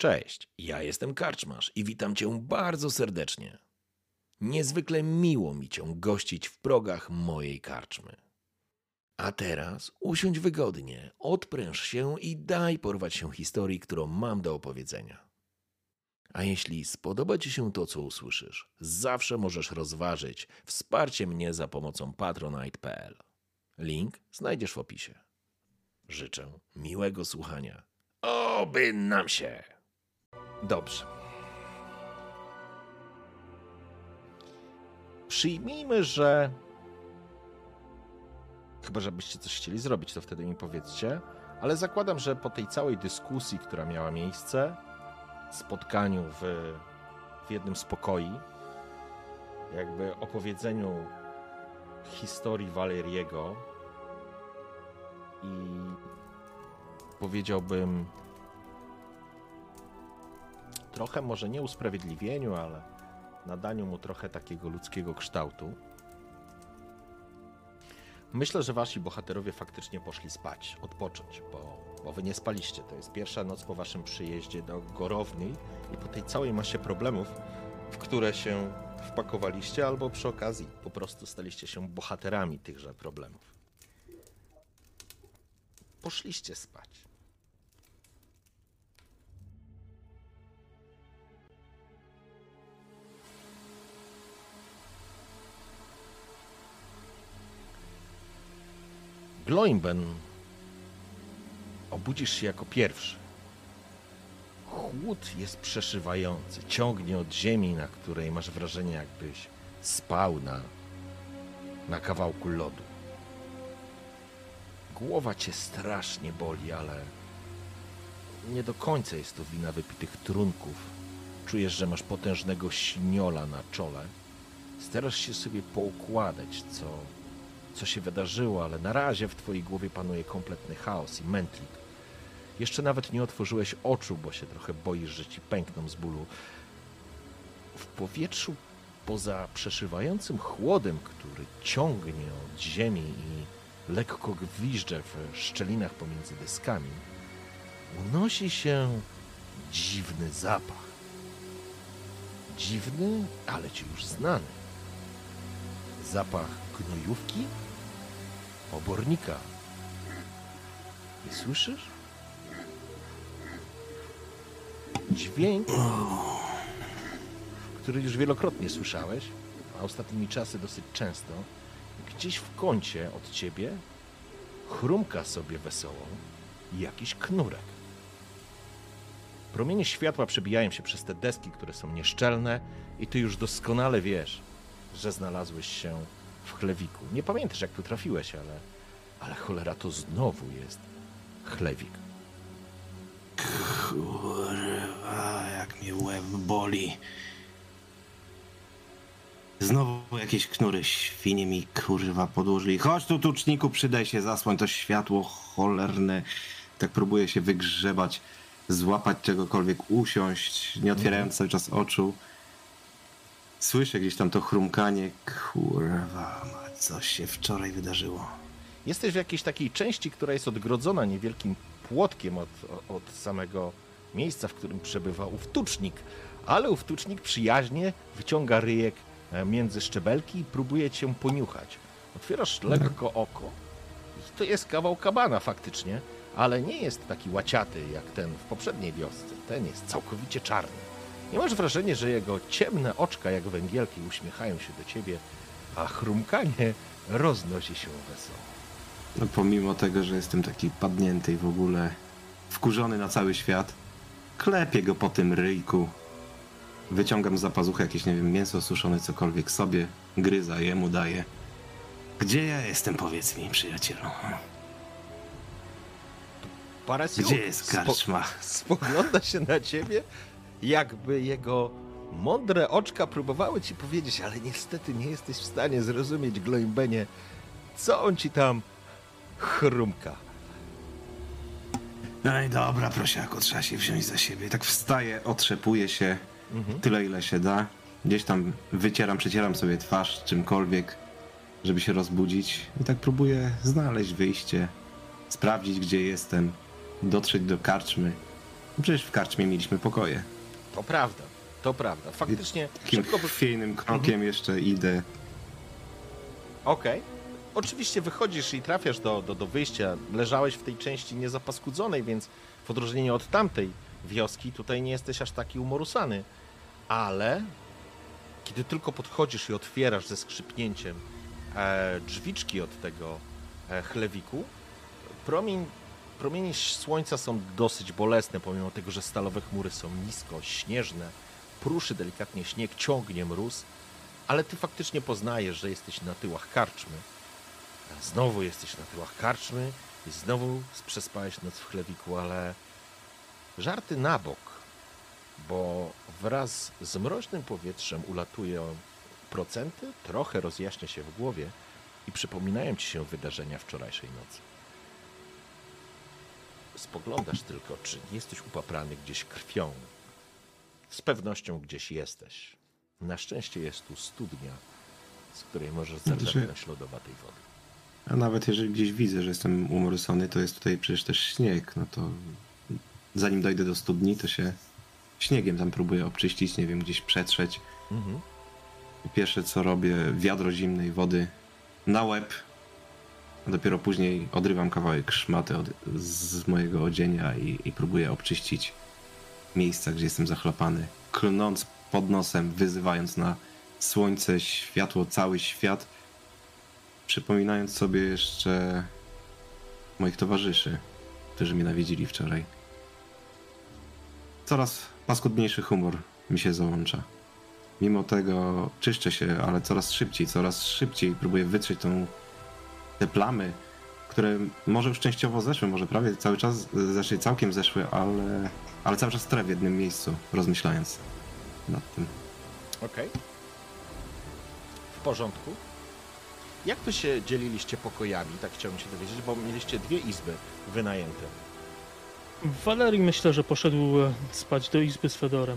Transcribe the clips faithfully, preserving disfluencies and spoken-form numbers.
Cześć, ja jestem Karczmarz i witam cię bardzo serdecznie. Niezwykle miło mi cię gościć w progach mojej karczmy. A teraz usiądź wygodnie, odpręż się i daj porwać się historii, którą mam do opowiedzenia. A jeśli spodoba ci się to, co usłyszysz, zawsze możesz rozważyć wsparcie mnie za pomocą patronite kropka p l. Link znajdziesz w opisie. Życzę miłego słuchania. Oby nam się! Dobrze. Przyjmijmy, że... Chyba, żebyście coś chcieli zrobić, to wtedy mi powiedzcie. Ale zakładam, że po tej całej dyskusji, która miała miejsce, spotkaniu w, w jednym z pokoi, jakby opowiedzeniu historii Waleriego i powiedziałbym trochę może nie usprawiedliwieniu, ale nadaniu mu trochę takiego ludzkiego kształtu. Myślę, że wasi bohaterowie faktycznie poszli spać, odpocząć, bo, bo wy nie spaliście. To jest pierwsza noc po waszym przyjeździe do Gorowni i po tej całej masie problemów, w które się wpakowaliście, albo przy okazji po prostu staliście się bohaterami tychże problemów. Poszliście spać. Gloimben, obudzisz się jako pierwszy. Chłód jest przeszywający, ciągnie od ziemi, na której masz wrażenie, jakbyś spał na, na kawałku lodu. Głowa cię strasznie boli, ale nie do końca jest to wina wypitych trunków. Czujesz, że masz potężnego śniola na czole. Starasz się sobie poukładać, co... co się wydarzyło, ale na razie w twojej głowie panuje kompletny chaos i mętlik. Jeszcze nawet nie otworzyłeś oczu, bo się trochę boisz, że ci pękną z bólu. W powietrzu, poza przeszywającym chłodem, który ciągnie od ziemi i lekko gwizdże w szczelinach pomiędzy deskami, unosi się dziwny zapach. Dziwny, ale ci już znany. Zapach gnojówki, obornika. I słyszysz? Dźwięk, który już wielokrotnie słyszałeś, a ostatnimi czasy dosyć często. Gdzieś w kącie od ciebie chrumka sobie wesoło jakiś knurek. Promienie światła przebijają się przez te deski, które są nieszczelne, i ty już doskonale wiesz, że znalazłeś się w chlewiku. Nie pamiętasz, jak tu trafiłeś, ale, ale cholera, to znowu jest chlewik. Kurwa, jak mnie łeb boli. Znowu jakieś knury świnie mi, kurwa, podłożyli. Chodź tu, tuczniku, przydaj się, zasłoń to światło cholerne. Tak próbuję się wygrzebać, złapać czegokolwiek, usiąść, nie otwierając cały czas oczu. Słyszę gdzieś tam to chrumkanie. Kurwa, coś się wczoraj wydarzyło. Jesteś w jakiejś takiej części, która jest odgrodzona niewielkim płotkiem od, od samego miejsca, w którym przebywa ów tucznik. Ale ów tucznik przyjaźnie wyciąga ryjek między szczebelki i próbuje cię poniuchać. Otwierasz lekko oko i to jest kawał kabana faktycznie, ale nie jest taki łaciaty jak ten w poprzedniej wiosce. Ten jest całkowicie czarny. Nie masz wrażenia, że jego ciemne oczka jak węgielki uśmiechają się do ciebie, a chrumkanie roznosi się wesoło. No, pomimo tego, że jestem taki padnięty i w ogóle wkurzony na cały świat, klepię go po tym ryjku, wyciągam za pazuchy jakieś, nie wiem, mięso suszone, cokolwiek sobie, gryza, jemu daję. Gdzie ja jestem, powiedz mi, przyjacielu? Parasiuk Gdzie jest karczma? Spo, spogląda się na ciebie, jakby jego mądre oczka próbowały ci powiedzieć, ale niestety nie jesteś w stanie zrozumieć, Gloimbenie, co on ci tam chrumka. No i dobra, prosiaku, trzeba się wziąć za siebie. Tak wstaję, otrzepuję się, mhm. tyle ile się da. Gdzieś tam wycieram, przecieram sobie twarz czymkolwiek, żeby się rozbudzić. I tak próbuję znaleźć wyjście, sprawdzić, gdzie jestem, dotrzeć do karczmy. Przecież w karczmie mieliśmy pokoje. To prawda, to prawda. Faktycznie Takim szybko... wy- chwiejnym krokiem Mhm. jeszcze idę. Okej. Oczywiście wychodzisz i trafiasz do, do, do wyjścia. Leżałeś w tej części niezapaskudzonej, więc w odróżnieniu od tamtej wioski tutaj nie jesteś aż taki umorusany. Ale kiedy tylko podchodzisz i otwierasz ze skrzypnięciem e, drzwiczki od tego e, chlewiku, promień, promienie słońca są dosyć bolesne, pomimo tego, że stalowe chmury są nisko, śnieżne, pruszy delikatnie śnieg, ciągnie mróz, ale ty faktycznie poznajesz, że jesteś na tyłach karczmy. Znowu jesteś na tyłach karczmy i znowu przespałeś noc w chlewiku, ale żarty na bok, bo wraz z mroźnym powietrzem ulatują procenty, trochę rozjaśnia się w głowie i przypominają ci się wydarzenia wczorajszej nocy. Spoglądasz tylko, czy nie jesteś upaprany gdzieś krwią. Z pewnością gdzieś jesteś. Na szczęście jest tu studnia, z której możesz zaczerpnąć lodowatej wody. A nawet jeżeli gdzieś widzę, że jestem umorusony, to jest tutaj przecież też śnieg. No to zanim dojdę do studni, to się śniegiem tam próbuję obczyścić, nie wiem, gdzieś przetrzeć. Mhm. Pierwsze co robię, wiadro zimnej wody na łeb, a dopiero później odrywam kawałek szmaty od, z mojego odzienia i, i próbuję obczyścić miejsca, gdzie jestem zachlapany, klnąc pod nosem, wyzywając na słońce, światło, cały świat, przypominając sobie jeszcze moich towarzyszy, którzy mnie nawiedzili wczoraj. Coraz paskudniejszy humor mi się załącza. Mimo tego czyszczę się, ale coraz szybciej, coraz szybciej próbuję wytrzeć tą, te plamy, które może już częściowo zeszły, może prawie cały czas, znaczy całkiem zeszły, ale, ale cały czas trę w jednym miejscu, rozmyślając nad tym. Okej. W porządku. Jak wy się dzieliliście pokojami? Tak chciałbym się dowiedzieć, bo mieliście dwie izby wynajęte. Walerii myślę, że poszedł e, spać do izby z Fedorem.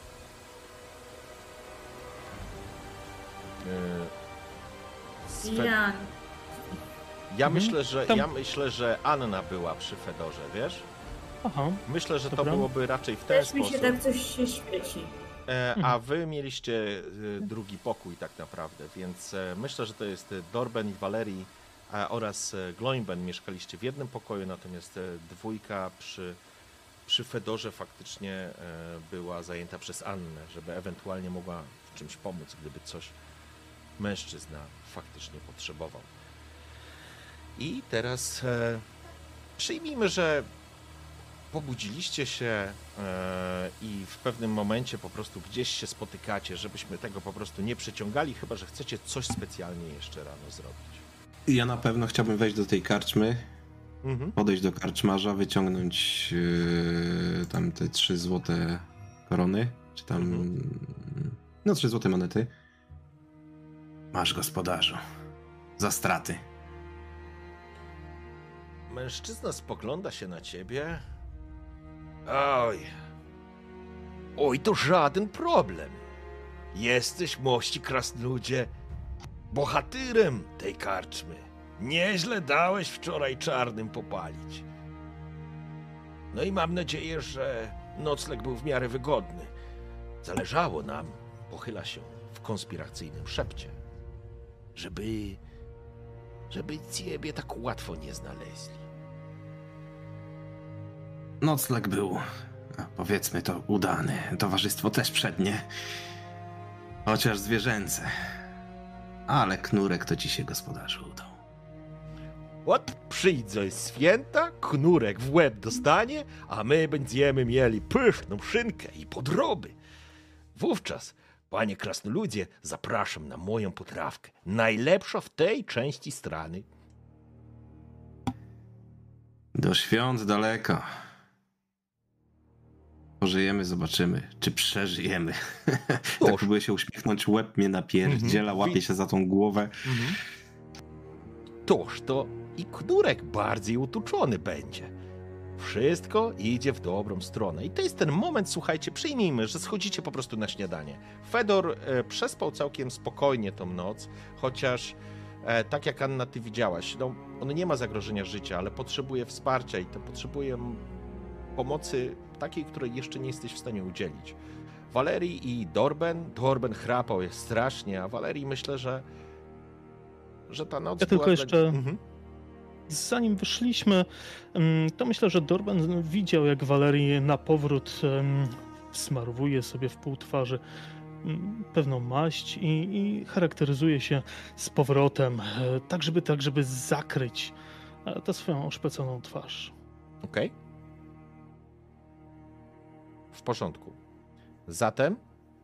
Yy, Swe- Ja. Ja Mhm. myślę, że Tam- ja myślę, że Anna była przy Fedorze, wiesz? Aha, Myślę, że to Dobra. byłoby raczej w ten Też mi się sposób. tak coś się świeci. E, Mhm. a wy mieliście e, drugi pokój tak naprawdę, więc e, myślę, że to jest e, Dorben i Valerii a, oraz e, Gloinben mieszkaliście w jednym pokoju, natomiast e, dwójka przy, przy Fedorze faktycznie e, była zajęta przez Annę, żeby ewentualnie mogła w czymś pomóc, gdyby coś mężczyzna faktycznie potrzebował. I teraz e, przyjmijmy, że pobudziliście się e, i w pewnym momencie po prostu gdzieś się spotykacie, żebyśmy tego po prostu nie przeciągali, chyba że chcecie coś specjalnie jeszcze rano zrobić. Ja na pewno chciałbym wejść do tej karczmy, Mhm. podejść do karczmarza, wyciągnąć yy, tam te trzy złote korony, czy tam, Mhm. no trzy złote monety. Masz, gospodarzu, za straty. Mężczyzna spogląda się na ciebie. Oj. Oj, to żaden problem. Jesteś, mości krasnoludzie, bohatyrem tej karczmy. Nieźle dałeś wczoraj czarnym popalić. No i mam nadzieję, że nocleg był w miarę wygodny. Zależało nam, pochyla się w konspiracyjnym szepcie, żeby, żeby ciebie tak łatwo nie znaleźli. Nocleg był, no, powiedzmy to, udany. Towarzystwo też przednie. Chociaż zwierzęce. Ale knurek to ci się, gospodarzu, udał. Ot, przyjdzie święta, knurek w łeb dostanie, a my będziemy mieli pyszną szynkę i podroby. Wówczas, panie krasnoludzie, zapraszam na moją potrawkę. Najlepsza w tej części strony. Do świąt daleko. Pożyjemy, zobaczymy, czy przeżyjemy. Tak Cóż. próbuję się uśmiechnąć, łeb mnie napierdziela, Mhm. łapie się za tą głowę. Toż to i knurek bardziej utuczony będzie. Wszystko idzie w dobrą stronę. I to jest ten moment, słuchajcie, przyjmijmy, że schodzicie po prostu na śniadanie. Fedor e, przespał całkiem spokojnie tą noc, chociaż e, tak jak Anna, ty widziałaś, no, on nie ma zagrożenia życia, ale potrzebuje wsparcia i to potrzebuje m- pomocy takiej, której jeszcze nie jesteś w stanie udzielić. Walerii i Dorben, Dorben chrapał jest strasznie, a Walerii myślę, że że ta noc Ja była... tylko jeszcze... Mhm. Zanim wyszliśmy, em, to myślę, że Dorben widział, jak Walerii na powrót em, smarowuje sobie w pół twarzy em, pewną maść i, i charakteryzuje się z powrotem, e, tak żeby, tak żeby zakryć e, tę swoją oszpeconą twarz. Okej. W porządku. Zatem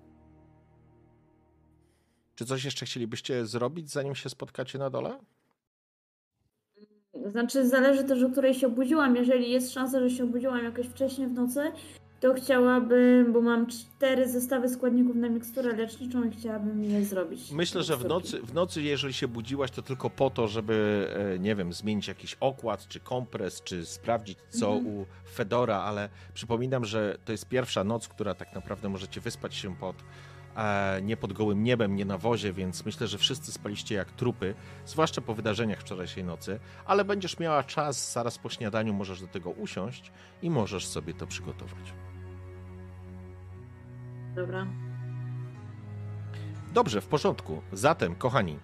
czy coś jeszcze chcielibyście zrobić, zanim się spotkacie na dole? Znaczy, zależy też, o której się obudziłam. Jeżeli jest szansa, że się obudziłam jakoś wcześniej w nocy, to chciałabym, bo mam cztery zestawy składników na miksturę leczniczą i chciałabym je zrobić. Myślę, że w nocy, w nocy, jeżeli się budziłaś, to tylko po to, żeby, e, nie wiem, zmienić jakiś okład, czy kompres, czy sprawdzić, co Mhm. u Fedora, ale przypominam, że to jest pierwsza noc, która tak naprawdę możecie wyspać się pod, e, nie pod gołym niebem, nie na wozie, więc myślę, że wszyscy spaliście jak trupy, zwłaszcza po wydarzeniach wczorajszej nocy, ale będziesz miała czas, zaraz po śniadaniu możesz do tego usiąść i możesz sobie to przygotować. Dobra. Dobrze, w porządku. Zatem, kochani,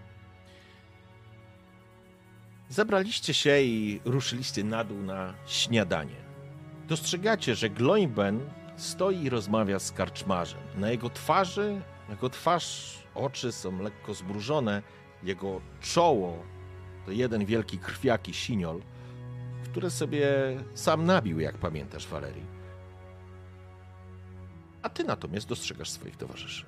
zebraliście się i ruszyliście na dół na śniadanie. Dostrzegacie, że Gloimben stoi i rozmawia z karczmarzem. Na jego twarzy, jego twarz, oczy są lekko zmrużone, jego czoło to jeden wielki krwiaki siniol, które sobie sam nabił, jak pamiętasz, Walerii. A ty natomiast dostrzegasz swoich towarzyszy.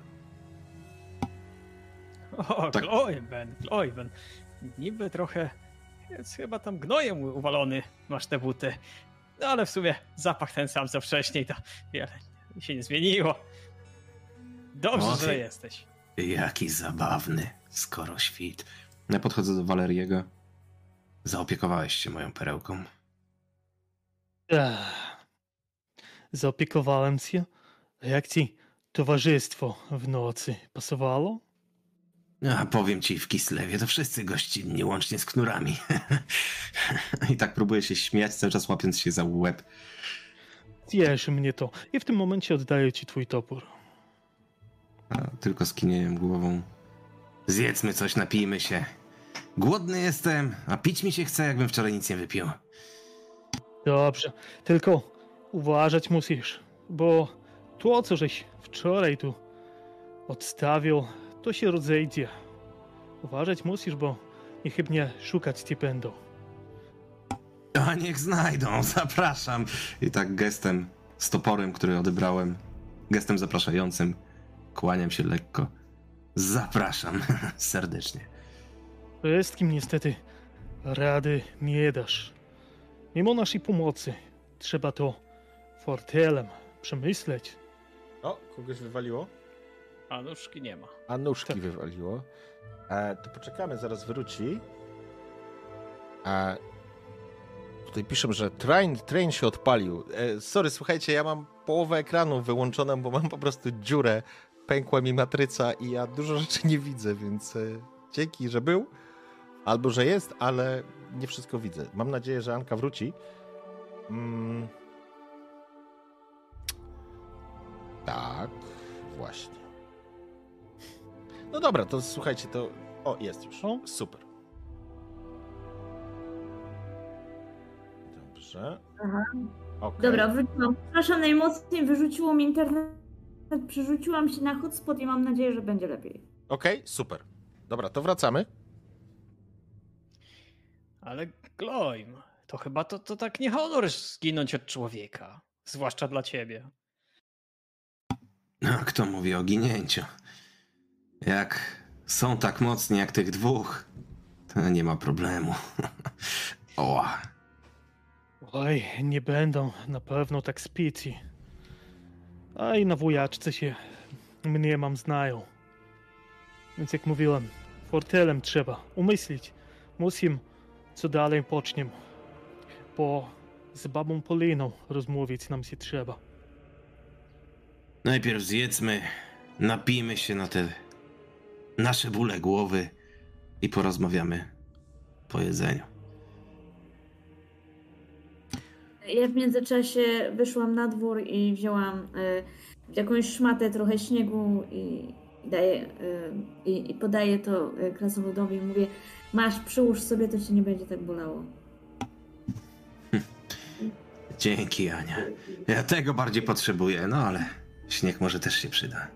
O, Tak. Gloiben, Gloiben. Niby trochę, jest chyba tam gnojem u- uwalony masz te buty. No ale w sumie zapach ten sam co wcześniej, to wiele się nie zmieniło. Dobrze, O, że ty- jesteś. Jaki zabawny, skoro świt. Ja podchodzę do Waleriego. Zaopiekowałeś się moją perełką. Ech. Zaopiekowałem się. A jak ci towarzystwo w nocy pasowało? A powiem ci, w Kislewie to wszyscy gościnni, łącznie z knurami. I tak próbuję się śmiać, cały czas łapiąc się za łeb. Cieszy mnie to. I w tym momencie oddaję ci twój topór. A tylko skinieniem głową. Zjedzmy coś, napijmy się. Głodny jestem, a pić mi się chce, jakbym wczoraj nic nie wypił. Dobrze. Tylko uważać musisz, bo to, co żeś wczoraj tu odstawił, to się rozejdzie. Uważać musisz, bo niechybnie szukać cię będą. A niech znajdą, zapraszam. I tak gestem, z toporem, który odebrałem, gestem zapraszającym, kłaniam się lekko. Zapraszam serdecznie. Wszystkim niestety rady nie dasz. Mimo naszej pomocy trzeba to fortelem przemyśleć. O, kogoś wywaliło? A nóżki nie ma. A nóżki Tak. wywaliło. E, to poczekamy, zaraz wróci. E, tutaj piszą, że train, train się odpalił. E, sorry, słuchajcie, ja mam połowę ekranu wyłączoną, bo mam po prostu dziurę. Pękła mi matryca i ja dużo rzeczy nie widzę, więc e, dzięki, że był. Albo, że jest, ale nie wszystko widzę. Mam nadzieję, że Anka wróci. Mm. Tak, właśnie. No dobra, to słuchajcie, to... O, jest już. O. Super. Dobrze. Aha. Okej. Dobra, wróciłam. Przepraszam, najmocniej wyrzuciło mi internet. Przerzuciłam się na hotspot i mam nadzieję, że będzie lepiej. Okej, super. Dobra, to wracamy. Ale Gloim, to chyba to, to tak nie honor zginąć od człowieka. Zwłaszcza dla ciebie. No, kto mówi o ginięciu? Jak są tak mocni jak tych dwóch, to nie ma problemu. Oła. Oj, nie będą na pewno tak spici. A i na wujaczce się mnie mam znają. Więc jak mówiłem, fortelem trzeba umyślić. Musimy, co dalej poczniemy. Bo z babą Poliną rozmówić nam się trzeba. Najpierw zjedzmy, napijmy się na te nasze bóle głowy i porozmawiamy po jedzeniu. Ja w międzyczasie wyszłam na dwór i wzięłam y, jakąś szmatę, trochę śniegu i, i, daję, y, i, i podaję to y, krasnoludowi i mówię, masz, przyłóż sobie, to ci nie będzie tak bolało. Dzięki, Ania. Ja tego bardziej potrzebuję, no ale śnieg może też się przyda.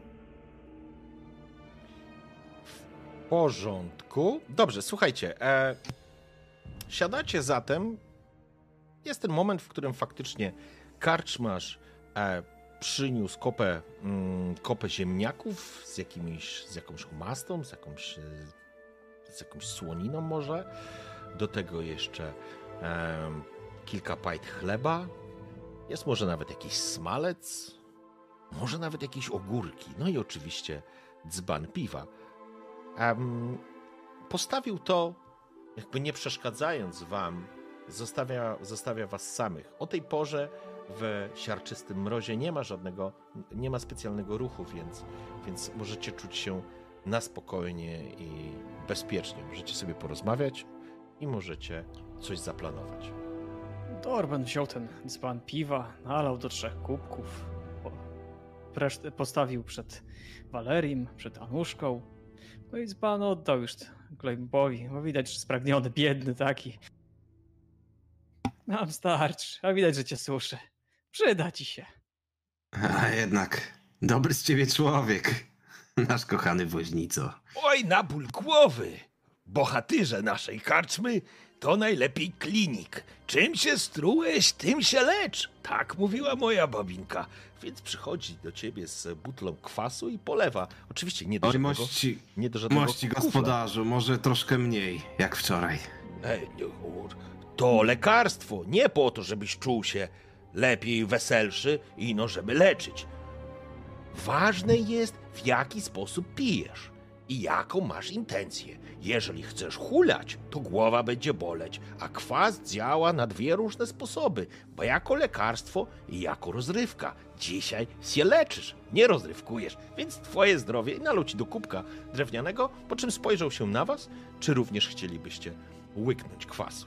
W porządku. Dobrze, słuchajcie. E, siadacie zatem. Jest ten moment, w którym faktycznie karczmarz e, przyniósł kopę, mm, kopę ziemniaków z, jakimiś, z jakąś humastą, z jakąś, e, z jakąś słoniną może. Do tego jeszcze e, kilka pajt chleba. Jest może nawet jakiś smalec. Może nawet jakieś ogórki. No i oczywiście dzban piwa. Um, postawił to, jakby nie przeszkadzając wam, zostawia, zostawia was samych. O tej porze w siarczystym mrozie nie ma żadnego, nie ma specjalnego ruchu, więc, więc możecie czuć się na spokojnie i bezpiecznie. Możecie sobie porozmawiać i możecie coś zaplanować. Dorban wziął ten dzban piwa, nalał do trzech kubków, po, resztę postawił przed Walerim, przed Anuszką. No i dzban oddał już Glejmbowi, bo widać, że spragniony, biedny taki. Nam starczy, a widać, że cię suszy. Przyda ci się. A jednak dobry z ciebie człowiek, nasz kochany woźnico. Oj, na ból głowy! Bohatyrze naszej karczmy to najlepiej klinik. Czym się strułeś, tym się lecz. Tak mówiła moja babinka. Więc przychodzi do ciebie z butlą kwasu i polewa. Oczywiście nie do Oj, żadnego, mości, nie do żadnego mości kufla. gospodarzu, może troszkę mniej, jak wczoraj. Ej, nie, to lekarstwo. Nie po to, żebyś czuł się lepiej, weselszy i no, żeby leczyć. Ważne jest, w jaki sposób pijesz i jaką masz intencję. Jeżeli chcesz hulać, to głowa będzie boleć, a kwas działa na dwie różne sposoby, bo jako lekarstwo i jako rozrywka. Dzisiaj się leczysz, nie rozrywkujesz, więc twoje zdrowie i nalał ci do kubka drewnianego, po czym spojrzał się na was, czy również chcielibyście łyknąć kwasu.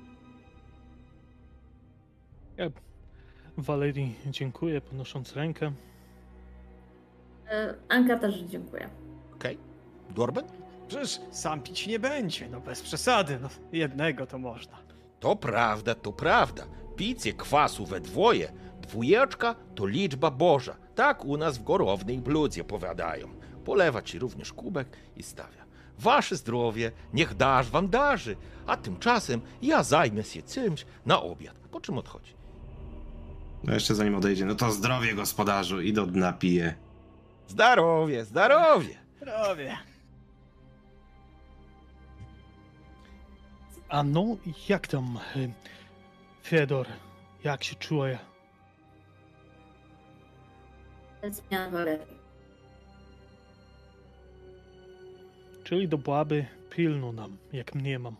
Ja Walerii dziękuję, podnosząc rękę. Y, Anka też dziękuję. Okej? Dorben? Przecież sam pić nie będzie, no bez przesady, no jednego to można. To prawda, to prawda. Picie kwasu we dwoje, dwójeczka to liczba Boża. Tak u nas w Gorownej Bludzie powiadają. Polewa ci również kubek i stawia. Wasze zdrowie niech dasz wam darzy, a tymczasem ja zajmę się czymś na obiad. Po czym odchodzi. No jeszcze zanim odejdzie, no to zdrowie gospodarzu i do dna piję. Zdrowie, zdrowie. Prawie. A no, jak tam, y, Fedor? Jak się czuje? Zmiana Walerii. Czyli do baby pilno nam, jak mnie mam.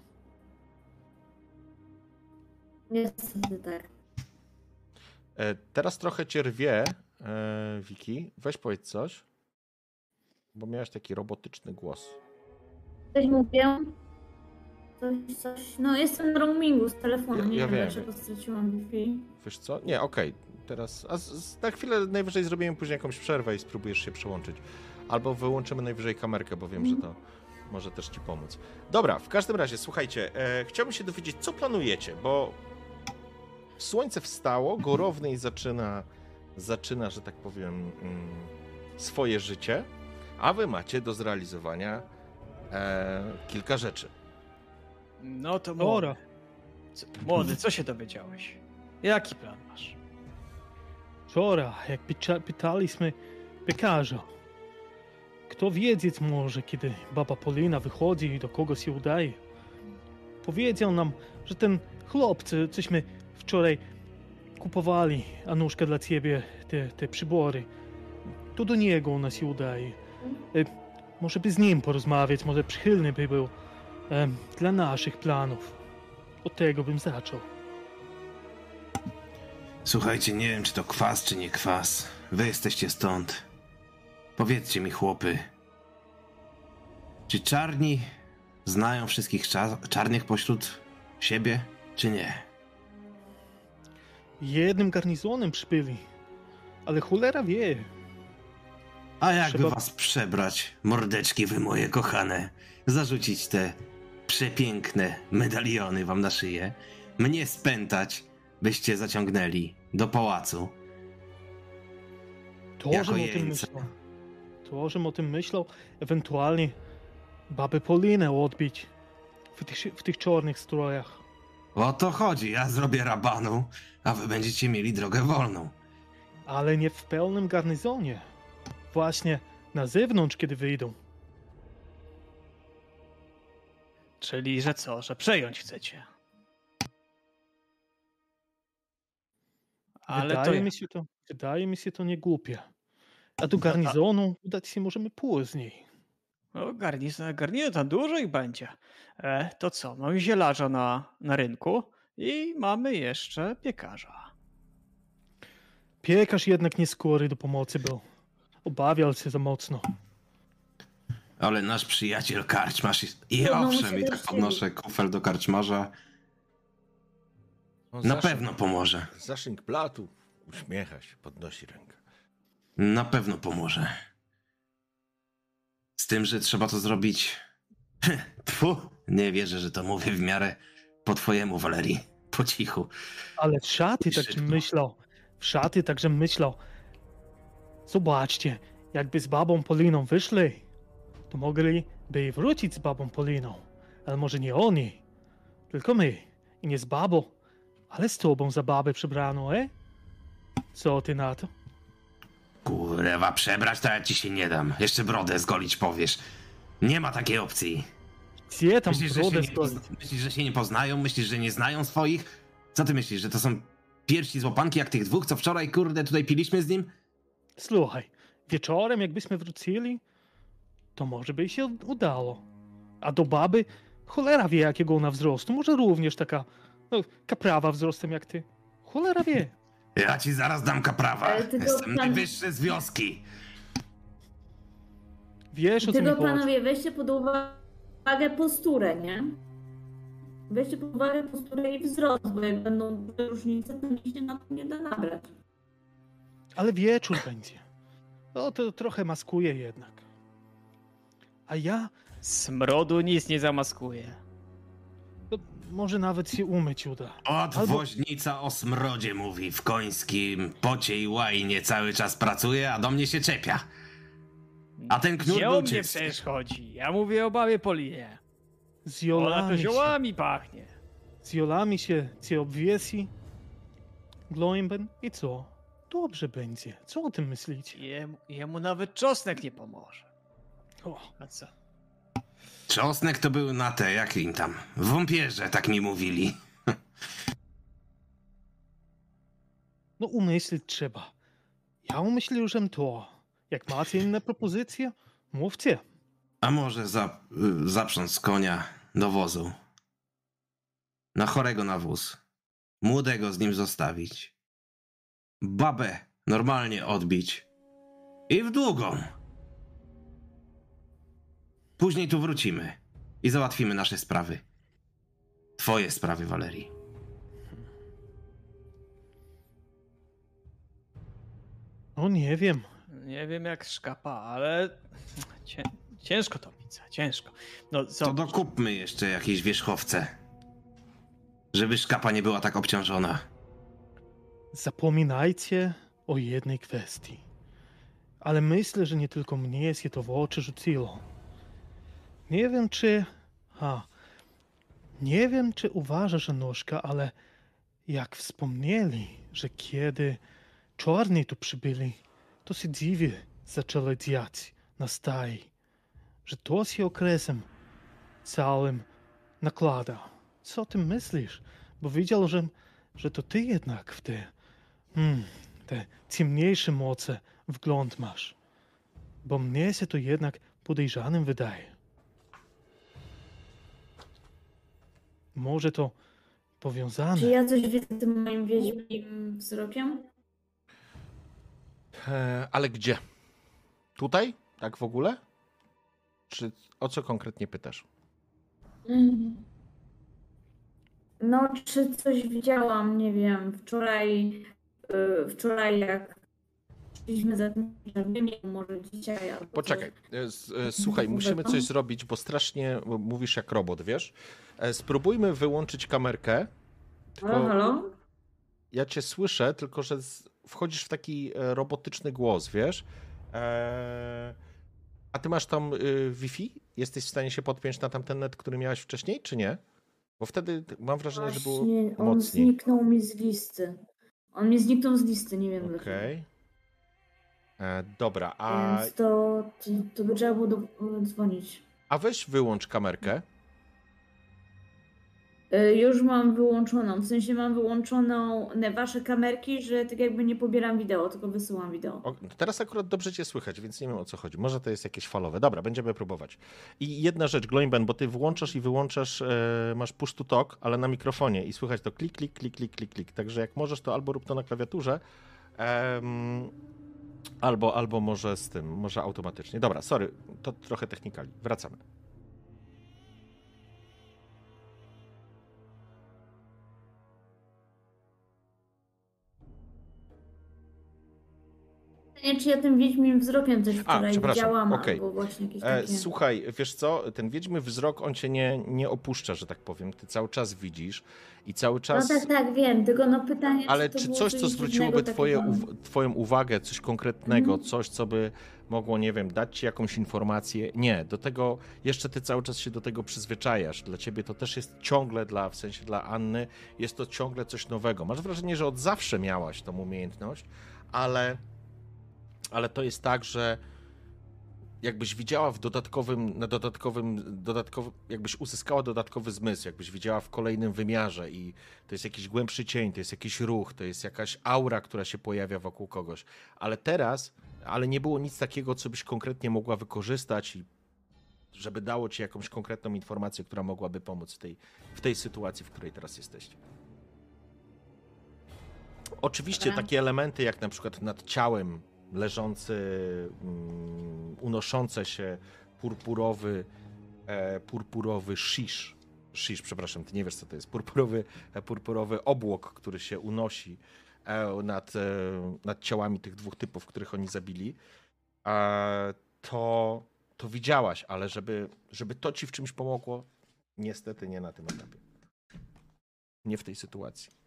Niestety tak. E, teraz trochę cię rwie, e, Wiki. Weź powiedz coś, bo miałeś taki robotyczny głos. Coś mówię? Coś, coś. No jestem na roamingu z telefonu, Ja- nie ja wiem wiem. dlaczego straciłam Wi-Fi. Wiesz co? Nie, okej. Teraz a z, z, na chwilę najwyżej zrobimy później jakąś przerwę i spróbujesz się przełączyć. Albo wyłączymy najwyżej kamerkę, bo wiem, że to może też ci pomóc. Dobra, w każdym razie, słuchajcie, e, chciałbym się dowiedzieć, co planujecie, bo słońce wstało, Gorownej zaczyna, zaczyna, że tak powiem, mm, swoje życie, a wy macie do zrealizowania e, kilka rzeczy. No to Dobra. młody. Co, młody, co się dowiedziałeś? Jaki plan masz? Wczoraj, jak pyta- pytaliśmy piekarza, kto wiedzieć może, kiedy baba Polina wychodzi i do kogo się udaje, powiedział nam, że ten chłopcy, cośmy wczoraj kupowali, Anuszka, dla ciebie te, te przybory, to do niego ona się udaje. E, może by z nim porozmawiać, może przychylny by był e, dla naszych planów. Od tego bym zaczął. Słuchajcie, nie wiem, czy to kwas, czy nie kwas. Wy jesteście stąd. Powiedzcie mi, chłopy, czy czarni znają wszystkich cza- czarnych pośród siebie, czy nie? jednym garnizonem przybyli. Ale cholera wie. A jakby Trzeba- was przebrać, mordeczki wy moje kochane, zarzucić te przepiękne medaliony wam na szyję, mnie spętać, byście zaciągnęli do pałacu. To, Jako żem o tym jeńce. myślał. To, żem o tym myślał. Ewentualnie babę Polinę odbić w tych, w tych czarnych strojach. O to chodzi, ja zrobię rabanu, a wy będziecie mieli drogę wolną. Ale nie w pełnym garnizonie. Właśnie na zewnątrz, kiedy wyjdą. Czyli, że co, że przejąć chcecie? Ale wydaje, to mi się to, wydaje mi się to nie głupie. A do garnizonu udać się możemy później. no, garnizon, garnizon tam dużo ich będzie. E, to co, mamy zielarza na, na rynku i mamy jeszcze piekarza. Piekarz jednak nie skory do pomocy był. Obawiał się za mocno. Ale nasz przyjaciel karczmarz jest... I No, no, owszem, musi i też tak się- podnoszę kufel do karczmarza. On Na zaszyn- pewno pomoże. Zaszynk blatu, uśmiecha się, podnosi rękę. Na pewno pomoże. Z tym, że trzeba to zrobić... Tfu, nie wierzę, że to mówię w miarę po twojemu, Walerii. Po cichu. Ale w szaty I także szybko. myślał. W szaty także myślał. Zobaczcie, jakby z babą Poliną wyszli, to mogliby i wrócić z babą Poliną. Ale może nie oni, tylko my. I nie z babą, ale z tobą za babę przebraną, e? Co ty na to? Kurwa, przebrać to ja ci się nie dam. Jeszcze brodę zgolić powiesz. Nie ma takiej opcji. Gdzie tam Myślisz, że się brodę nie, zgolić? pozna- myślisz, że się nie poznają? Myślisz, że nie znają swoich? Co ty myślisz, że to są piersi z łopanki jak tych dwóch, co wczoraj, kurde, tutaj piliśmy z nim? Słuchaj, wieczorem jakbyśmy wrócili, to może by się udało. A do baby, cholera wie jakiego ona wzrostu. Może również taka, no, kaprawa wzrostem jak ty. Cholera wie. Ja ci zaraz dam kaprawa. Ale tylko Jestem pan- najwyższy z wioski. Wiesz o co mi Tylko chodzi. panowie, weźcie pod uwagę posturę, nie? Weźcie pod uwagę posturę i wzrost, bo jak będą duże różnice, to nic się na to nie da nabrać. Ale wieczór będzie. No to trochę maskuje jednak. A ja, Smrodu nic nie zamaskuje. to może nawet się umyć uda. Od Albo- woźnica o smrodzie mówi. W końskim pocie i łajnie cały czas pracuje, a do mnie się czepia. A ten knur Gdzie był o mnie czysty. przecież chodzi? Ja mówię o babie Polinie. Z Ona jolami, to się, ziołami pachnie. z jolami się cię obwiesi. Gloimben i co? Dobrze będzie. Co o tym myślicie? Jemu, jemu nawet czosnek nie pomoże. O, A co? Czosnek to był na te, jak im tam, wąpierze, tak mi mówili. no umyślić trzeba. Ja umyśliłem to. Jak macie inne propozycje, mówcie. A może za, y, zaprząc konia do wozu. Na chorego na wóz. Młodego z nim zostawić. Babę normalnie odbić. I w długą. Później tu wrócimy. I załatwimy nasze sprawy. Twoje sprawy, Walerii. No nie wiem. Nie wiem jak szkapa, ale cię, ciężko to pizza, ciężko. No co? To dokupmy jeszcze jakieś wierzchowce. Żeby szkapa nie była tak obciążona. Zapominajcie o jednej kwestii. Ale myślę, że nie tylko mnie się to w oczy rzuciło. Nie wiem, czy... Ha, nie wiem, czy uważasz, Anuszka, ale jak wspomnieli, że kiedy czarni tu przybyli, to się dziwy zaczęły dziać na stai. Że to się okresem całym nakłada. Co o tym myślisz? Bo widział, że, że to ty jednak w te, hmm, te ciemniejsze moce wgląd masz. Bo mnie się to jednak podejrzanym wydaje. Może to powiązane. Czy ja coś widzę tym moim wiedźmim wzrokiem? E, ale gdzie? Tutaj? Tak w ogóle? Czy o co konkretnie pytasz? Mhm. No, czy coś widziałam, nie wiem, wczoraj, yy, wczoraj jak szliśmy za tym drzewem, może dzisiaj albo Poczekaj, coś. e, s- e, słuchaj, musimy coś zrobić, bo strasznie mówisz jak robot, wiesz? E, Spróbujmy wyłączyć kamerkę. Halo, Tylko halo? ja cię słyszę, tylko że z- wchodzisz w taki e, robotyczny głos, wiesz? E, A ty masz tam y, Wi-Fi? Jesteś w stanie się podpiąć na tamten net, który miałeś wcześniej, czy nie? Bo wtedy mam wrażenie, że było Właśnie, on mocniej. zniknął mi z listy. On mi zniknął z listy, nie wiem dlaczego. Okej. E, Dobra, a, Więc to, to, to by trzeba było do, dzwonić. a weź wyłącz kamerkę. Y, Już mam wyłączoną, w sensie mam wyłączoną ne- wasze kamerki, że tak jakby nie pobieram wideo, tylko wysyłam wideo. O, teraz akurat dobrze cię słychać, więc nie wiem o co chodzi. Może to jest jakieś falowe. Dobra, będziemy próbować. I jedna rzecz, Gloinben, bo ty włączasz i wyłączasz, e, masz push to talk, ale na mikrofonie i słychać to klik, klik, klik, klik, klik, klik. Także jak możesz, to albo rób to na klawiaturze, em, albo, albo może z tym, może automatycznie. Dobra, sorry, to trochę technikali. Wracamy. Nie, czy ja tym wiedźmim wzrokiem coś A, wczoraj przepraszam, widziałam, okej. albo właśnie jakieś E, takie... słuchaj, wiesz co, ten wiedźmy wzrok, on cię nie, nie opuszcza, że tak powiem. Ty cały czas widzisz i cały No czas... tak, tak, wiem, tylko no pytanie, Ale czy to czy było coś, co zwróciłoby dziwnego twoje, takiego? uw- twoją uwagę, coś konkretnego, Mhm. coś, co by mogło, nie wiem, dać ci jakąś informację? Nie, do tego, jeszcze ty cały czas się do tego przyzwyczajasz. Dla ciebie to też jest ciągle, dla, w sensie dla Anny, jest to ciągle coś nowego. Masz wrażenie, że od zawsze miałaś tą umiejętność, ale, ale to jest tak, że jakbyś widziała w dodatkowym, na dodatkowym, dodatkowym, jakbyś uzyskała dodatkowy zmysł, jakbyś widziała w kolejnym wymiarze i to jest jakiś głębszy cień, to jest jakiś ruch, to jest jakaś aura, która się pojawia wokół kogoś. Ale teraz, ale nie było nic takiego, co byś konkretnie mogła wykorzystać i żeby dało ci jakąś konkretną informację, która mogłaby pomóc w tej, w tej sytuacji, w której teraz jesteście. Oczywiście Dobra. takie elementy, jak na przykład nad ciałem leżący, um, unoszące się purpurowy, e, purpurowy shish, shish, przepraszam, ty nie wiesz co to jest, purpurowy, e, purpurowy obłok, który się unosi e, nad, e, nad ciałami tych dwóch typów, których oni zabili, e, to, to widziałaś, ale żeby, żeby to ci w czymś pomogło, niestety nie na tym etapie. Nie w tej sytuacji.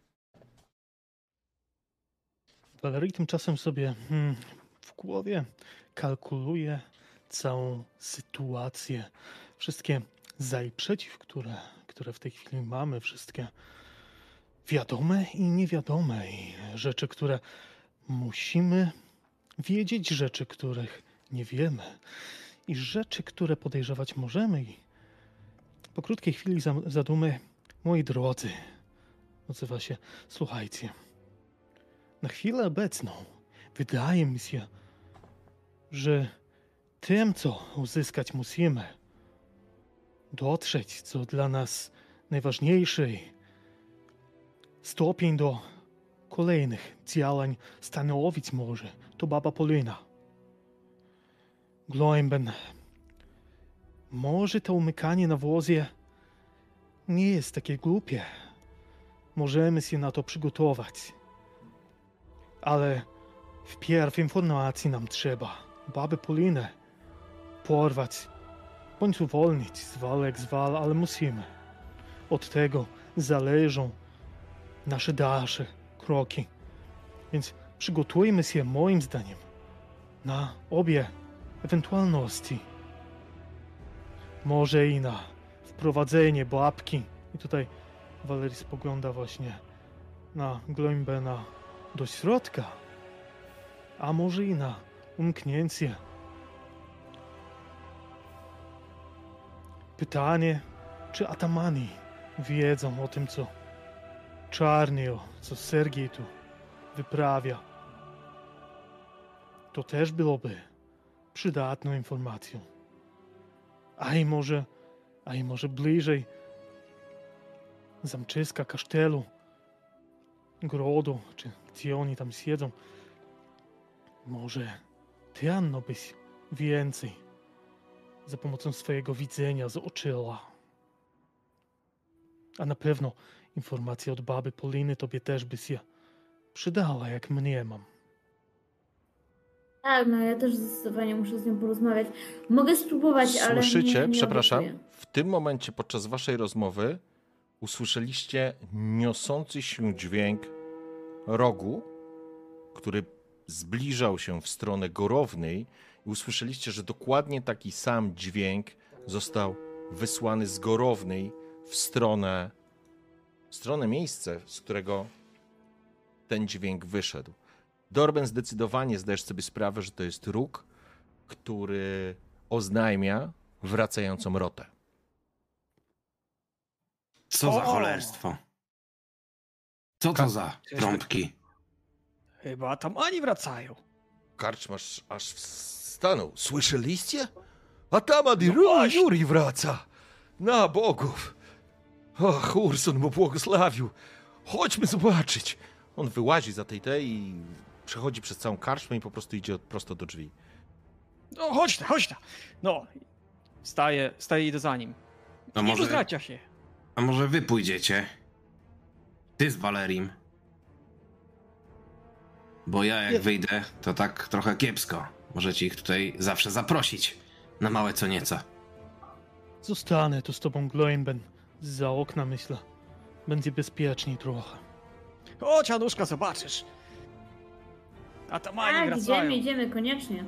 Valerie tymczasem sobie hmm, w głowie kalkuluje całą sytuację. Wszystkie za i przeciw, które, które w tej chwili mamy, wszystkie wiadome i niewiadome i rzeczy, które musimy wiedzieć, rzeczy, których nie wiemy i rzeczy, które podejrzewać możemy. I po krótkiej chwili zadumy, moi drodzy, odzywa się, słuchajcie, na chwilę obecną wydaje mi się, że tym, co uzyskać musimy, dotrzeć, co dla nas najważniejszy, stopień do kolejnych działań stanowić może, to baba Polina. Gloinben, może to umykanie na wozie nie jest takie głupie. Możemy się na to przygotować. Ale wpierw informacji nam trzeba. Babę Polinę porwać, bądź uwolnić, zwal jak zwal, ale musimy. Od tego zależą nasze dalsze kroki. Więc przygotujmy się, moim zdaniem, na obie ewentualności. Może i na wprowadzenie babki. I tutaj Valerie spogląda właśnie na Gloinbena do środka, a może i na umknięcie. Pytanie, czy atamani wiedzą o tym, co Czarnio, co Sergiej tu wyprawia. To też byłoby przydatną informacją. A i może, a i może bliżej zamczyska, kasztelu, grodu, czy gdzie oni tam siedzą. Może ty, Anno, byś więcej za pomocą swojego widzenia zobaczyła. A na pewno Informacja od baby Poliny tobie też by się przydała, jak mnie mam. Tak, no ja też zdecydowanie muszę z nią porozmawiać. Mogę spróbować, ale Słyszycie, nie, nie przepraszam, obiecuję. w tym momencie podczas waszej rozmowy usłyszeliście niosący się dźwięk rogu, który zbliżał się w stronę Gorownej i usłyszeliście, że dokładnie taki sam dźwięk został wysłany z Gorownej w stronę, w stronę miejsce, z którego ten dźwięk wyszedł. Dorben, zdecydowanie zdajesz sobie sprawę, że to jest róg, który oznajmia wracającą rotę. Co za O! cholerstwo? Co to za trąbki? Chyba tam ani wracają. Karczmasz aż wstanął. Słyszeliście? A tam Adi No właśnie. Juri wraca. Na bogów. Och, Ursun mu błogosławił. Chodźmy zobaczyć. On wyłazi za tej tej i przechodzi przez całą karczmę i po prostu idzie prosto do drzwi. No chodź ta, chodź ta. No, staję, staję i idę za nim. A Nie może, uzdrawia się. a może wy pójdziecie? Ty z Valerim. Bo ja jak Nie. wyjdę, to tak trochę kiepsko. Możecie ich tutaj zawsze zaprosić. Na małe co nieco. Zostanę tu z tobą, Gloinben. Za okna, myślę. Będzie bezpieczniej trochę. Chodź, Anuszka, zobaczysz. A tam ani Tak, wracają. idziemy, idziemy, koniecznie.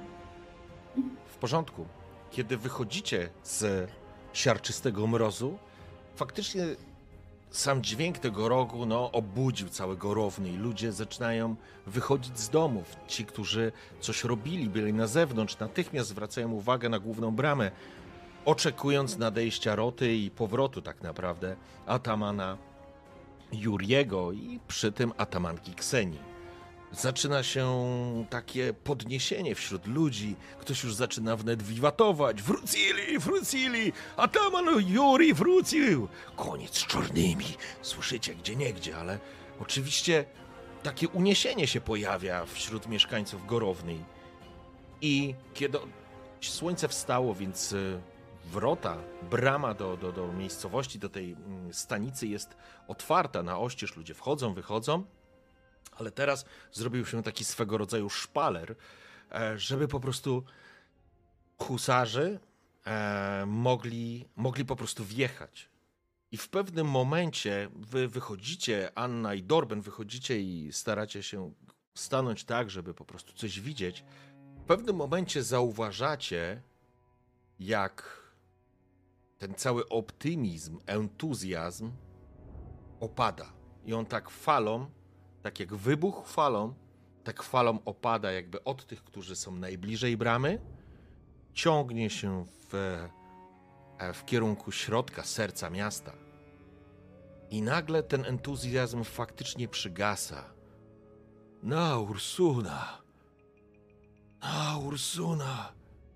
W porządku. Kiedy wychodzicie z siarczystego mrozu, faktycznie sam dźwięk tego rogu no, obudził całe Gorowny i ludzie zaczynają wychodzić z domów. Ci, którzy coś robili, byli na zewnątrz, natychmiast zwracają uwagę na główną bramę, oczekując nadejścia roty i powrotu tak naprawdę atamana Juriego i przy tym atamanki Ksenii. Zaczyna się takie podniesienie wśród ludzi. Ktoś już zaczyna wnet wiwatować. Wrócili, wrócili! Ataman Juri wrócił! Koniec z czarnymi. Słyszycie gdzieniegdzie, ale oczywiście takie uniesienie się pojawia wśród mieszkańców Gorownej. I kiedy słońce wstało, więc y, wrota, brama do, do, do miejscowości, do tej mm, stanicy jest otwarta na oścież. Ludzie wchodzą, wychodzą. Ale teraz zrobił się taki swego rodzaju szpaler, e, żeby po prostu husarzy e, mogli, mogli po prostu wjechać. I w pewnym momencie wy wychodzicie, Anna i Dorben, wychodzicie i staracie się stanąć tak, żeby po prostu coś widzieć. W pewnym momencie zauważacie, jak ten cały optymizm, entuzjazm opada. I on tak falą, tak jak wybuch falą, tak falą opada jakby od tych, którzy są najbliżej bramy, ciągnie się w, w kierunku środka, serca miasta. I nagle ten entuzjazm faktycznie przygasa. Na Ursuna! Na Ursuna!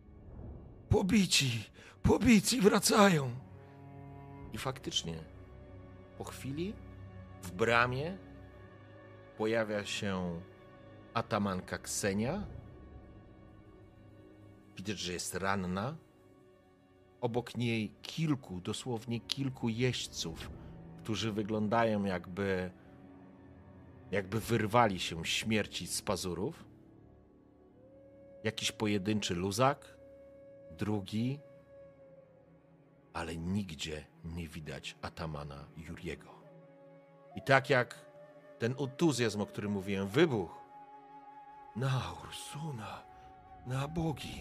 Pobici! Pobici wracają! I faktycznie po chwili w bramie pojawia się atamanka Ksenia. Widać, że jest ranna. Obok niej kilku, dosłownie kilku jeźdźców, którzy wyglądają jakby, jakby wyrwali się śmierci z pazurów. Jakiś pojedynczy luzak, drugi, ale nigdzie nie widać atamana Juriego. I tak jak ten entuzjazm, o którym mówiłem, wybuch. Na Ursuna, na bogi.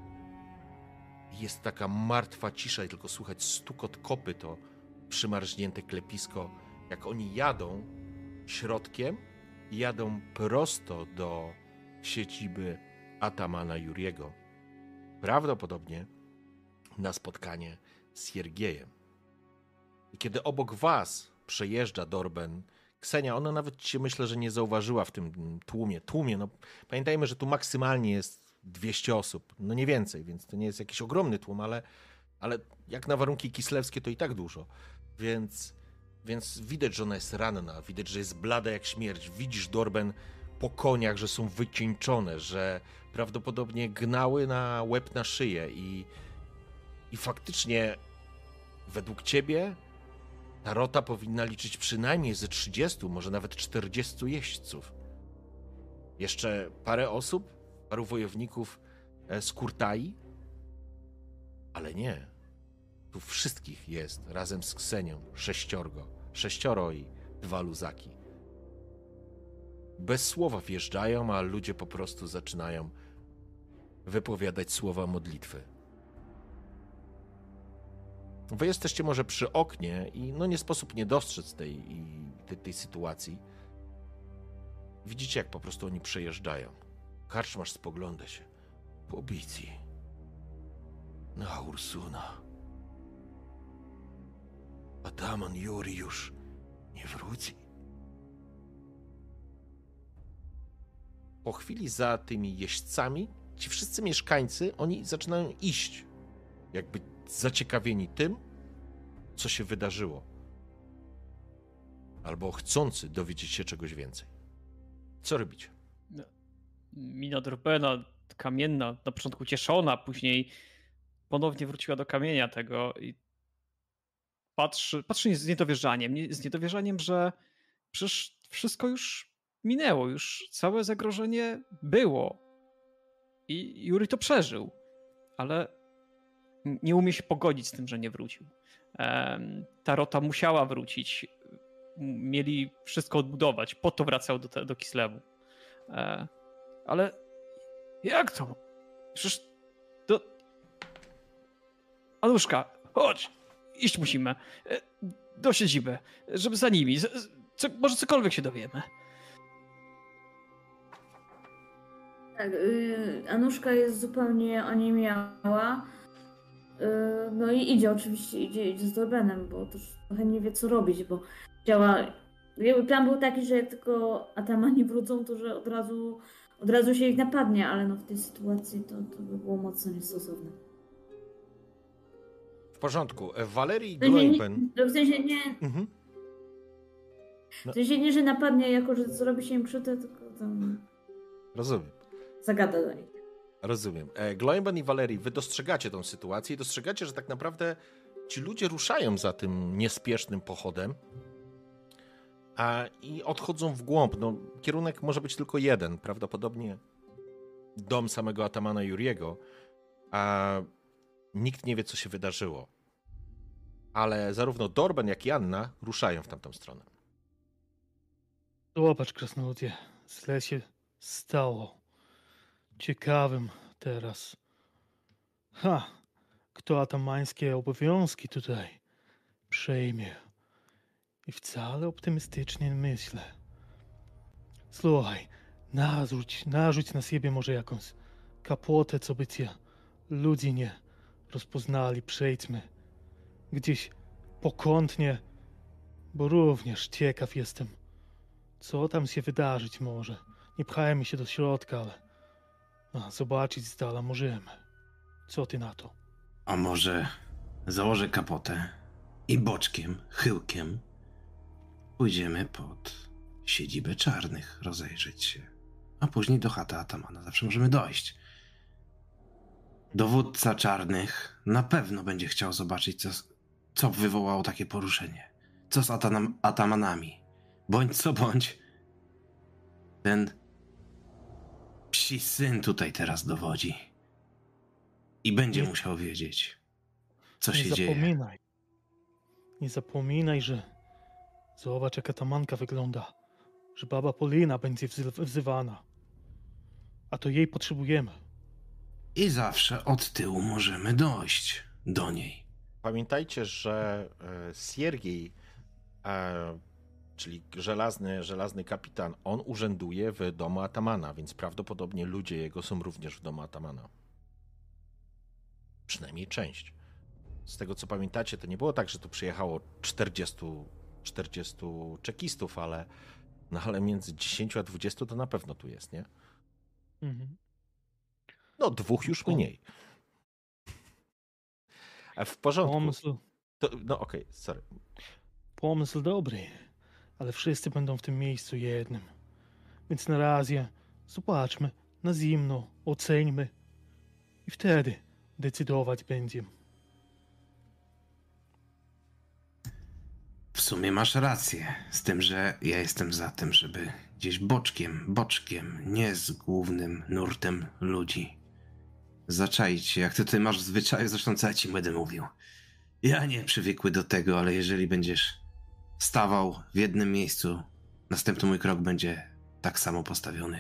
Jest taka martwa cisza i tylko słychać stukot kopyt o przymarznięte klepisko, jak oni jadą środkiem i jadą prosto do siedziby atamana Juriego. Prawdopodobnie na spotkanie z Siergiejem. I kiedy obok was przejeżdża Dorben, Ksenia, ona nawet się myślę, że nie zauważyła w tym tłumie. Tłumie, no pamiętajmy, że tu maksymalnie jest dwieście osób, no nie więcej, więc to nie jest jakiś ogromny tłum, ale, ale jak na warunki kislewskie to i tak dużo. Więc, więc widać, że ona jest ranna, widać, że jest blada jak śmierć. Widzisz Dorben po koniach, że są wycieńczone, że prawdopodobnie gnały na łeb na szyję i, i faktycznie według ciebie Ta rota powinna liczyć przynajmniej ze trzydziestu, może nawet czterdziestu jeźdźców. Jeszcze parę osób, paru wojowników z Kurtai, ale nie. Tu wszystkich jest razem z Ksenią sześciorgo. Sześcioro i dwa luzaki. Bez słowa wjeżdżają, a ludzie po prostu zaczynają wypowiadać słowa modlitwy. Wy jesteście może przy oknie i no nie sposób nie dostrzec tej, tej, tej sytuacji. Widzicie, jak po prostu oni przejeżdżają. Karczmarz spogląda się. Pobici. Na Ursuna. Ataman Juri już nie wróci. Po chwili za tymi jeźdźcami, ci wszyscy mieszkańcy, oni zaczynają iść. Jakby zaciekawieni tym, co się wydarzyło. Albo chcący dowiedzieć się czegoś więcej. Co robicie? Mina Dorbena, kamienna, na początku cieszona, później ponownie wróciła do kamienia tego i patrzy, patrzy z niedowierzaniem, z niedowierzaniem, że przecież wszystko już minęło, już całe zagrożenie było i Juri to przeżył, ale nie umie się pogodzić z tym, że nie wrócił. Ta rota musiała wrócić, mieli wszystko odbudować, po to wracał do, do Kislewu. Ale jak to? Przecież to... Anuszka, chodź, iść musimy. Do siedziby, żeby za nimi. Co, może cokolwiek się dowiemy. Tak, yy, Anuszka jest zupełnie oniemiała. Yy, no i idzie, oczywiście idzie, idzie z Dorbenem, bo też trochę nie wie, co robić, bo działa... Plan był taki, że jak tylko atamani wrócą, to że od razu, od razu się ich napadnie, ale no w tej sytuacji to, to by było mocno niestosowne. W porządku. Walerii W sensie nie, Gloiben... w sensie nie, Mhm. No. w sensie nie, że napadnie, jako że zrobi się im krzywdę, tylko tam Rozumiem. zagada do nich. Rozumiem. Gloiben i Walerii, wy dostrzegacie tą sytuację i dostrzegacie, że tak naprawdę ci ludzie ruszają za tym niespiesznym pochodem a, i odchodzą w głąb. No, kierunek może być tylko jeden. Prawdopodobnie dom samego atamana Juriego, a nikt nie wie, co się wydarzyło. Ale zarówno Dorben, jak i Anna ruszają w tamtą stronę. Zobacz, krasnoludzie, źle się stało. Ciekawym teraz. Ha! Kto atamańskie obowiązki tutaj przejmie? I wcale optymistycznie myślę. Słuchaj, narzuć, narzuć na siebie może jakąś kapotę, co by cię ludzi nie rozpoznali. Przejdźmy gdzieś pokątnie, bo również ciekaw jestem, co tam się wydarzyć może. Nie pchajmy się do środka, ale a, zobaczyć z dala możemy. Co ty na to? A może założę kapotę i boczkiem, chyłkiem pójdziemy pod siedzibę czarnych, rozejrzeć się. A później do chaty atamana zawsze możemy dojść. Dowódca czarnych na pewno będzie chciał zobaczyć, co, co wywołało takie poruszenie. Co z atanam, atamanami. Bądź co bądź, ten psi syn tutaj teraz dowodzi. I będzie Nie- musiał wiedzieć, co Nie się dzieje. zapominaj. Nie zapominaj, że zobacz, jaka ta manka wygląda. Że baba Polina będzie wzy- wzywana. A to jej potrzebujemy. I zawsze od tyłu możemy dojść do niej. Pamiętajcie, że e, Siergiej, e, czyli żelazny, żelazny kapitan, on urzęduje w domu atamana, więc prawdopodobnie ludzie jego są również w domu atamana. Przynajmniej część. Z tego, co pamiętacie, to nie było tak, że tu przyjechało czterdziestu, czterdziestu czekistów, ale, no, ale między dziesięciu a dwudziestu to na pewno tu jest, nie? Mhm. No, dwóch już mniej. A w porządku. Pomysł, To, no okej, okay, sorry. pomysł dobry, ale wszyscy będą w tym miejscu jednym. Więc na razie zobaczmy na zimno, oceńmy i wtedy decydować będziemy. W sumie masz rację, z tym, że ja jestem za tym, żeby gdzieś boczkiem, boczkiem, nie z głównym nurtem ludzi. Zaczaić się, jak ty tutaj masz w zwyczaju, zresztą co ja ci będę mówił. Ja nie przywykły do tego, ale jeżeli będziesz stawał w jednym miejscu, następny mój krok będzie tak samo postawiony.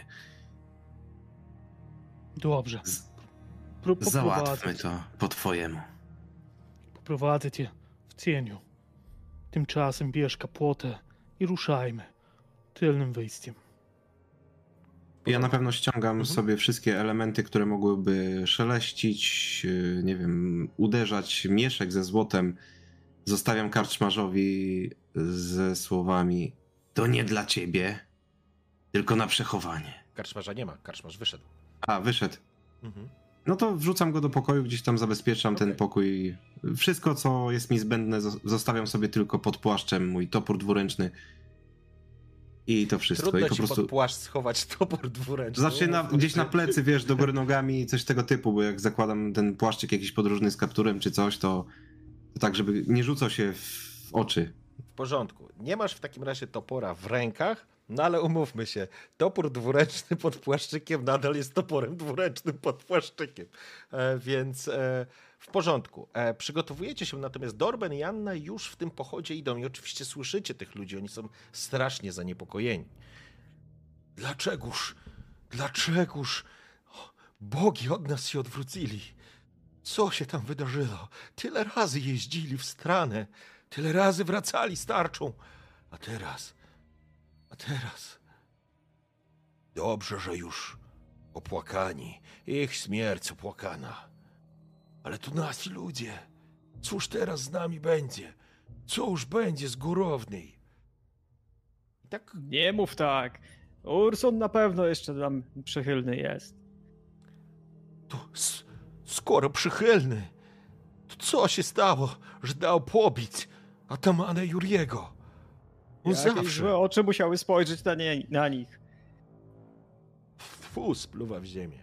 Dobrze. Z- Pro- poprowadzę Załatwmy cię. to po twojemu. Poprowadzę cię w cieniu. Tymczasem bierz kapłotę i ruszajmy tylnym wyjściem. Ja na pewno ściągam Mhm. sobie wszystkie elementy, które mogłyby szeleścić, yy, nie wiem, uderzać, mieszek ze złotem. Zostawiam karczmarzowi ze słowami: to nie dla ciebie, tylko na przechowanie. Karczmarza nie ma, karczmarz wyszedł. A, wyszedł. Mhm. No to wrzucam go do pokoju, gdzieś tam zabezpieczam ten Okej. pokój. Wszystko, co jest mi zbędne, zo- zostawiam sobie tylko pod płaszczem, mój topór dwuręczny. I to wszystko. Trudno I po ci prostu... pod płaszcz schować topór dwuręczny. Znaczy na, No, gdzieś na plecy, wiesz, do góry nogami, coś tego typu, bo jak zakładam ten płaszczyk jakiś podróżny z kapturem czy coś, to, to tak, żeby nie rzucał się w oczy. W porządku. Nie masz w takim razie topora w rękach, no ale umówmy się, topór dwuręczny pod płaszczykiem nadal jest toporem dwuręcznym pod płaszczykiem. E, więc e, w porządku. E, przygotowujecie się, natomiast Dorben i Anna już w tym pochodzie idą i oczywiście słyszycie tych ludzi, oni są strasznie zaniepokojeni. Dlaczegoż, dlaczegoż o, bogi od nas się odwrócili? Co się tam wydarzyło? Tyle razy jeździli w stronę, tyle razy wracali z tarczą, a teraz, a teraz... Dobrze, że już opłakani, ich śmierć opłakana. Ale tu nasi ludzie, cóż teraz z nami będzie? Cóż będzie z górownej? I tak Nie mów tak. Urson na pewno jeszcze tam przychylny jest. to s- skoro przychylny, to co się stało, że dał pobić atamana Juriego? On Jakieś zawsze... złe oczy musiały spojrzeć na, nie, na nich. Fu, spluwa w ziemię.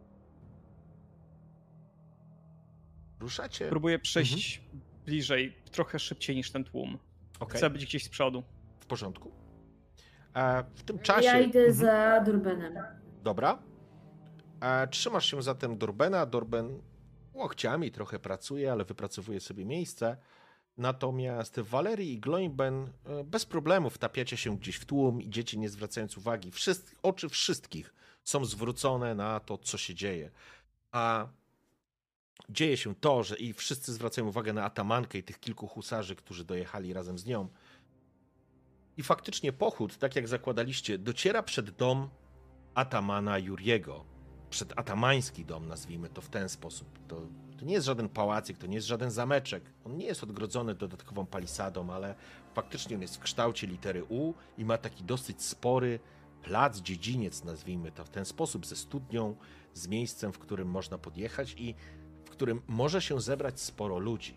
Ruszacie? Próbuję przejść bliżej, trochę szybciej niż ten tłum. Okej, Chcę być gdzieś z przodu. w porządku. A w tym czasie... Ja idę Mhm. za Durbenem. Dobra. A trzymasz się zatem Dorbena. Dorben łokciami trochę pracuje, ale wypracowuje sobie miejsce. Natomiast Valerii i Gloinben e, bez problemu wtapiacie się gdzieś w tłum, idziecie nie zwracając uwagi. Wszyscy, oczy wszystkich są zwrócone na to, co się dzieje. A dzieje się to, że i wszyscy zwracają uwagę na atamankę i tych kilku husarzy, którzy dojechali razem z nią. I faktycznie pochód, tak jak zakładaliście, dociera przed dom atamana Juriego. Przed atamański dom, nazwijmy to w ten sposób. To, to nie jest żaden pałacyk, to nie jest żaden zameczek. On nie jest odgrodzony dodatkową palisadą, ale faktycznie on jest w kształcie litery U i ma taki dosyć spory plac, dziedziniec, nazwijmy to w ten sposób, ze studnią, z miejscem, w którym można podjechać i w którym może się zebrać sporo ludzi.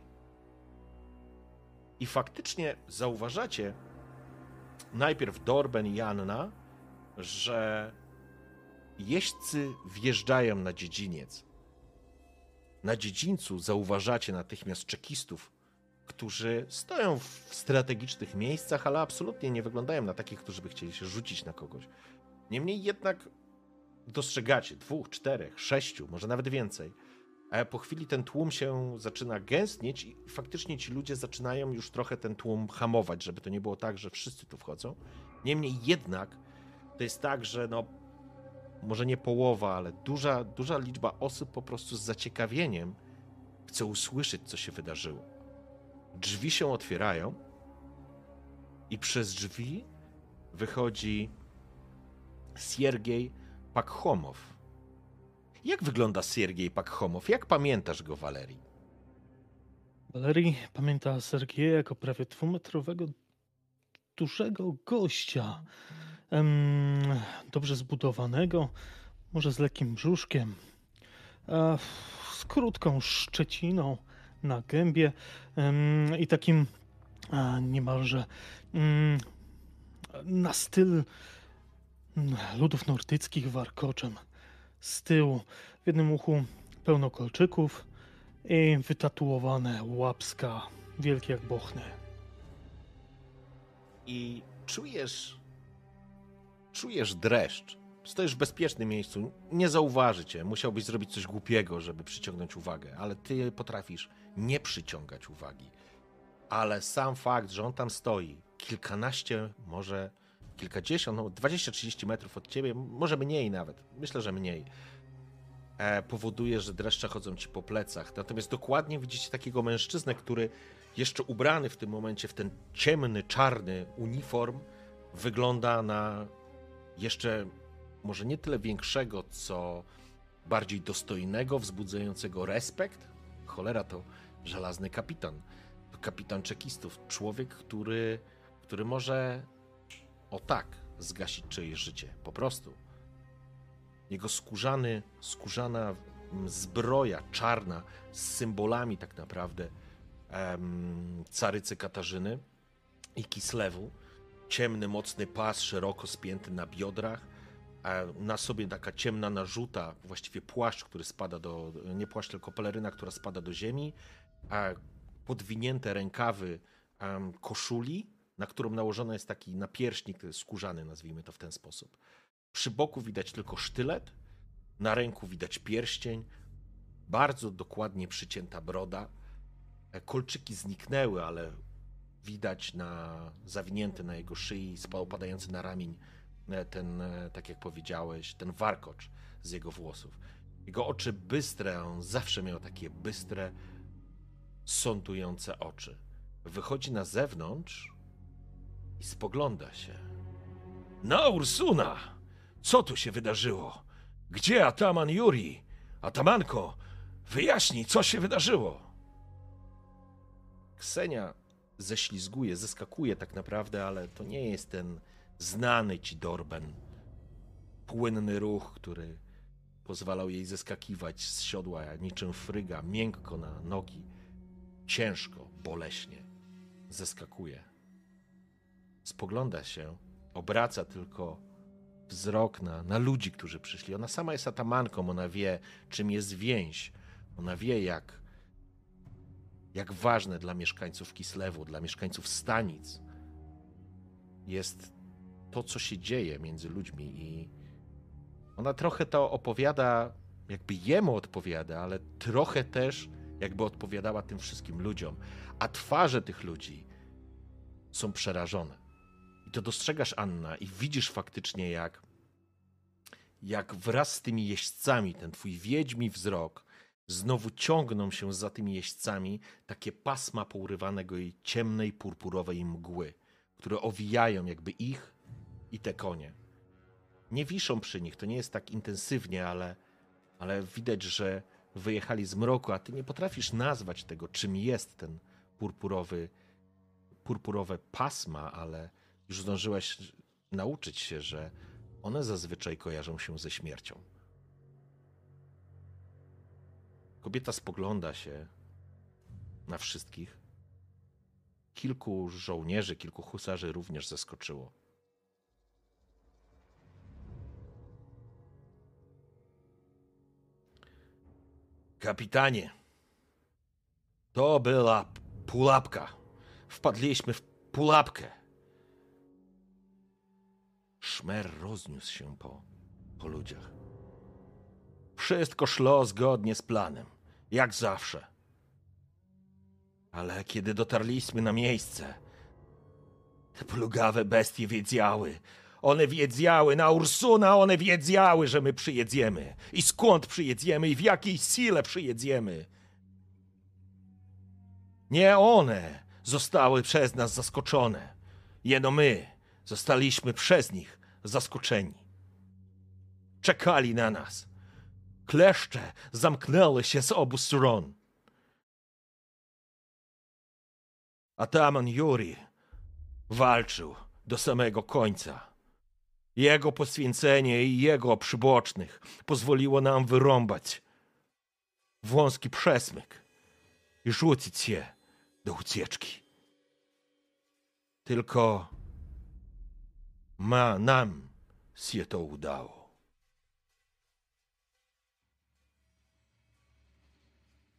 I faktycznie zauważacie, najpierw Dorben i Anna, że jeźdźcy wjeżdżają na dziedziniec. Na dziedzińcu zauważacie natychmiast czekistów, którzy stoją w strategicznych miejscach, ale absolutnie nie wyglądają na takich, którzy by chcieli się rzucić na kogoś. Niemniej jednak dostrzegacie dwóch, czterech, sześciu, może nawet więcej. A po chwili ten tłum się zaczyna gęstnieć i faktycznie ci ludzie zaczynają już trochę ten tłum hamować, żeby to nie było tak, że wszyscy tu wchodzą. Niemniej jednak to jest tak, że no może nie połowa, ale duża, duża liczba osób po prostu z zaciekawieniem chce usłyszeć, co się wydarzyło. Drzwi się otwierają i przez drzwi wychodzi Siergiej Pakhomow. Jak wygląda Siergiej Pakhomow? Jak pamiętasz go, Valerii? Valerii pamięta Sergieja jako prawie dwumetrowego, dużego gościa. Em, dobrze zbudowanego, może z lekkim brzuszkiem, e, z krótką szczeciną na gębie em, i takim e, niemalże mm, na styl mm, ludów nordyckich warkoczem. Z tyłu w jednym uchu pełno kolczyków i wytatuowane łapska wielkie jak bochny. i czujesz, czujesz dreszcz. Stoisz w bezpiecznym miejscu, nie zauważy cię. Musiałbyś zrobić coś głupiego, żeby przyciągnąć uwagę, ale ty potrafisz nie przyciągać uwagi. Ale sam fakt, że on tam stoi kilkanaście, może kilkadziesiąt, no dwadzieścia trzydzieści metrów od ciebie, może mniej nawet, myślę, że mniej, e, powoduje, że dreszcze chodzą ci po plecach. Natomiast dokładnie widzicie takiego mężczyznę, który jeszcze ubrany w tym momencie w ten ciemny, czarny uniform wygląda na jeszcze może nie tyle większego, co bardziej dostojnego, wzbudzającego respekt. Cholera, to żelazny kapitan. To kapitan czekistów. Człowiek, który, który może o tak zgasić czyjeś życie. Po prostu. Jego skórzany, skórzana zbroja czarna z symbolami tak naprawdę em, carycy Katarzyny i Kislewu. Ciemny, mocny pas, szeroko spięty na biodrach. A na sobie taka ciemna narzuta, właściwie płaszcz, który spada do, nie płaszcz, tylko peleryna, która spada do ziemi, a podwinięte rękawy um, koszuli, na którą nałożony jest taki napierśnik skórzany, nazwijmy to w ten sposób. Przy boku widać tylko sztylet, na ręku widać pierścień, bardzo dokładnie przycięta broda. Kolczyki zniknęły, ale widać na zawinięty na jego szyi, opadający na ramień ten, tak jak powiedziałeś, ten warkocz z jego włosów. Jego oczy bystre, on zawsze miał takie bystre, sądujące oczy. Wychodzi na zewnątrz i spogląda się. No, Ursuna! Co tu się wydarzyło? Gdzie ataman Juri? Atamanko, wyjaśnij, co się wydarzyło? Ksenia ześlizguje, zeskakuje tak naprawdę, ale to nie jest ten znany ci Dorben. Płynny ruch, który pozwalał jej zeskakiwać z siodła niczym fryga, miękko na nogi. Ciężko, boleśnie zeskakuje. Spogląda się, obraca tylko wzrok na, na ludzi, którzy przyszli. Ona sama jest atamanką, ona wie, czym jest więź. Ona wie, jak, jak ważne dla mieszkańców Kislewu, dla mieszkańców stanic jest to, co się dzieje między ludźmi i ona trochę to opowiada, jakby jemu odpowiada, ale trochę też jakby odpowiadała tym wszystkim ludziom, a twarze tych ludzi są przerażone. I to dostrzegasz, Anna, i widzisz faktycznie, jak, jak wraz z tymi jeźdźcami, ten twój wiedźmi wzrok, znowu ciągną się za tymi jeźdźcami takie pasma pourywanego i ciemnej, purpurowej mgły, które owijają jakby ich i te konie. Nie wiszą przy nich, to nie jest tak intensywnie, ale, ale widać, że wyjechali z mroku, a ty nie potrafisz nazwać tego, czym jest ten purpurowy, purpurowe pasma, ale już zdążyłaś nauczyć się, że one zazwyczaj kojarzą się ze śmiercią. Kobieta spogląda się na wszystkich. Kilku żołnierzy, kilku husarzy również zaskoczyło. Kapitanie, to była pułapka. Wpadliśmy w pułapkę. Szmer rozniósł się po, po ludziach. Wszystko szło zgodnie z planem, jak zawsze. Ale kiedy dotarliśmy na miejsce, te plugawe bestie wiedziały. One wiedziały, na Ursuna one wiedziały, że my przyjedziemy. I skąd przyjedziemy i w jakiej sile przyjedziemy. Nie one zostały przez nas zaskoczone. Jeno my zostaliśmy przez nich zaskoczeni. Czekali na nas. Kleszcze zamknęły się z obu stron. Ataman Juri walczył do samego końca. Jego poświęcenie i jego przybocznych pozwoliło nam wyrąbać wąski przesmyk i rzucić się do ucieczki. Tylko ma nam się to udało.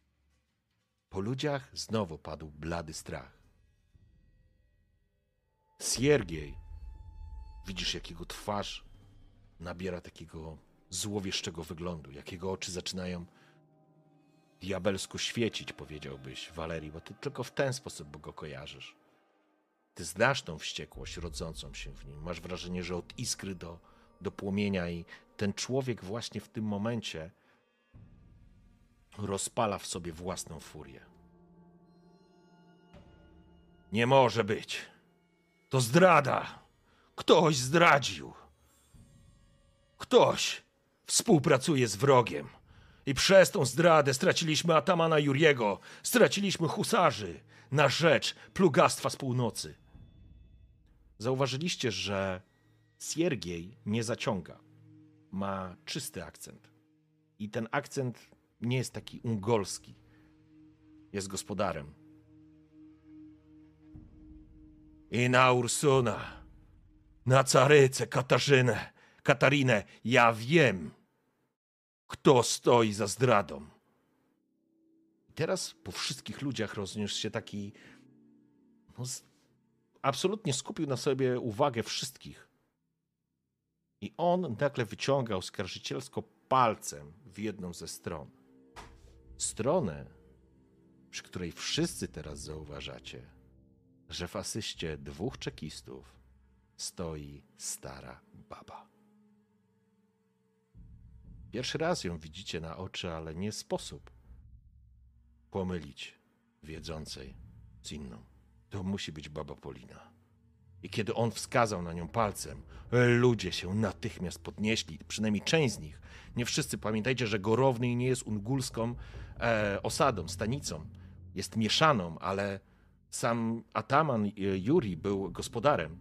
Po ludziach znowu padł blady strach. Siergiej, widzisz, jak jego twarz nabiera takiego złowieszczego wyglądu, jak jego oczy zaczynają diabelsko świecić, powiedziałbyś, Walerii, bo ty tylko w ten sposób go kojarzysz. Ty znasz tą wściekłość rodzącą się w nim. Masz wrażenie, że od iskry do, do płomienia i ten człowiek właśnie w tym momencie rozpala w sobie własną furię. Nie może być. To zdrada. Ktoś zdradził. Ktoś współpracuje z wrogiem. I przez tą zdradę straciliśmy atamana Juriego, straciliśmy husarzy na rzecz plugastwa z północy. Zauważyliście, że Siergiej nie zaciąga. Ma czysty akcent. I ten akcent nie jest taki ungolski. Jest gospodarem. I na Ursuna, na carycę Katarzynę, Katarinę, ja wiem, kto stoi za zdradą. I teraz po wszystkich ludziach rozniósł się taki... No, z... absolutnie skupił na sobie uwagę wszystkich. I on nagle wyciągał oskarżycielsko palcem w jedną ze stron. Stronę, przy której wszyscy teraz zauważacie, że w asyście dwóch czekistów stoi stara baba. Pierwszy raz ją widzicie na oczy, ale nie sposób pomylić wiedzącej z inną. To musi być baba Polina. I kiedy on wskazał na nią palcem, ludzie się natychmiast podnieśli, przynajmniej część z nich. Nie wszyscy. Pamiętajcie, że Gorowny nie jest ungulską e, osadą, stanicą. Jest mieszaną, ale sam ataman Juri był gospodarem.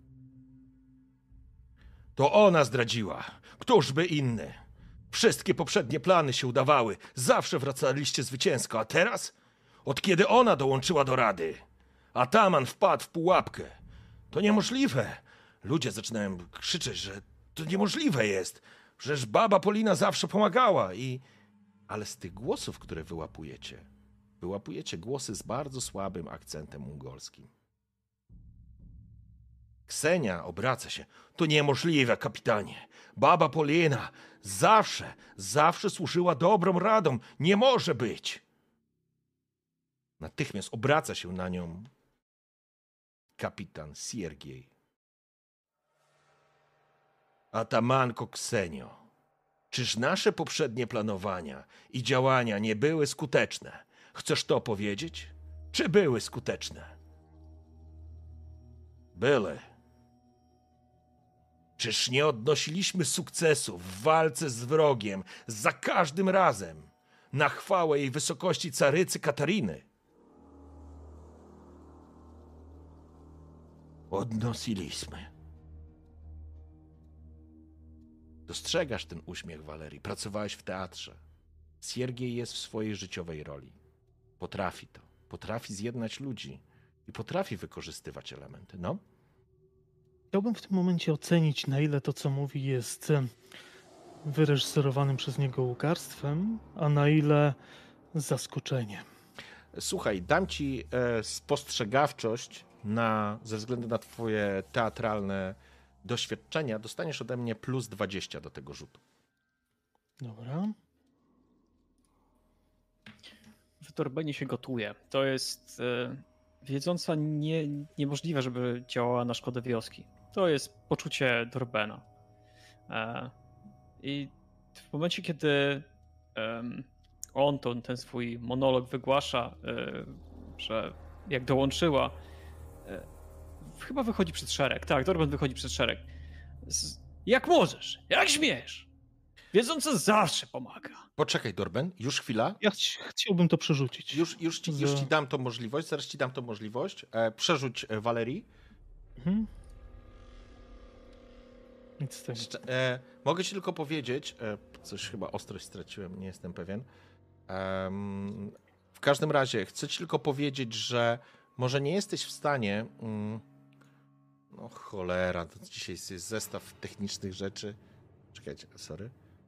To ona zdradziła. Któż by inny? Wszystkie poprzednie plany się udawały. Zawsze wracaliście zwycięsko. A teraz? Od kiedy ona dołączyła do rady? Ataman wpadł w pułapkę. To niemożliwe. Ludzie zaczynają krzyczeć, że to niemożliwe jest. Przecież baba Polina zawsze pomagała. I... Ale z tych głosów, które wyłapujecie, wyłapujecie głosy z bardzo słabym akcentem ungolskim. Ksenia obraca się. To niemożliwe, kapitanie. Baba Polina zawsze, zawsze służyła dobrą radą. Nie może być. Natychmiast obraca się na nią kapitan Siergiej. Atamanko Ksenio, czyż nasze poprzednie planowania i działania nie były skuteczne? Chcesz to powiedzieć? Czy były skuteczne? Były. Czyż nie odnosiliśmy sukcesu w walce z wrogiem za każdym razem na chwałę jej wysokości carycy Katariny? Odnosiliśmy. Dostrzegasz ten uśmiech, Walerii. Pracowałeś w teatrze. Siergiej jest w swojej życiowej roli. Potrafi to. Potrafi zjednać ludzi i potrafi wykorzystywać elementy. No? Chciałbym w tym momencie ocenić, na ile to, co mówi, jest wyreżyserowanym przez niego łgarstwem, a na ile zaskoczeniem. Słuchaj, dam ci e, spostrzegawczość na, ze względu na twoje teatralne doświadczenia. Dostaniesz ode mnie plus dwadzieścia do tego rzutu. Dobra. W Dorbenie się gotuje. To jest e, wiedząca nie, niemożliwe, żeby działała na szkodę wioski. To jest poczucie Dorbena. E, I w momencie, kiedy e, on to, ten swój monolog wygłasza, e, że jak dołączyła, e, chyba wychodzi przed szereg. Tak, Dorben wychodzi przed szereg. Z, jak możesz? Jak śmiesz? Wiedząca zawsze pomaga. Poczekaj, Dorben, już chwila. Ja chci- chciałbym to przerzucić. Już, już, ci, już ci dam tą możliwość, zaraz ci dam tą możliwość. E, przerzuć e, Walerii. Mhm. Nic z tego. Jeszcze, e, mogę ci tylko powiedzieć, e, coś chyba ostrość straciłem, nie jestem pewien. Em, w każdym razie chcę ci tylko powiedzieć, że może nie jesteś w stanie... Mm, no cholera, to dzisiaj jest zestaw technicznych rzeczy. Czekajcie, sorry.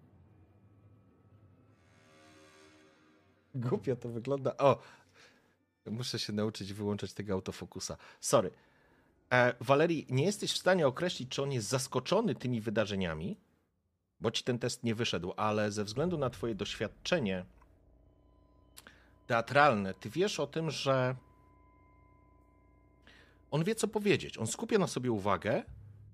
Głupio to wygląda. O! Muszę się nauczyć wyłączać tego autofokusa. Sorry. E, Walerii, nie jesteś w stanie określić, czy on jest zaskoczony tymi wydarzeniami, bo ci ten test nie wyszedł, ale ze względu na twoje doświadczenie teatralne, ty wiesz o tym, że on wie, co powiedzieć. On skupia na sobie uwagę.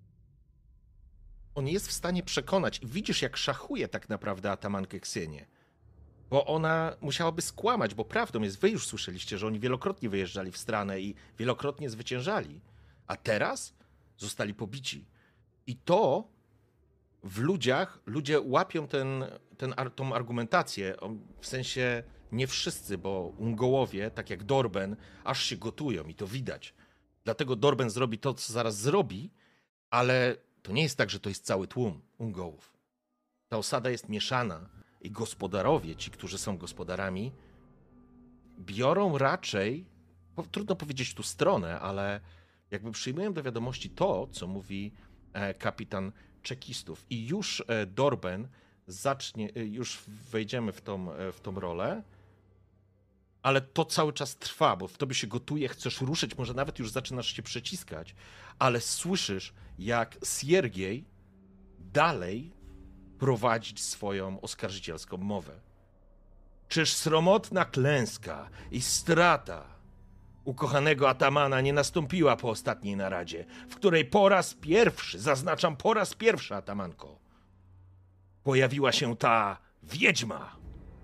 On jest w stanie przekonać. I widzisz, jak szachuje tak naprawdę atamankę Ksenię. Bo ona musiałaby skłamać, bo prawdą jest, wy już słyszeliście, że oni wielokrotnie wyjeżdżali w stronę i wielokrotnie zwyciężali. A teraz zostali pobici. I to w ludziach, ludzie łapią ten, ten, tą argumentację, w sensie nie wszyscy, bo Ungołowie, tak jak Dorben, aż się gotują i to widać. Dlatego Dorben zrobi to, co zaraz zrobi, ale to nie jest tak, że to jest cały tłum Ungołów. Ta osada jest mieszana i gospodarowie, ci, którzy są gospodarami, biorą raczej, trudno powiedzieć tu stronę, ale jakby przyjmują do wiadomości to, co mówi e, kapitan czekistów. I już e, Dorben zacznie, e, już wejdziemy w tą, e, w tą rolę, ale to cały czas trwa, bo w tobie się gotuje, chcesz ruszyć, może nawet już zaczynasz się przeciskać, ale słyszysz, jak Siergiej dalej prowadzić swoją oskarżycielską mowę. Czyż sromotna klęska i strata ukochanego atamana nie nastąpiła po ostatniej naradzie, w której po raz pierwszy, zaznaczam po raz pierwszy, atamanko, pojawiła się ta wiedźma.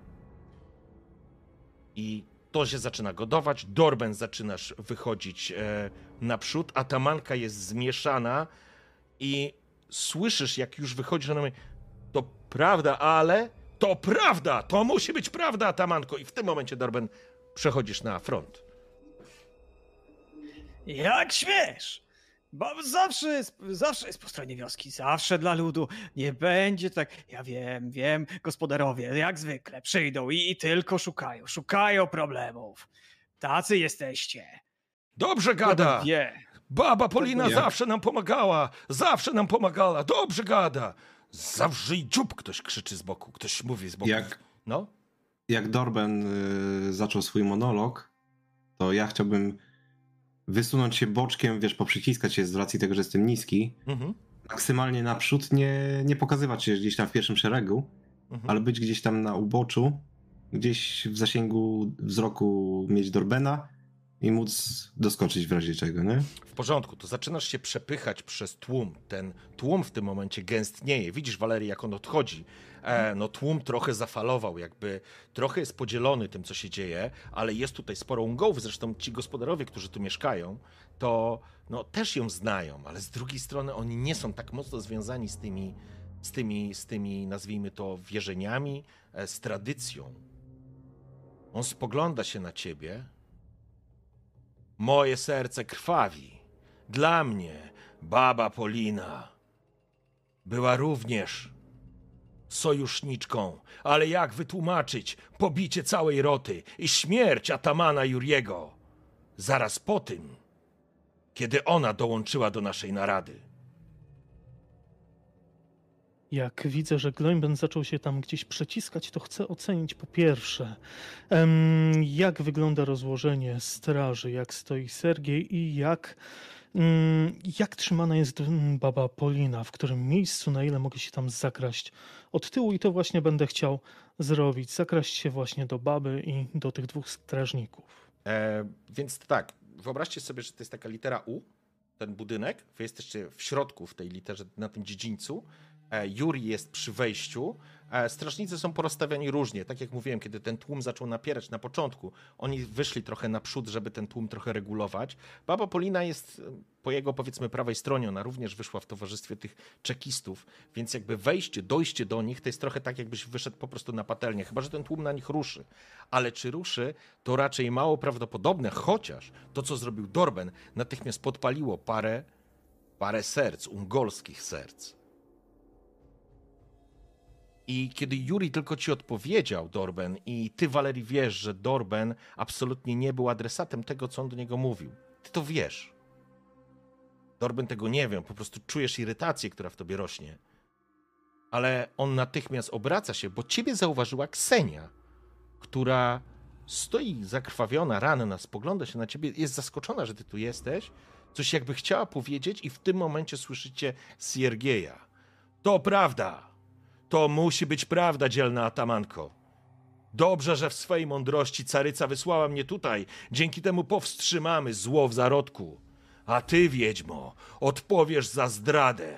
I to się zaczyna godować, Dorben zaczynasz wychodzić e, naprzód, atamanka jest zmieszana i słyszysz, jak już wychodzisz, ona mówi, to prawda, ale to prawda, to musi być prawda, atamanko. I w tym momencie, Dorben, przechodzisz na front. Jak śmiesz? Bo zawsze jest, zawsze jest po stronie wioski, zawsze dla ludu. Nie będzie tak, ja wiem, wiem, gospodarowie jak zwykle przyjdą i, i tylko szukają, szukają problemów. Tacy jesteście. Dobrze gada! Wie. Baba Polina Jak? zawsze nam pomagała, zawsze nam pomagała, dobrze gada. Zawrzyj dziób, ktoś krzyczy z boku, ktoś mówi z boku. Jak, No? jak Dorben y, zaczął swój monolog, to ja chciałbym wysunąć się boczkiem, wiesz, poprzyciskać się z racji tego, że jestem niski, Mhm. maksymalnie naprzód, nie, nie pokazywać się gdzieś tam w pierwszym szeregu, Mhm. ale być gdzieś tam na uboczu, gdzieś w zasięgu wzroku mieć Dorbena i móc doskoczyć w razie czego, nie? W porządku, to zaczynasz się przepychać przez tłum. Ten tłum w tym momencie gęstnieje. Widzisz, Walerii, jak on odchodzi. E, no tłum trochę zafalował, jakby trochę jest podzielony tym, co się dzieje, ale jest tutaj sporo Ungołów, zresztą ci gospodarowie, którzy tu mieszkają, to no, też ją znają, ale z drugiej strony oni nie są tak mocno związani z tymi, z tymi, z tymi nazwijmy to, wierzeniami, e, z tradycją. On spogląda się na ciebie. Moje serce krwawi. Dla mnie baba Polina była również sojuszniczką, ale jak wytłumaczyć pobicie całej roty i śmierć atamana Juriego zaraz po tym, kiedy ona dołączyła do naszej narady? Jak widzę, że Gloimben zaczął się tam gdzieś przeciskać, to chcę ocenić po pierwsze, em, jak wygląda rozłożenie straży, jak stoi Sergiej i jak, mm, jak trzymana jest mm, baba Polina, w którym miejscu, na ile mogę się tam zakraść od tyłu i to właśnie będę chciał zrobić, zakraść się właśnie do baby i do tych dwóch strażników. E, więc tak, wyobraźcie sobie, że to jest taka litera U, ten budynek, wy jesteście w środku w tej literze, na tym dziedzińcu. Juri jest przy wejściu. Strażnicy są porozstawiani różnie. Tak jak mówiłem, kiedy ten tłum zaczął napierać na początku, oni wyszli trochę naprzód, żeby ten tłum trochę regulować. Baba Polina jest po jego, powiedzmy, prawej stronie. Ona również wyszła w towarzystwie tych czekistów, więc jakby wejście, dojście do nich to jest trochę tak, jakbyś wyszedł po prostu na patelnię, chyba że ten tłum na nich ruszy. Ale czy ruszy, to raczej mało prawdopodobne, chociaż to, co zrobił Dorben, natychmiast podpaliło parę, parę serc, ungolskich serc. I kiedy Juri tylko ci odpowiedział, Dorben, i ty, Walerii, wiesz, że Dorben absolutnie nie był adresatem tego, co on do niego mówił. Ty to wiesz. Dorben tego nie wie, po prostu czujesz irytację, która w tobie rośnie. Ale on natychmiast obraca się, bo ciebie zauważyła Ksenia, która stoi zakrwawiona, ranna, spogląda się na ciebie, jest zaskoczona, że ty tu jesteś. Coś jakby chciała powiedzieć i w tym momencie słyszycie Siergieja. To prawda. To musi być prawda, dzielna atamanko. Dobrze, że w swej mądrości caryca wysłała mnie tutaj. Dzięki temu powstrzymamy zło w zarodku. A ty, wiedźmo, odpowiesz za zdradę.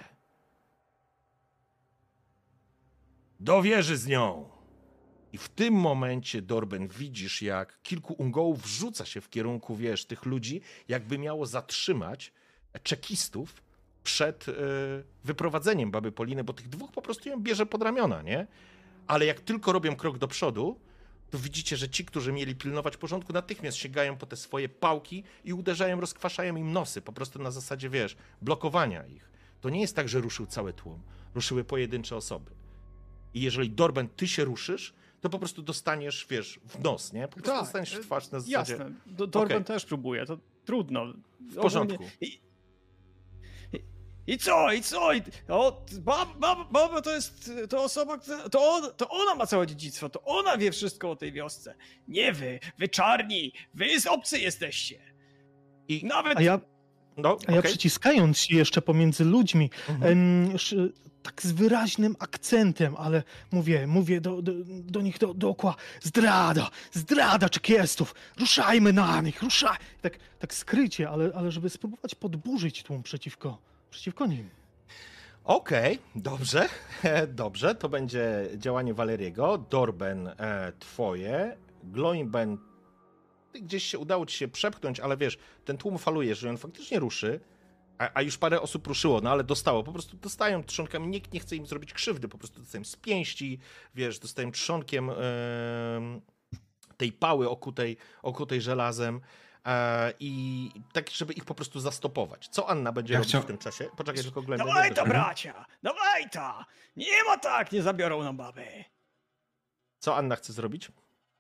Do wieży z nią. I w tym momencie, Dorben, widzisz, jak kilku ungołów wrzuca się w kierunku, wiesz, tych ludzi, jakby miało zatrzymać czekistów przed y, wyprowadzeniem baby Poliny, bo tych dwóch po prostu ją bierze pod ramiona, nie? Ale jak tylko robią krok do przodu, to widzicie, że ci, którzy mieli pilnować porządku, natychmiast sięgają po te swoje pałki i uderzają, rozkwaszają im nosy, po prostu na zasadzie, wiesz, blokowania ich. To nie jest tak, że ruszył cały tłum. Ruszyły pojedyncze osoby. I jeżeli, Dorben, ty się ruszysz, to po prostu dostaniesz, wiesz, w nos, nie? Po prostu Tak, dostaniesz w twarz na zasadzie... Jasne, Do, Dorben Okej. też próbuje, to trudno. W porządku. I, i, I co, i co? I, o, baba, baba, baba to jest to osoba, która- to, on, to ona ma całe dziedzictwo, to ona wie wszystko o tej wiosce. Nie wy, wy czarni, wy z obcy jesteście. I, Nawet A ja, no, a ja okej. przyciskając się jeszcze pomiędzy ludźmi, Mhm. em, sz- tak z wyraźnym akcentem, ale mówię, mówię do, do, do nich do, dookoła, zdrada, zdrada czekiestów, ruszajmy na nich, ruszaj. Tak, tak skrycie, ale, ale żeby spróbować podburzyć tłum przeciwko, przeciwko nim. Okej, dobrze, dobrze, to będzie działanie Waleriego, Dorben e, twoje, Gloinben, ty gdzieś się udało ci się przepchnąć, ale wiesz, ten tłum faluje, że on faktycznie ruszy, a, a już parę osób ruszyło, no ale dostało, po prostu dostają trzonkami, nikt nie chce im zrobić krzywdy, po prostu dostają z pięści, wiesz, dostają trzonkiem e, tej pały okutej, okutej żelazem. E, I tak, żeby ich po prostu zastopować. Co Anna będzie Ja robić chciał- w tym czasie? Poczekaj, tylko Gloinben. dawaj nie to, będę- bracia, dawaj to. Nie ma tak, nie zabiorą nam baby. Co Anna chce zrobić?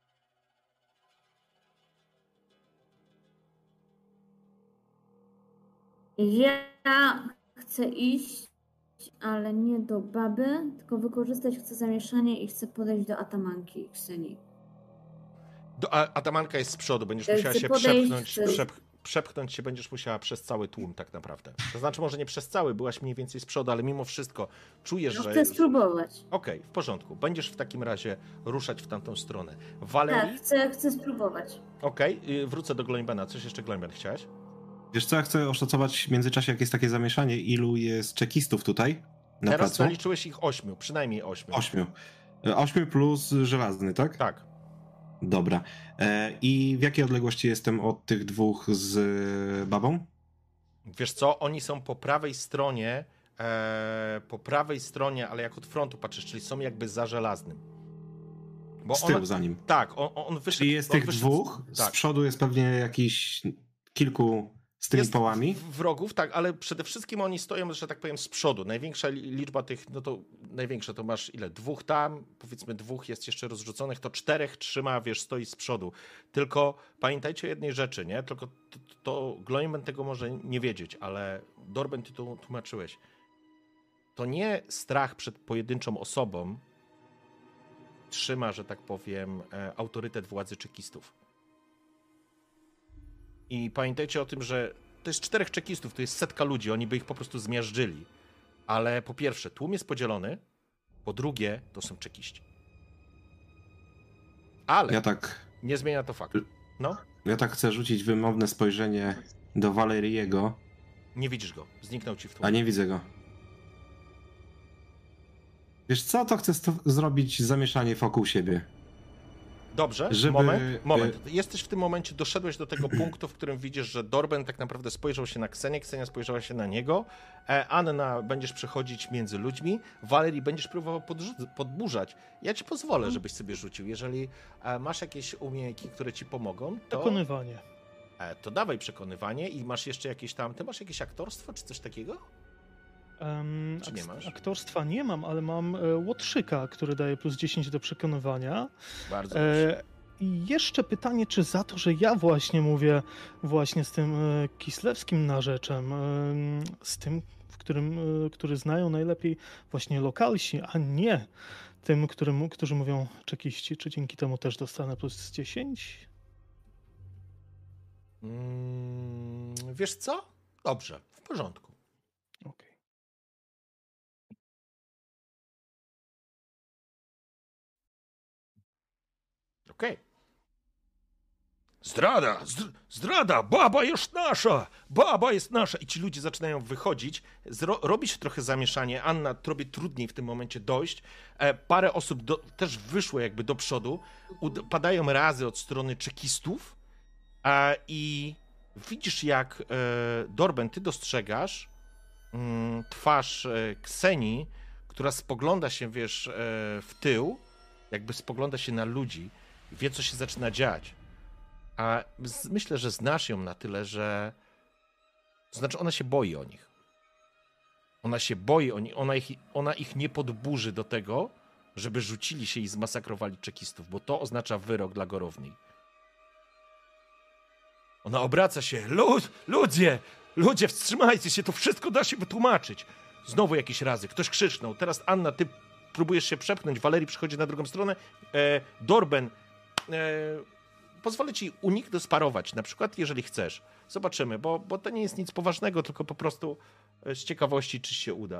Ja chcę iść, ale nie do baby, tylko wykorzystać chcę zamieszanie i chcę podejść do atamanki Kseni. Do, a, Atamanka jest z przodu, będziesz Ja musiała chcę się podejść, przepchnąć, chcę- przep, przepchnąć się będziesz musiała przez cały tłum tak naprawdę. To znaczy może nie przez cały, byłaś mniej więcej z przodu, ale mimo wszystko czujesz, No że... chcę spróbować. Okej, w porządku. Będziesz w takim razie ruszać w tamtą stronę. Valerii? Tak, chcę, chcę spróbować. Okej, y, wrócę do Gloinbena. Coś jeszcze, Gloinben, chciałeś? Wiesz co, ja chcę oszacować w międzyczasie, jak jest takie zamieszanie, ilu jest czekistów tutaj na Teraz placu? zaliczyłeś ich ośmiu, przynajmniej ośmiu. Ośmiu. E, Ośmiu plus żelazny, tak? Tak. Dobra. E, I w jakiej odległości jestem od tych dwóch z e, babą? Wiesz co, oni są po prawej stronie, e, po prawej stronie, ale jak od frontu patrzysz, czyli są jakby za żelaznym. Bo Z tyłu ona- za nim. Tak, on, on wyszedł... Czyli jest on tych wyszedł- dwóch, z Tak. przodu jest pewnie jakiś kilku z tymi Jest pałami. w- wrogów, tak, ale przede wszystkim oni stoją, że tak powiem, z przodu. Największa li- liczba tych, no to największa to masz ile? Dwóch tam, powiedzmy dwóch jest jeszcze rozrzuconych, to czterech trzyma, wiesz, stoi z przodu. Tylko pamiętajcie o jednej rzeczy, nie? Tylko to, to Gloinben tego może nie wiedzieć, ale Dorben, ty to tłumaczyłeś. To nie strach przed pojedynczą osobą trzyma, że tak powiem, e, autorytet władzy czekistów. I pamiętajcie o tym, że to jest czterech czekistów, to jest setka ludzi, oni by ich po prostu zmiażdżyli. Ale po pierwsze, tłum jest podzielony, po drugie, to są czekiści. Ale Ja tak, nie zmienia to faktu. No, ja tak chcę rzucić wymowne spojrzenie do Waleriego, nie widzisz go, zniknął ci w a tłumie. nie widzę go. Wiesz co, to chcę sto- zrobić zamieszanie wokół siebie. Dobrze, żeby, moment, moment. y- Jesteś w tym momencie, doszedłeś do tego punktu, w którym widzisz, że Dorben tak naprawdę spojrzał się na Ksenię, Ksenia spojrzała się na niego, e, Anna będziesz przechodzić między ludźmi, Valerii będziesz próbował podrzu- podburzać. Ja ci pozwolę, żebyś sobie rzucił. Jeżeli e, masz jakieś umiejętności, które ci pomogą, to, Przekonywanie. e, to dawaj przekonywanie i masz jeszcze jakieś tam, ty masz jakieś aktorstwo czy coś takiego? Um, Czy nie masz? Aktorstwa nie mam, ale mam e, łotrzyka, który daje plus dziesięć do przekonywania. Bardzo dobrze. E, I jeszcze pytanie, czy za to, że ja właśnie mówię właśnie z tym e, kislewskim narzeczem, e, z tym, w którym, e, który znają najlepiej właśnie lokalsi, a nie tym, którym, którzy mówią czekiści, czy dzięki temu też dostanę plus dziesięć? Mm, wiesz co? Dobrze, w porządku. Okej. Okej. Zdrada, zdr- zdrada, baba jest nasza, baba jest nasza. I ci ludzie zaczynają wychodzić, Zro- robi się trochę zamieszanie, Anna, tobie trudniej w tym momencie dojść. E, parę osób do, też wyszło jakby do przodu, Ud- padają razy od strony czekistów e, i widzisz jak, e, Dorben, ty dostrzegasz mm, twarz e, Ksenii, która spogląda się, wiesz, e, w tył, jakby spogląda się na ludzi, wie, co się zaczyna dziać. A z- myślę, że znasz ją na tyle, że... To znaczy, ona się boi o nich. Ona się boi o nich, ona ich, ona ich nie podburzy do tego, żeby rzucili się i zmasakrowali czekistów, bo to oznacza wyrok dla Gorowni. Ona obraca się. Lud, ludzie, ludzie, wstrzymajcie się, to wszystko da się wytłumaczyć. Znowu jakieś razy, ktoś krzycznął. Teraz Anna, ty próbujesz się przepchnąć, Walerii przychodzi na drugą stronę. E, Dorben, e, pozwolę ci unik sparować, na przykład, jeżeli chcesz. Zobaczymy, bo, bo to nie jest nic poważnego, tylko po prostu e, z ciekawości, czy się uda.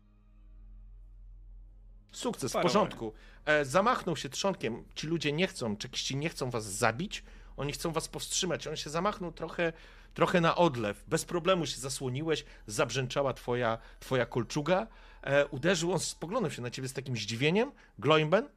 Sukces, w Sparowanie. porządku. E, zamachnął się trzonkiem. Ci ludzie nie chcą, czekiści nie chcą was zabić, oni chcą was powstrzymać. On się zamachnął trochę, trochę na odlew. Bez problemu się zasłoniłeś, zabrzęczała twoja, twoja kolczuga. E, uderzył, on spoglądał się na ciebie z takim zdziwieniem. Gloimben?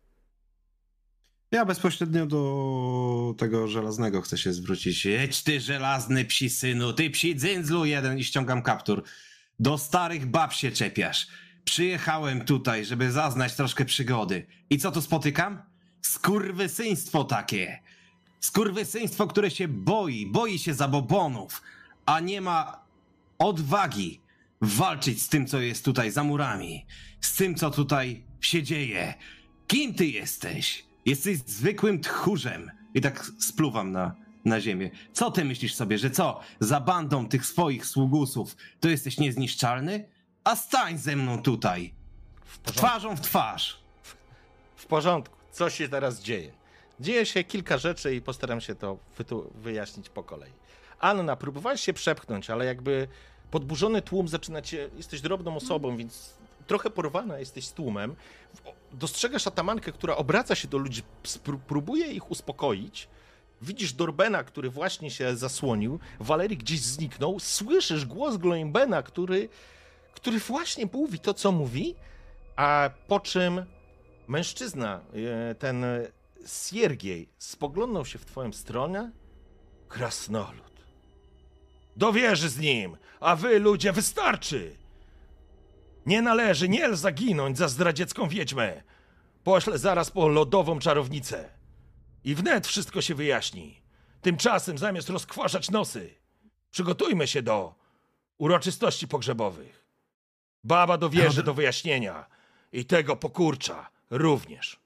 Ja bezpośrednio do tego żelaznego chcę się zwrócić. Jedź ty, żelazny psi synu, ty psi dzyndzlu jeden, i ściągam kaptur. Do starych bab się czepiasz. Przyjechałem tutaj, żeby zaznać troszkę przygody. I co tu spotykam? Skurwysyństwo takie. Skurwysyństwo, które się boi, boi się zabobonów, a nie ma odwagi walczyć z tym, co jest tutaj za murami. Z tym, co tutaj się dzieje. Kim ty jesteś? Jesteś zwykłym tchórzem. I tak spluwam na, na ziemię. Co ty myślisz sobie, że co? Za bandą tych swoich sługusów to jesteś niezniszczalny? A stań ze mną tutaj. W porządku. Twarzą w twarz. W porządku. Co się teraz dzieje? Dzieje się kilka rzeczy i postaram się to wytu- wyjaśnić po kolei. Anna, próbowałeś się przepchnąć, ale jakby podburzony tłum zaczyna cię... Jesteś drobną osobą, więc trochę porwana jesteś z tłumem. Dostrzegasz atamankę, która obraca się do ludzi, spró- próbuje ich uspokoić. Widzisz Dorbena, który właśnie się zasłonił. Walerii gdzieś zniknął. Słyszysz głos Gloimbena, który, który właśnie mówi to, co mówi, a po czym mężczyzna, e, ten Siergiej, spoglądał się w twoją stronę. Krasnolud. Do wieży z nim, a wy, ludzie, wystarczy! Nie należy, nie zaginąć za zdradziecką wiedźmę. Poślę zaraz po lodową czarownicę. I wnet wszystko się wyjaśni. Tymczasem, zamiast rozkwaszać nosy, przygotujmy się do uroczystości pogrzebowych. Baba do wieży do wyjaśnienia. I tego pokurcza również.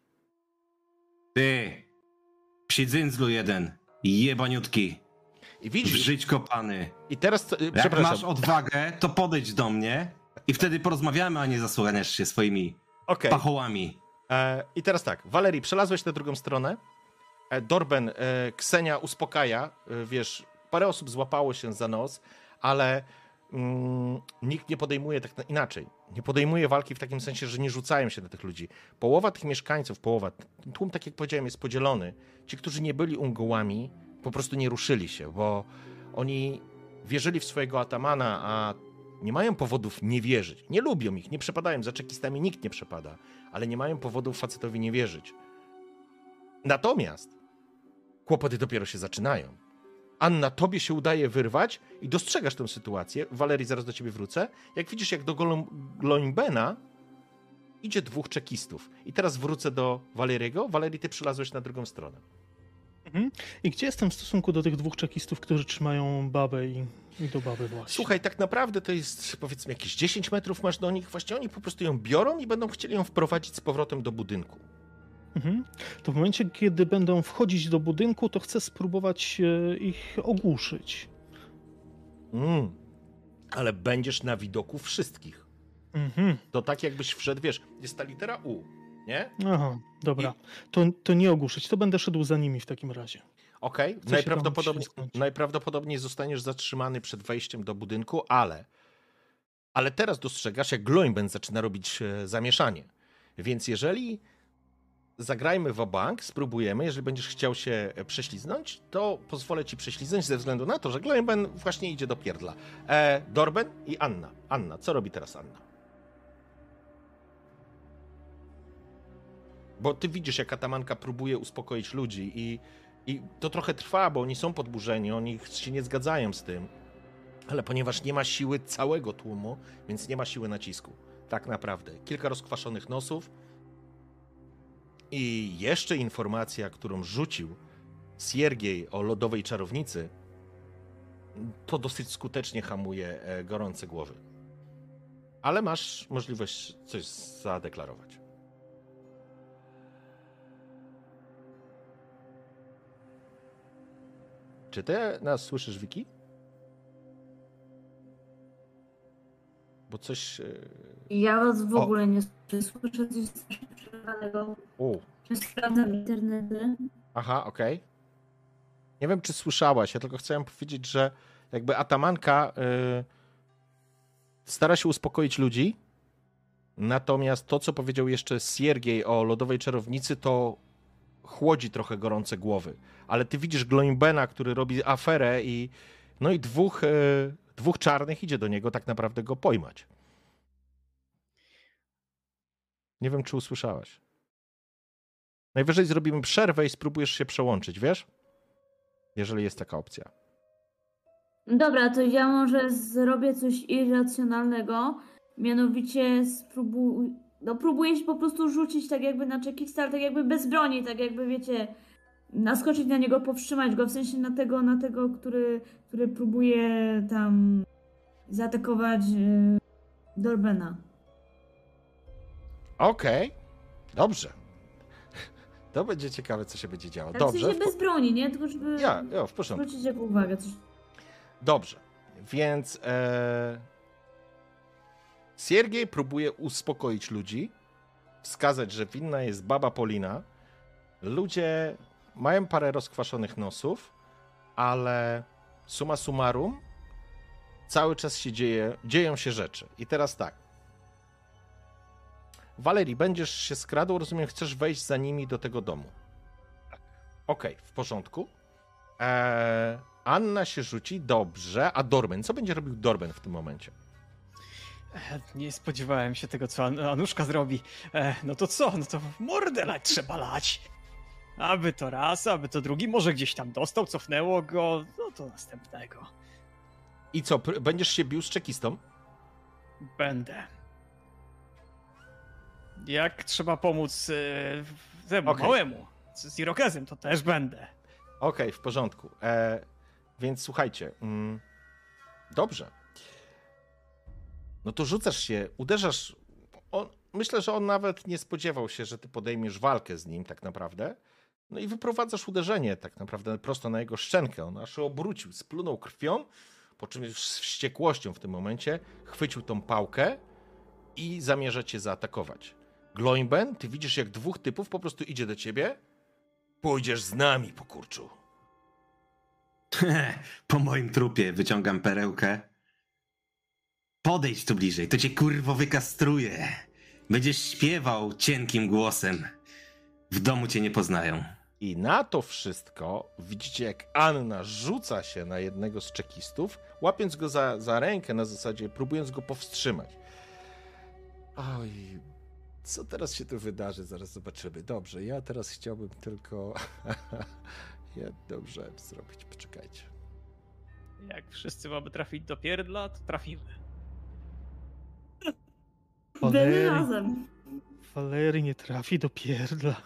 Ty, psi dzyndzlu jeden, jebaniutki, I w widzisz, żyć kopany. i teraz, y, Jak przepraszam, masz odwagę, to podejdź do mnie i wtedy porozmawiamy, a nie zasłaniasz się swoimi okej. pachołami. E, I teraz tak, Walerii, przelazłeś na drugą stronę. E, Dorben, e, Ksenia uspokaja, e, wiesz, parę osób złapało się za nos, ale mm, nikt nie podejmuje tak na, inaczej. Nie podejmuje walki w takim sensie, że nie rzucają się na tych ludzi. Połowa tych mieszkańców, połowa, tłum, tak jak powiedziałem, jest podzielony. Ci, którzy nie byli ungołami, po prostu nie ruszyli się, bo oni wierzyli w swojego atamana, a nie mają powodów nie wierzyć. Nie lubią ich, nie przepadają. Za czekistami nikt nie przepada, ale nie mają powodów facetowi nie wierzyć. Natomiast kłopoty dopiero się zaczynają. Anna, tobie się udaje wyrwać i dostrzegasz tę sytuację. Walerii, zaraz do ciebie wrócę. Jak widzisz, jak do Gloimbena idzie dwóch czekistów. I teraz wrócę do Waleriego. Walerii, ty przylazłeś na drugą stronę. Mhm. I gdzie jestem w stosunku do tych dwóch czekistów, którzy trzymają babę i, i do baby właśnie? Słuchaj, tak naprawdę to jest, powiedzmy, jakieś dziesięć metrów masz do nich. Właśnie oni po prostu ją biorą i będą chcieli ją wprowadzić z powrotem do budynku. Mhm. To w momencie, kiedy będą wchodzić do budynku, to chcę spróbować e, ich ogłuszyć. Mm. Ale będziesz na widoku wszystkich. Mhm. To tak jakbyś wszedł, wiesz, jest ta litera U. Nie? Aha, dobra. To, to nie ogłuszyć, to będę szedł za nimi w takim razie. Okej, Chcę się najprawdopodobniej, tam wślizgnąć. najprawdopodobniej zostaniesz zatrzymany przed wejściem do budynku, ale, ale teraz dostrzegasz, jak Gloinben zaczyna robić e, zamieszanie. Więc jeżeli zagrajmy w bank, spróbujemy, jeżeli będziesz chciał się prześliznąć, to pozwolę ci prześliznąć ze względu na to, że Gloinben właśnie idzie do pierdla. E, Dorben i Anna. Anna, co robi teraz Anna? Bo ty widzisz, jak atamanka próbuje uspokoić ludzi i, i to trochę trwa, bo oni są podburzeni, oni się nie zgadzają z tym, ale ponieważ nie ma siły całego tłumu, więc nie ma siły nacisku. Tak naprawdę. Kilka rozkwaszonych nosów i jeszcze informacja, którą rzucił Siergiej o lodowej czarownicy, to dosyć skutecznie hamuje e, gorące głowy. Ale masz możliwość coś zadeklarować. Czy ty nas słyszysz, Wiki? Bo coś... e, Ja was w O. ogóle nie słyszę. Słyszę coś strasznie przerwanego. U. Sprawdzam internety. Aha, okej. Nie wiem, czy słyszałaś, ja tylko chciałem powiedzieć, że jakby atamanka y, stara się uspokoić ludzi, natomiast to, co powiedział jeszcze Siergiej o lodowej czarownicy, to chłodzi trochę gorące głowy. Ale ty widzisz Gloinbena, który robi aferę i no i dwóch, y, dwóch czarnych idzie do niego tak naprawdę go pojmać. Nie wiem, czy usłyszałaś. Najwyżej zrobimy przerwę i spróbujesz się przełączyć, wiesz? Jeżeli jest taka opcja. Dobra, to ja może zrobię coś irracjonalnego. Mianowicie spróbuj... No próbuję się po prostu rzucić tak jakby na Czekista, tak jakby bez broni, tak jakby wiecie, naskoczyć na niego, powstrzymać go, w sensie na tego, na tego, który, który próbuje tam zaatakować yy, Dorbena. Okej, dobrze. To będzie ciekawe, co się będzie działo. Tak, w Dobrze. sensie w po- bez broni, nie? Tylko żeby Ja, ja, w porządku. zwrócić jego uwagę. Coś... Dobrze. Więc e... Siergiej próbuje uspokoić ludzi, wskazać, że winna jest baba Polina. Ludzie mają parę rozkwaszonych nosów, ale summa summarum cały czas się dzieje, dzieją się rzeczy. I teraz tak. Walerii, będziesz się skradł, rozumiem, chcesz wejść za nimi do tego domu. Okej, w porządku. Eee, Anna się rzuci, dobrze. A Dorben, co będzie robił Dorben w tym momencie? E, Nie spodziewałem się tego, co An- Anuszka zrobi. E, no to co? No to w mordę lać trzeba lać. Aby to raz, aby to drugi. Może gdzieś tam dostał, cofnęło go. No to następnego. I co, pr- będziesz się bił z czekistą? Będę. Jak trzeba pomóc e, temu Okej. małemu z, z Irokezem, to też będę. Okej, w porządku. E, więc słuchajcie. Mm, dobrze. No to rzucasz się, uderzasz. On, myślę, że on nawet nie spodziewał się, że ty podejmiesz walkę z nim tak naprawdę. No i wyprowadzasz uderzenie tak naprawdę prosto na jego szczękę. On aż się obrócił, splunął krwią, po czym już z wściekłością w tym momencie chwycił tą pałkę i zamierza cię zaatakować. Gloinben, ty widzisz, jak dwóch typów po prostu idzie do ciebie. Pójdziesz z nami, pokurczu. Po moim trupie wyciągam perełkę. Podejdź tu bliżej, to cię kurwo wykastruję. Będziesz śpiewał cienkim głosem. W domu cię nie poznają. I na to wszystko widzicie, jak Anna rzuca się na jednego z czekistów, łapiąc go za, za rękę na zasadzie, próbując go powstrzymać. Oj, co teraz się tu wydarzy? Zaraz zobaczymy. Dobrze, ja teraz chciałbym tylko jedną rzecz zrobić. Poczekajcie. Jak wszyscy mamy trafić do pierdla, to trafimy. Byli Walerii, razem. Walerii nie trafi do pierdla.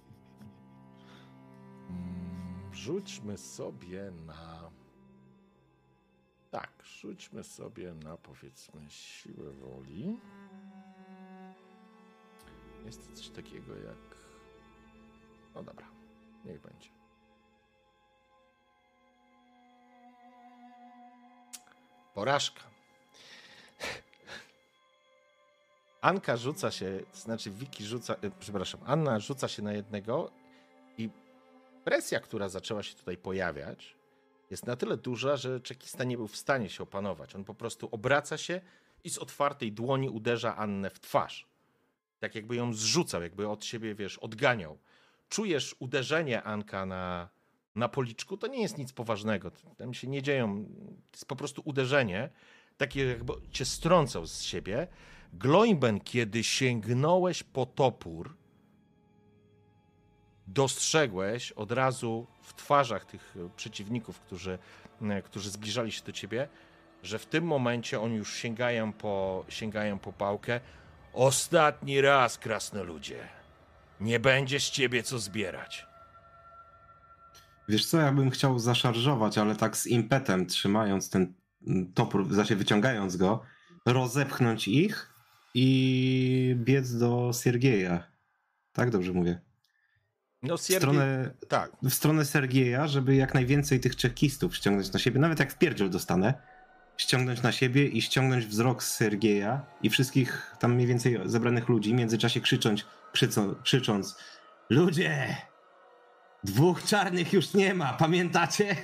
Mm, Rzućmy sobie na... Tak, rzućmy sobie na, powiedzmy, siłę woli. Jest to coś takiego jak... No dobra, niech będzie. Porażka. Anka rzuca się, to znaczy Wiki rzuca, e, przepraszam, Anna rzuca się na jednego i presja, która zaczęła się tutaj pojawiać, jest na tyle duża, że czekista nie był w stanie się opanować. On po prostu obraca się i z otwartej dłoni uderza Annę w twarz. Tak jakby ją zrzucał, jakby od siebie, wiesz, odganiał. Czujesz uderzenie, Anka, na, na policzku, to nie jest nic poważnego. Tam się nie dzieją, to jest po prostu uderzenie, takie jakby cię strącał z siebie. Gloimben, kiedy sięgnąłeś po topór, dostrzegłeś od razu w twarzach tych przeciwników, którzy, którzy zbliżali się do ciebie, że w tym momencie oni już sięgają po, sięgają po pałkę. Ostatni raz, krasnoludzie. Nie będzie z ciebie co zbierać. Wiesz co, ja bym chciał zaszarżować, ale tak z impetem, trzymając ten topór, znaczy wyciągając go, rozepchnąć ich i biec do Siergieja. Tak dobrze mówię? No, W Siergiej... stronę, Tak. w stronę Sergieja, żeby jak najwięcej tych czekistów ściągnąć na siebie, nawet jak w pierdziel dostanę, ściągnąć na siebie i ściągnąć wzrok z Sergieja i wszystkich tam mniej więcej zebranych ludzi, w międzyczasie krzycząc, krzycząc, krzycząc ludzie! Dwóch czarnych już nie ma, pamiętacie?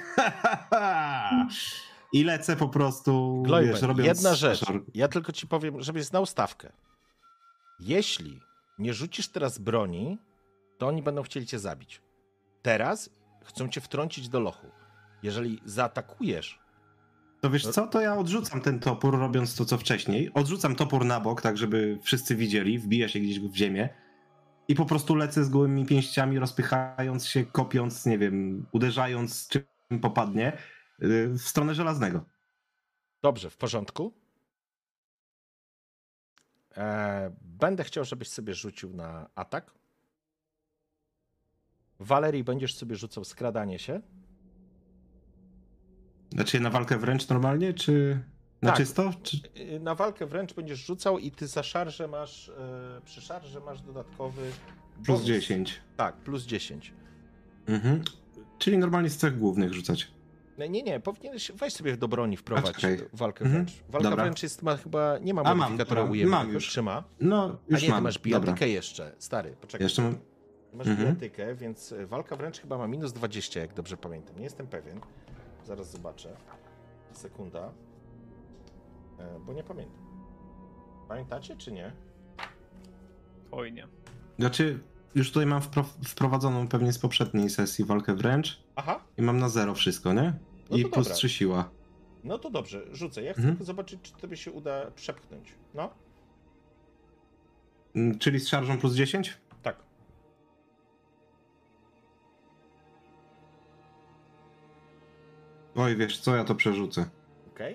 I lecę po prostu, Gloimben, wiesz, robiąc... jedna rzecz. szor- Ja tylko ci powiem, żebyś znał stawkę. Jeśli nie rzucisz teraz broni, to oni będą chcieli cię zabić. Teraz chcą cię wtrącić do lochu. Jeżeli zaatakujesz... To wiesz co, to ja odrzucam ten topór, robiąc to, co wcześniej. Odrzucam topór na bok, tak żeby wszyscy widzieli, wbija się gdzieś w ziemię i po prostu lecę z gołymi pięściami, rozpychając się, kopiąc, nie wiem, uderzając, czym popadnie, w stronę żelaznego. Dobrze, w porządku. Eee, będę chciał, żebyś sobie rzucił na atak. Walerii, będziesz sobie rzucał skradanie się. Znaczy na walkę wręcz normalnie, czy na Tak. czysto? Czy... Yy, Na walkę wręcz będziesz rzucał i ty za szarżę masz, yy, przy szarży masz dodatkowy Plus bonus. dziesięć. Tak, plus dziesięć. Mhm. Czyli normalnie z cech głównych rzucać. Nie, nie, nie, powinieneś, weź sobie do broni wprowadź Okej. walkę Mhm. wręcz. Walka Dobra. wręcz jest, ma chyba, nie ma A, mam, modyfikatora dobra, ujemnego, mam już. czy ma? No, już A nie, mam. ty masz Dobra. bijatykę jeszcze, stary, poczekaj. Jeszcze mam... Ty masz Mhm. bijatykę, więc walka wręcz chyba ma minus dwadzieścia, jak dobrze pamiętam. Nie jestem pewien. Zaraz zobaczę. Sekunda. E, bo nie pamiętam. Pamiętacie, czy nie? Oj nie. Znaczy, już tutaj mam wpro... wprowadzoną pewnie z poprzedniej sesji walkę wręcz Aha, i mam na zero wszystko, nie? No I to plus dobra. trzy siła. no to dobrze, rzucę. Ja chcę Mhm. tylko zobaczyć, czy tobie się uda przepchnąć. No, Mm, Czyli z szarżą plus dziesięć? tak. Oj, wiesz co, ja to przerzucę. Okej.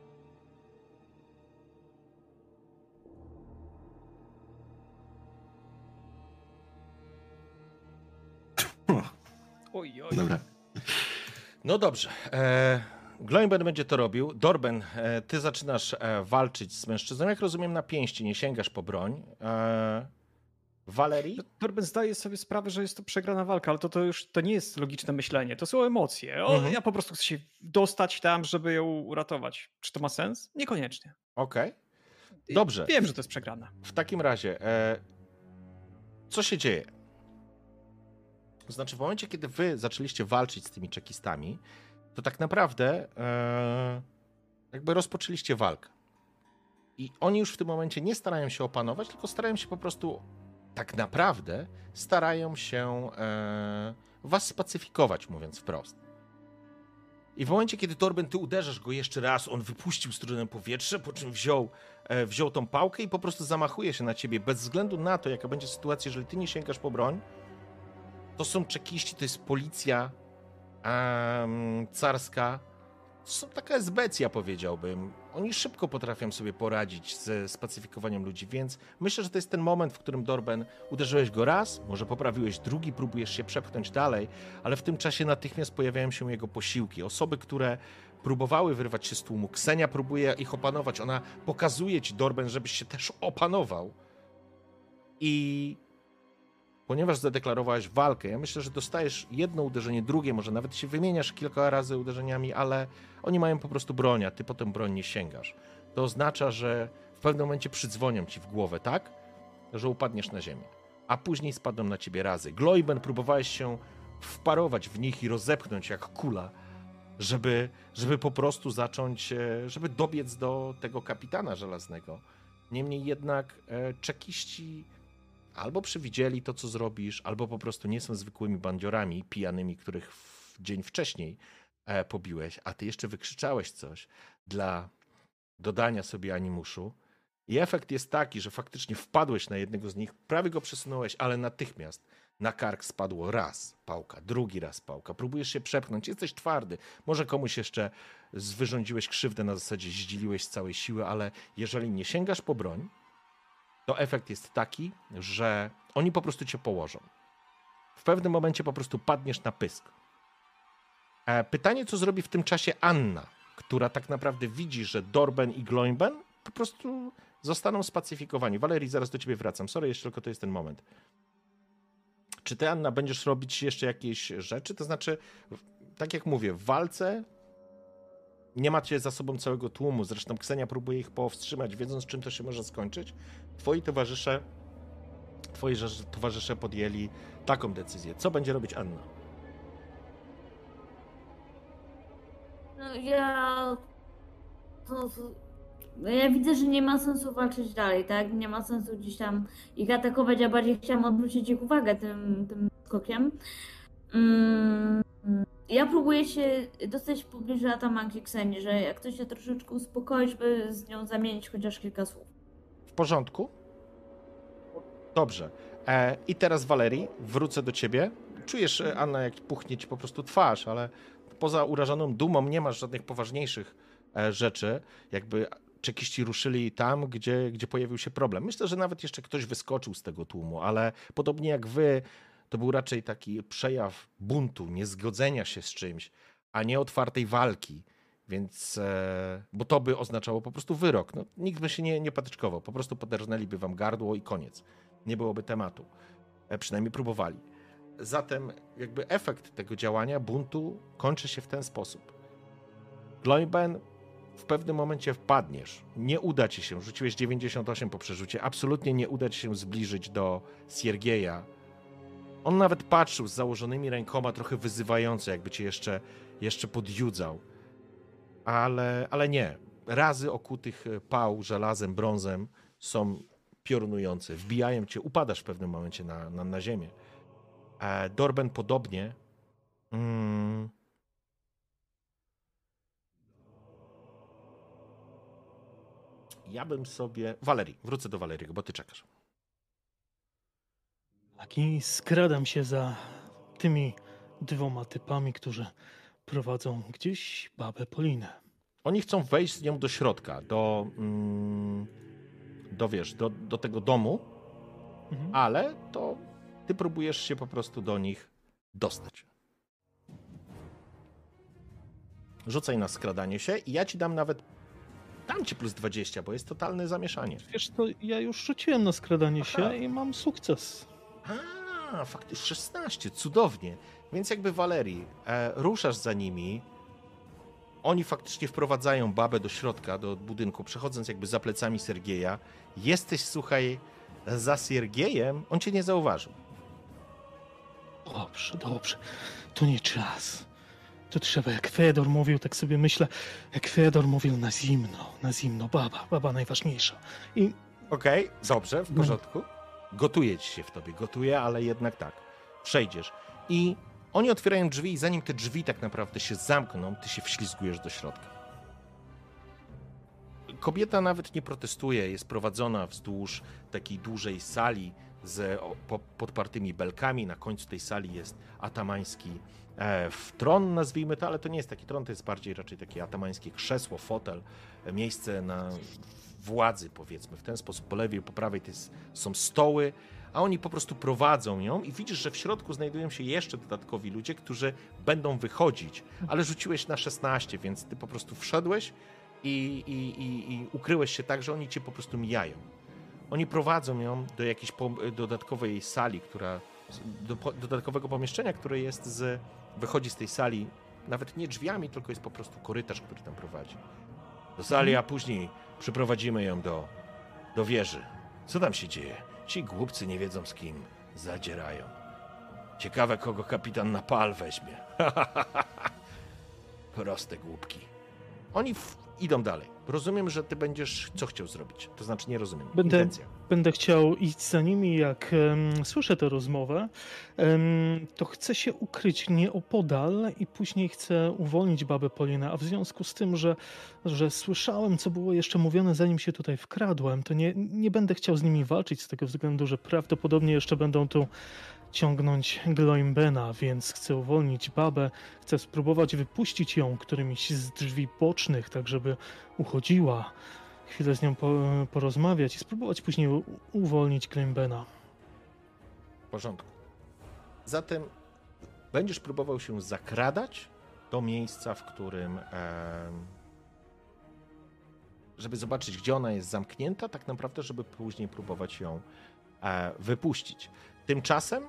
O, Oj, oj. dobra. No dobrze. E, Gloimben będzie to robił. Dorben, e, ty zaczynasz e, walczyć z mężczyzną. Jak rozumiem, na pięści, nie sięgasz po broń. E, Walerii? Torben zdaje sobie sprawę, że jest to przegrana walka, ale to, to już to nie jest logiczne myślenie, to są emocje. O, Mhm. Ja po prostu chcę się dostać tam, żeby ją uratować. Czy to ma sens? Niekoniecznie. Okej. Dobrze. Wiem, że to jest przegrana. W takim razie, e, co się dzieje? To znaczy, w momencie, kiedy wy zaczęliście walczyć z tymi czekistami, to tak naprawdę e, jakby rozpoczęliście walkę. I oni już w tym momencie nie starają się opanować, tylko starają się po prostu, tak naprawdę, starają się e, was spacyfikować, mówiąc wprost. I w momencie, kiedy Torben, ty uderzasz go jeszcze raz, on wypuścił strunem powietrze, po czym wziął, e, wziął tą pałkę i po prostu zamachuje się na ciebie, bez względu na to, jaka będzie sytuacja, jeżeli ty nie sięgasz po broń. To są czekiści, to jest policja um, carska. To są taka esbecja, powiedziałbym. Oni szybko potrafią sobie poradzić ze spacyfikowaniem ludzi, więc myślę, że to jest ten moment, w którym Dorben uderzyłeś go raz, może poprawiłeś drugi, próbujesz się przepchnąć dalej, ale w tym czasie natychmiast pojawiają się jego posiłki. Osoby, które próbowały wyrwać się z tłumu. Ksenia próbuje ich opanować. Ona pokazuje ci, Dorben, żebyś się też opanował. I ponieważ zadeklarowałeś walkę, ja myślę, że dostajesz jedno uderzenie, drugie, może nawet się wymieniasz kilka razy uderzeniami, ale oni mają po prostu broń, a ty potem broń nie sięgasz. To oznacza, że w pewnym momencie przydzwonią ci w głowę, tak, że upadniesz na ziemię. A później spadną na ciebie razy. Gloiben, próbowałeś się wparować w nich i rozepchnąć jak kula, żeby, żeby po prostu zacząć, żeby dobiec do tego kapitana żelaznego. Niemniej jednak e, czekiści albo przewidzieli to, co zrobisz, albo po prostu nie są zwykłymi bandziorami pijanymi, których w dzień wcześniej e, pobiłeś, a ty jeszcze wykrzyczałeś coś dla dodania sobie animuszu. I efekt jest taki, że faktycznie wpadłeś na jednego z nich, prawie go przesunąłeś, ale natychmiast na kark spadło raz pałka, drugi raz pałka. Próbujesz się przepchnąć, jesteś twardy. Może komuś jeszcze wyrządziłeś krzywdę na zasadzie zdziliłeś z całej siły, ale jeżeli nie sięgasz po broń, to efekt jest taki, że oni po prostu cię położą. W pewnym momencie po prostu padniesz na pysk. Pytanie, co zrobi w tym czasie Anna, która tak naprawdę widzi, że Dorben i Gloinben po prostu zostaną spacyfikowani. Valerii, zaraz do ciebie wracam. Sorry, jeszcze tylko to jest ten moment. Czy ty, Anna, będziesz robić jeszcze jakieś rzeczy? To znaczy, tak jak mówię, w walce nie macie za sobą całego tłumu. Zresztą Ksenia próbuje ich powstrzymać, wiedząc, czym to się może skończyć. Twoi towarzysze, twoi towarzysze podjęli taką decyzję. Co będzie robić Anna? No ja... To, to... No ja widzę, że nie ma sensu walczyć dalej, tak? Nie ma sensu gdzieś tam ich atakować, a bardziej chciałam odwrócić ich uwagę tym, tym skokiem. Mm, ja próbuję się dostać w pobliżu atamanki Ksenii, że jak ktoś się troszeczkę uspokoi, żeby z nią zamienić chociaż kilka słów. W porządku? Dobrze. E, I teraz, Valerii, wrócę do ciebie. Czujesz, Anna, jak puchnie ci po prostu twarz, ale poza urażoną dumą nie masz żadnych poważniejszych e, rzeczy, jakby czekiści ruszyli tam, gdzie, gdzie pojawił się problem. Myślę, że nawet jeszcze ktoś wyskoczył z tego tłumu, ale podobnie jak wy, to był raczej taki przejaw buntu, niezgodzenia się z czymś, a nie otwartej walki. Więc, e, bo to by oznaczało po prostu wyrok. No, nikt by się nie, nie patyczkował, po prostu poderżnęliby wam gardło i koniec. Nie byłoby tematu. E, przynajmniej próbowali. Zatem jakby efekt tego działania, buntu, kończy się w ten sposób. Gloinben, w pewnym momencie wpadniesz. Nie uda ci się, rzuciłeś dziewięćdziesiąt osiem po przerzucie, absolutnie nie uda ci się zbliżyć do Siergieja. On nawet patrzył z założonymi rękoma, trochę wyzywająco, jakby cię jeszcze, jeszcze podjudzał. Ale, ale nie. Razy okutych pał żelazem, brązem są piorunujące. Wbijają cię, upadasz w pewnym momencie na, na, na ziemię. E, Dorben podobnie. Mm. Ja bym sobie... Valerii, wrócę do Valeriego, bo ty czekasz. Tak, i skradam się za tymi dwoma typami, którzy prowadzą gdzieś babę Polinę. Oni chcą wejść z nią do środka, do, mm, do wiesz, do, do tego domu, mhm. ale to ty próbujesz się po prostu do nich dostać. Rzucaj na skradanie się i ja ci dam nawet, dam ci plus dwadzieścia, bo jest totalne zamieszanie. Wiesz, to ja już rzuciłem na skradanie Aha. się i mam sukces. A, faktycznie szesnaście, cudownie. Więc jakby Valerii, e, ruszasz za nimi, oni faktycznie wprowadzają babę do środka, do budynku, przechodząc jakby za plecami Sergieja. Jesteś, słuchaj, za Siergiejem, on cię nie zauważył. Dobrze, dobrze. To nie czas. To trzeba, jak Fedor mówił, tak sobie myślę, jak Fedor mówił, na zimno, na zimno, baba, baba najważniejsza. I... Okej, okay, dobrze, w porządku. Gotuje ci się w tobie, gotuje, ale jednak tak. Przejdziesz. I oni otwierają drzwi i zanim te drzwi tak naprawdę się zamkną, ty się wślizgujesz do środka. Kobieta nawet nie protestuje, jest prowadzona wzdłuż takiej dużej sali z po, podpartymi belkami. Na końcu tej sali jest atamański e, tron, nazwijmy to, ale to nie jest taki tron, to jest bardziej raczej takie atamańskie krzesło, fotel, miejsce na władzy, powiedzmy, w ten sposób. Po lewej i po prawej to jest, są stoły, a oni po prostu prowadzą ją i widzisz, że w środku znajdują się jeszcze dodatkowi ludzie, którzy będą wychodzić, ale rzuciłeś na szesnaście, więc ty po prostu wszedłeś i, i, i, i ukryłeś się tak, że oni cię po prostu mijają. Oni prowadzą ją do jakiejś po- dodatkowej sali, która, do po- dodatkowego pomieszczenia, które jest z, wychodzi z tej sali, nawet nie drzwiami, tylko jest po prostu korytarz, który tam prowadzi. Do sali, a później przyprowadzimy ją do do wieży. Co tam się dzieje? Ci głupcy nie wiedzą, z kim zadzierają. Ciekawe, kogo kapitan na pal weźmie. Proste głupki. Oni w... idą dalej. Rozumiem, że ty będziesz co chciał zrobić. To znaczy nie rozumiem. Będę, Intencja. będę chciał iść za nimi, jak em, słyszę tę rozmowę, em, to chcę się ukryć nieopodal i później chcę uwolnić babę Polinę, a w związku z tym, że, że słyszałem, co było jeszcze mówione, zanim się tutaj wkradłem, to nie, nie będę chciał z nimi walczyć z tego względu, że prawdopodobnie jeszcze będą tu ciągnąć Gloimbena, więc chcę uwolnić babę, chcę spróbować wypuścić ją którymiś z drzwi bocznych, tak żeby uchodziła, chwilę z nią po, porozmawiać i spróbować później u, uwolnić Gloimbena. W porządku. Zatem będziesz próbował się zakradać do miejsca, w którym... em, żeby zobaczyć, gdzie ona jest zamknięta, tak naprawdę, żeby później próbować ją e, wypuścić. Tymczasem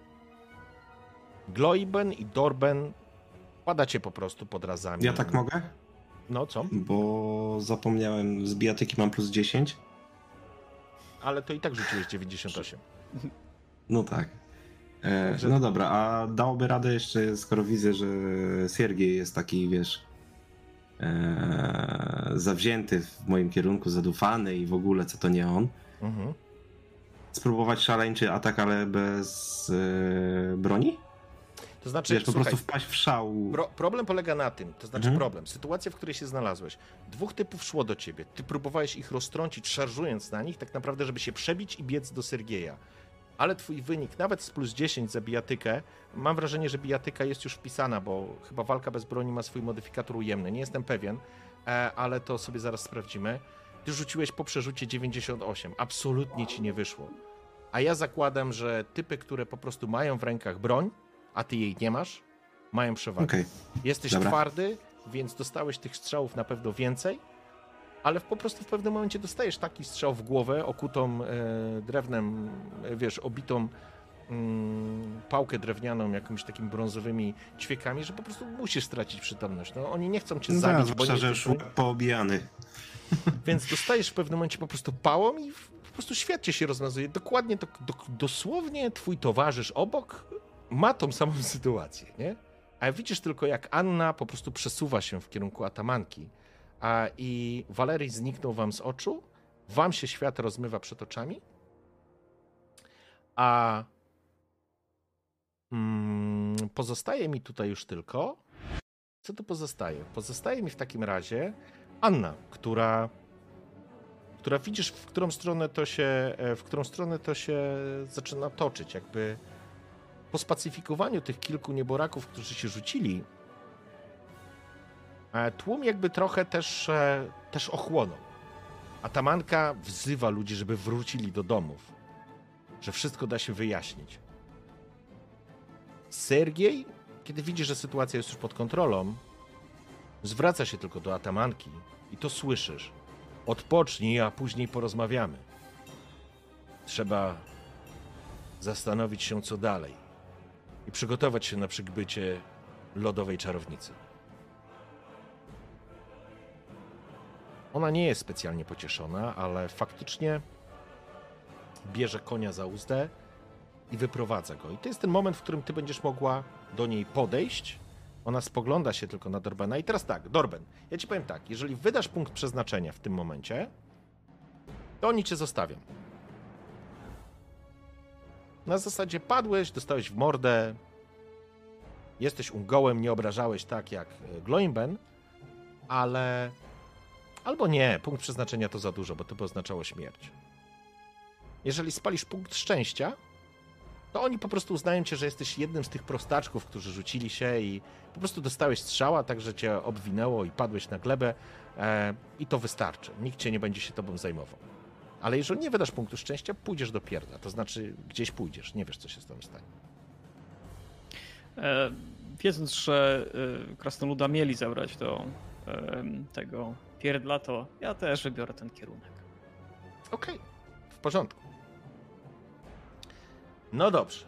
Gloiben i Dorben padacie po prostu pod razami. Ja tak mogę? No co? Bo zapomniałem, z bijatyki mam plus dziesięć. Ale to i tak rzuciłeś dziewięćdziesiąt osiem. No tak. E, Także- no dobra, a dałoby radę jeszcze, skoro widzę, że Siergiej jest taki, wiesz, e, zawzięty w moim kierunku, zadufany i w ogóle, co to nie on, Mhm. spróbować szaleńczy atak, ale bez e, broni? To znaczy, Wiesz, po słuchaj, prostu wpaść w szał. Pro, problem polega na tym, to znaczy Mhm. problem, sytuacja, w której się znalazłeś. Dwóch typów szło do ciebie. Ty próbowałeś ich roztrącić, szarżując na nich, tak naprawdę, żeby się przebić i biec do Sergieja. Ale twój wynik, nawet z plus dziesięć za bijatykę, mam wrażenie, że bijatyka jest już wpisana, bo chyba walka bez broni ma swój modyfikator ujemny. Nie jestem pewien, e, ale to sobie zaraz sprawdzimy. Ty rzuciłeś po przerzucie dziewięćdziesiąt osiem. Absolutnie ci nie wyszło. A ja zakładam, że typy, które po prostu mają w rękach broń, a ty jej nie masz, mają przewagę. Okej, Jesteś Dobra. twardy, więc dostałeś tych strzałów na pewno więcej, ale po prostu w pewnym momencie dostajesz taki strzał w głowę, okutą e, drewnem, e, wiesz, obitą mm, pałkę drewnianą jakimiś takimi brązowymi ćwiekami, że po prostu musisz stracić przytomność. No, oni nie chcą cię no, zabić, bo zwłaszcza, nie że już jesteś... łeb poobijany. Więc dostajesz w pewnym momencie po prostu pałą i w- po prostu świat cię się rozmazuje. Dokładnie, to, do, dosłownie twój towarzysz obok ma tą samą sytuację, nie? A widzisz tylko, jak Anna po prostu przesuwa się w kierunku atamanki, a i Walerii zniknął wam z oczu, wam się świat rozmywa przed oczami, a mm, pozostaje mi tutaj już tylko... Co tu pozostaje? Pozostaje mi w takim razie Anna, która, która widzisz, w którą stronę to się, w którą stronę to się zaczyna toczyć. Jakby po spacyfikowaniu tych kilku nieboraków, którzy się rzucili, e, tłum jakby trochę też, e, też ochłonął. Atamanka wzywa ludzi, żeby wrócili do domów, że wszystko da się wyjaśnić. Sergiej, kiedy widzi, że sytuacja jest już pod kontrolą, zwraca się tylko do atamanki i to słyszysz. Odpocznij, a później porozmawiamy. Trzeba zastanowić się, co dalej i przygotować się na przybycie lodowej czarownicy. Ona nie jest specjalnie pocieszona, ale faktycznie bierze konia za uzdę i wyprowadza go. I to jest ten moment, w którym ty będziesz mogła do niej podejść. Ona spogląda się tylko na Dorbena. I teraz tak, Dorben, ja ci powiem tak, jeżeli wydasz punkt przeznaczenia w tym momencie, to oni cię zostawią. Na zasadzie padłeś, dostałeś w mordę, jesteś ungołem, nie obrażałeś tak jak Gloimben, ale... Albo nie, punkt przeznaczenia to za dużo, bo to by oznaczało śmierć. Jeżeli spalisz punkt szczęścia, to oni po prostu uznają cię, że jesteś jednym z tych prostaczków, którzy rzucili się i po prostu dostałeś strzała, tak że cię obwinęło i padłeś na glebę e, i to wystarczy. Nikt cię nie będzie się tobą zajmował. Ale jeżeli nie wydasz punktu szczęścia, pójdziesz do pierdla. To znaczy gdzieś pójdziesz, nie wiesz, co się z tobą stanie. E, wiedząc, że e, krasnoluda mieli zabrać do e, tego pierdla, to ja też wybiorę ten kierunek. Okej, w porządku. No dobrze.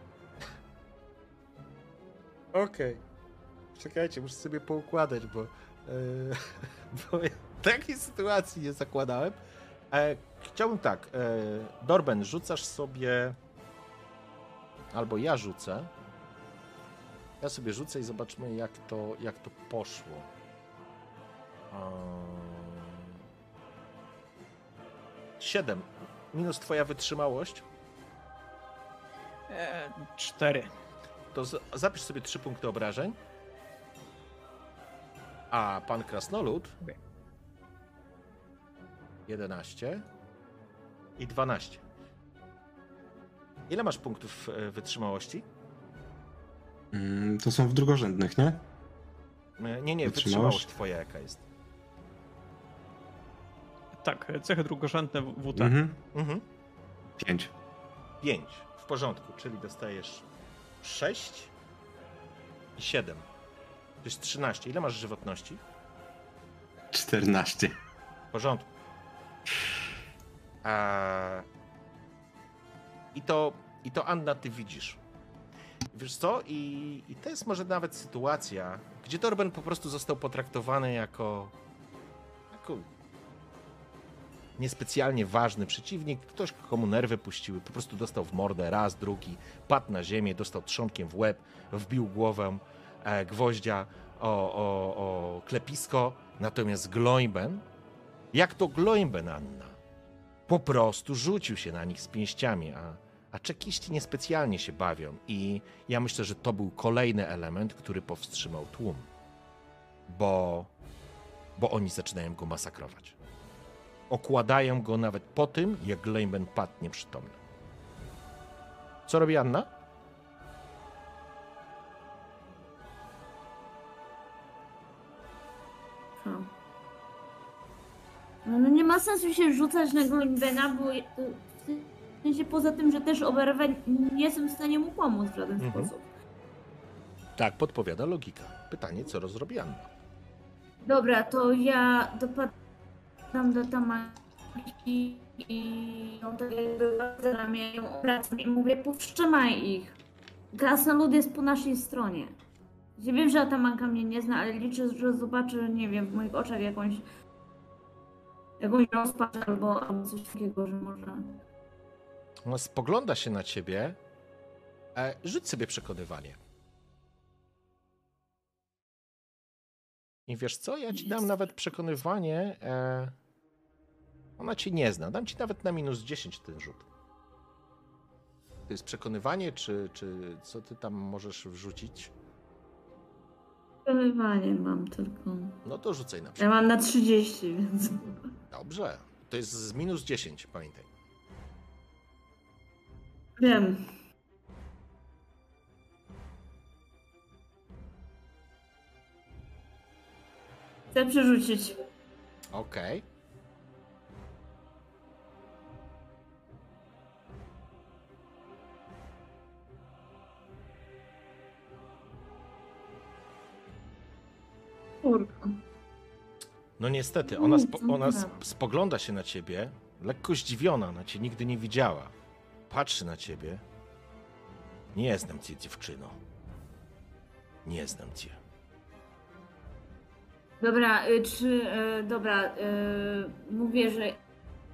Okej. Czekajcie, muszę sobie poukładać, bo, yy, bo takiej sytuacji nie zakładałem. E, chciałbym tak, e, Dorben, rzucasz sobie, albo ja rzucę. Ja sobie rzucę i zobaczmy, jak to, jak to poszło. Siedem. Minus twoja wytrzymałość. E, cztery. To z- zapisz sobie trzy punkty obrażeń. A pan Krasnolud Okej. jedenaście i dwanaście. Ile masz punktów e, wytrzymałości? Mm, to są w drugorzędnych, nie? E, Nie, nie, Wytrzymałość? wytrzymałość twoja jaka jest. Tak, cechy drugorzędne W T. Mhm. Mhm. Pięć. pięć. W porządku, czyli dostajesz sześć i siedem. To jest trzynaście. Ile masz żywotności? Czternaście. W porządku. A... I to, i to Anna, ty widzisz. Wiesz co? I, I to jest może nawet sytuacja, gdzie Dorben po prostu został potraktowany jako, jako niespecjalnie ważny przeciwnik. Ktoś, komu nerwy puściły, po prostu dostał w mordę raz, drugi, padł na ziemię, dostał trzonkiem w łeb, wbił głowę e, gwoździa o, o, o klepisko. Natomiast Gloimben, jak to Gloimben, Anna, po prostu rzucił się na nich z pięściami, a, a czekiści niespecjalnie się bawią. I ja myślę, że to był kolejny element, który powstrzymał tłum. Bo, bo oni zaczynają go masakrować. Okładają go nawet po tym, jak Gloimben padł nieprzytomny. Co robi Anna? Co? No, no nie ma sensu się rzucać na Gloimbena, bo je- to w sensie poza tym, że też oberwę, nie jestem w stanie mu pomóc w żaden Mhm. sposób. Tak podpowiada logika. Pytanie, co rozrobi Anna? Dobra, to ja dopadam do Tamaki i ją tak jakby za ramię ją obracam i mówię, powstrzymaj ich. Krasnolud jest po naszej stronie. Ja wiem, że Atamanka mnie nie zna, ale liczę, że zobaczy, nie wiem, w moich oczach jakąś jakąś rozpacz albo, albo coś takiego, że może... Ona spogląda się na ciebie. E, rzuć sobie przekonywanie. I wiesz co? Ja ci dam nawet przekonywanie. E, ona cię nie zna. Dam ci nawet na minus dziesięć ten rzut. To jest przekonywanie, czy, czy co ty tam możesz wrzucić? Przekonywanie mam tylko. No to rzucaj na Ja przykład. mam na trzydzieści, więc... Dobrze. To jest z minus dziesięć, pamiętaj. Wiem. Chcę przerzucić. Okej. Kurwa. No niestety, ona, spo, Nic, ona nie sp- brawo. spogląda się na ciebie, lekko zdziwiona, ona cię nigdy nie widziała. Patrzy na ciebie. Nie znam cię, dziewczyno. Nie znam cię. Dobra, y, czy... Y, dobra, y, mówię, że... Y,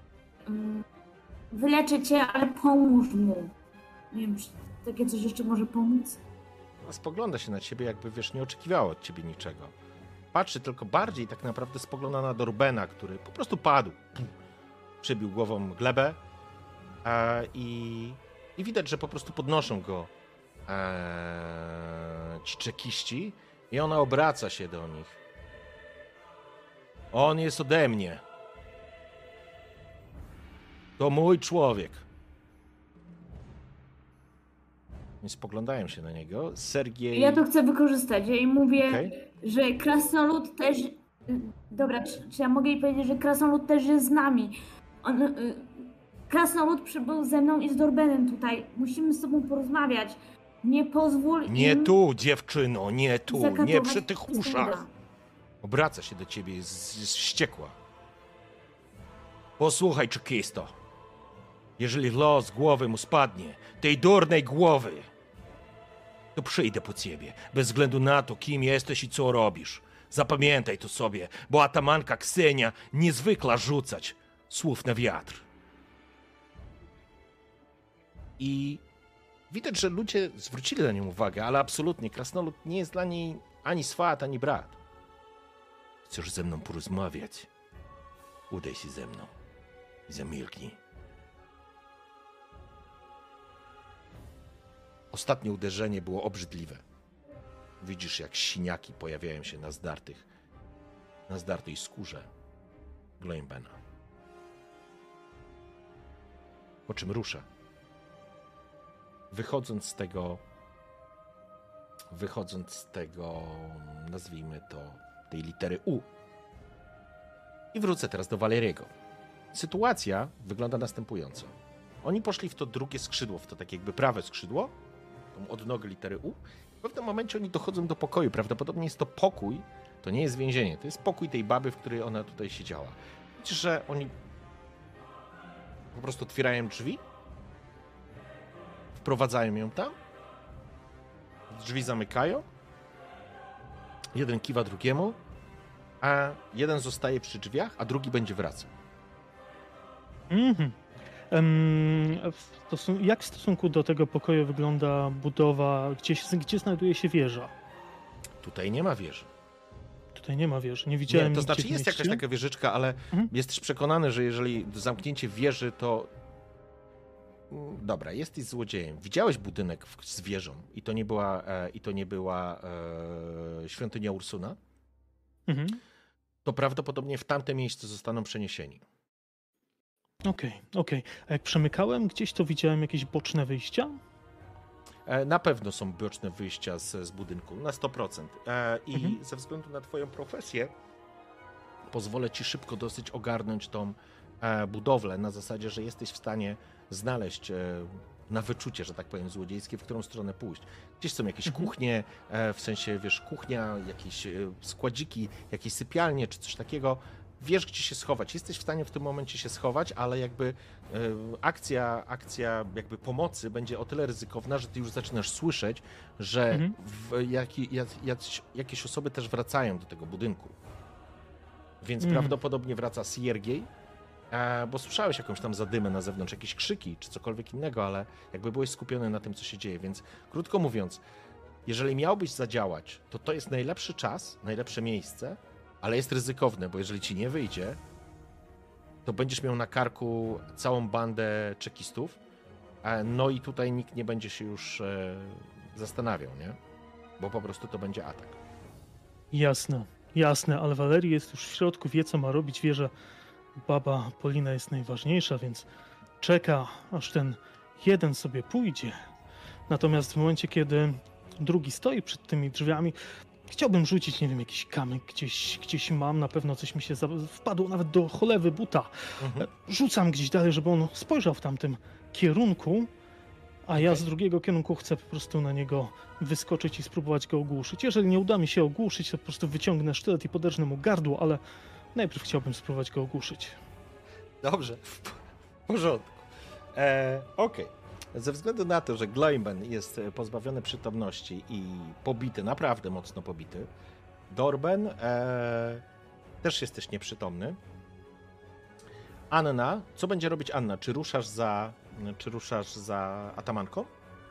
wyleczę cię, ale pomóż mu. Nie wiem, czy takie coś jeszcze może pomóc? Ona spogląda się na ciebie, jakby, wiesz, nie oczekiwała od ciebie niczego. Patrzy tylko bardziej tak naprawdę spogląda na Dorbena, który po prostu padł. Pum. Przybił głową glebę e, i, i widać, że po prostu podnoszą go e, ci czekiści i ona obraca się do nich. On jest ode mnie. To mój człowiek. Więc spoglądają się na niego. Sergiej... Ja to chcę wykorzystać. Ja jej mówię, Okej. że Krasnolud też... y, Dobra, czy, czy ja mogę jej powiedzieć, że Krasnolud też jest z nami? On, y, Krasnolud przybył ze mną i z Dorbenem tutaj. Musimy z tobą porozmawiać. Nie pozwól Nie im tu, dziewczyno, nie tu, nie zakatować przy tych Krasnoluda. uszach. Obraca się do ciebie, jest, jest wściekła. Posłuchaj, czekisto. Jeżeli los głowy mu spadnie, tej durnej głowy, to przyjdę po ciebie, bez względu na to, kim jesteś i co robisz. Zapamiętaj to sobie, bo atamanka Ksenia niezwykła rzucać. słów na wiatr. I widać, że ludzie zwrócili na nią uwagę, ale absolutnie krasnolud nie jest dla niej ani swat, ani brat. Chcesz ze mną porozmawiać? Udaj się ze mną i zamilknij. Ostatnie uderzenie było obrzydliwe. Widzisz, jak siniaki pojawiają się na zdartych, na zdartej skórze Gloimbena. Po czym rusza. Wychodząc z tego, wychodząc z tego, nazwijmy to, tej litery U. I wrócę teraz do Valeriego. Sytuacja wygląda następująco. Oni poszli w to drugie skrzydło, w to tak jakby prawe skrzydło, tą odnogę litery U. W pewnym momencie oni dochodzą do pokoju. Prawdopodobnie jest to pokój, to nie jest więzienie, to jest pokój tej baby, w której ona tutaj siedziała. Widzisz, że oni po prostu otwierają drzwi, wprowadzają ją tam, drzwi zamykają, jeden kiwa drugiemu, a jeden zostaje przy drzwiach, a drugi będzie wracał. Mhm. Em, w stosun- jak w stosunku do tego pokoju wygląda budowa, gdzie, się- gdzie znajduje się wieża? Tutaj nie ma wieży. Tutaj nie ma wieży, nie widziałem Nie, to nigdzie znaczy w jest mieście. jakaś taka wieżyczka, ale Mhm. jesteś przekonany, że jeżeli zamknięcie wieży, to... Dobra, jesteś złodziejem. Widziałeś budynek w- z wieżą i to nie była, e, i to nie była e, świątynia Ursuna, Mhm. to prawdopodobnie w tamte miejsce zostaną przeniesieni. Okej, okej. A jak przemykałem gdzieś, to widziałem jakieś boczne wyjścia? E, Na pewno są boczne wyjścia z, z budynku, na sto procent. E, I Mhm. ze względu na twoją profesję pozwolę ci szybko dosyć ogarnąć tą e, budowlę na zasadzie, że jesteś w stanie znaleźć e, na wyczucie, że tak powiem, złodziejskie, w którą stronę pójść. Gdzieś są jakieś Mhm. kuchnie, e, w sensie, wiesz, kuchnia, jakieś e, składziki, jakieś sypialnie czy coś takiego. Wiesz, gdzie się schować. Jesteś w stanie w tym momencie się schować, ale jakby e, akcja, akcja jakby pomocy będzie o tyle ryzykowna, że ty już zaczynasz słyszeć, że Mhm. w, jaki, jac, jac, jakieś osoby też wracają do tego budynku. Więc Mhm. prawdopodobnie wraca Siergiej, e, bo słyszałeś jakąś tam zadymę na zewnątrz, jakieś krzyki czy cokolwiek innego, ale jakby byłeś skupiony na tym, co się dzieje. Więc krótko mówiąc, jeżeli miałbyś zadziałać, to to jest najlepszy czas, najlepsze miejsce, ale jest ryzykowne, bo jeżeli ci nie wyjdzie, to będziesz miał na karku całą bandę czekistów, e, no i tutaj nikt nie będzie się już e, zastanawiał, nie? Bo po prostu to będzie atak. Jasne, jasne, ale Valerii jest już w środku, wie co ma robić, wie, że baba Polina jest najważniejsza, więc czeka, aż ten jeden sobie pójdzie. Natomiast w momencie, kiedy drugi stoi przed tymi drzwiami, chciałbym rzucić, nie wiem, jakiś kamyk gdzieś, gdzieś mam, na pewno coś mi się za... wpadło nawet do cholewy buta. Mhm. Rzucam gdzieś dalej, żeby on spojrzał w tamtym kierunku, a ja z drugiego kierunku chcę po prostu na niego wyskoczyć i spróbować go ogłuszyć. Jeżeli nie uda mi się ogłuszyć, to po prostu wyciągnę sztylet i poderżnę mu gardło, ale najpierw chciałbym spróbować go ogłuszyć. Dobrze, w porządku. E, Okej. Ze względu na to, że Gloimben jest pozbawiony przytomności i pobity, naprawdę mocno pobity, Dorben e, też jesteś nieprzytomny. Anna, co będzie robić Anna? Czy ruszasz za, czy ruszasz za atamanką?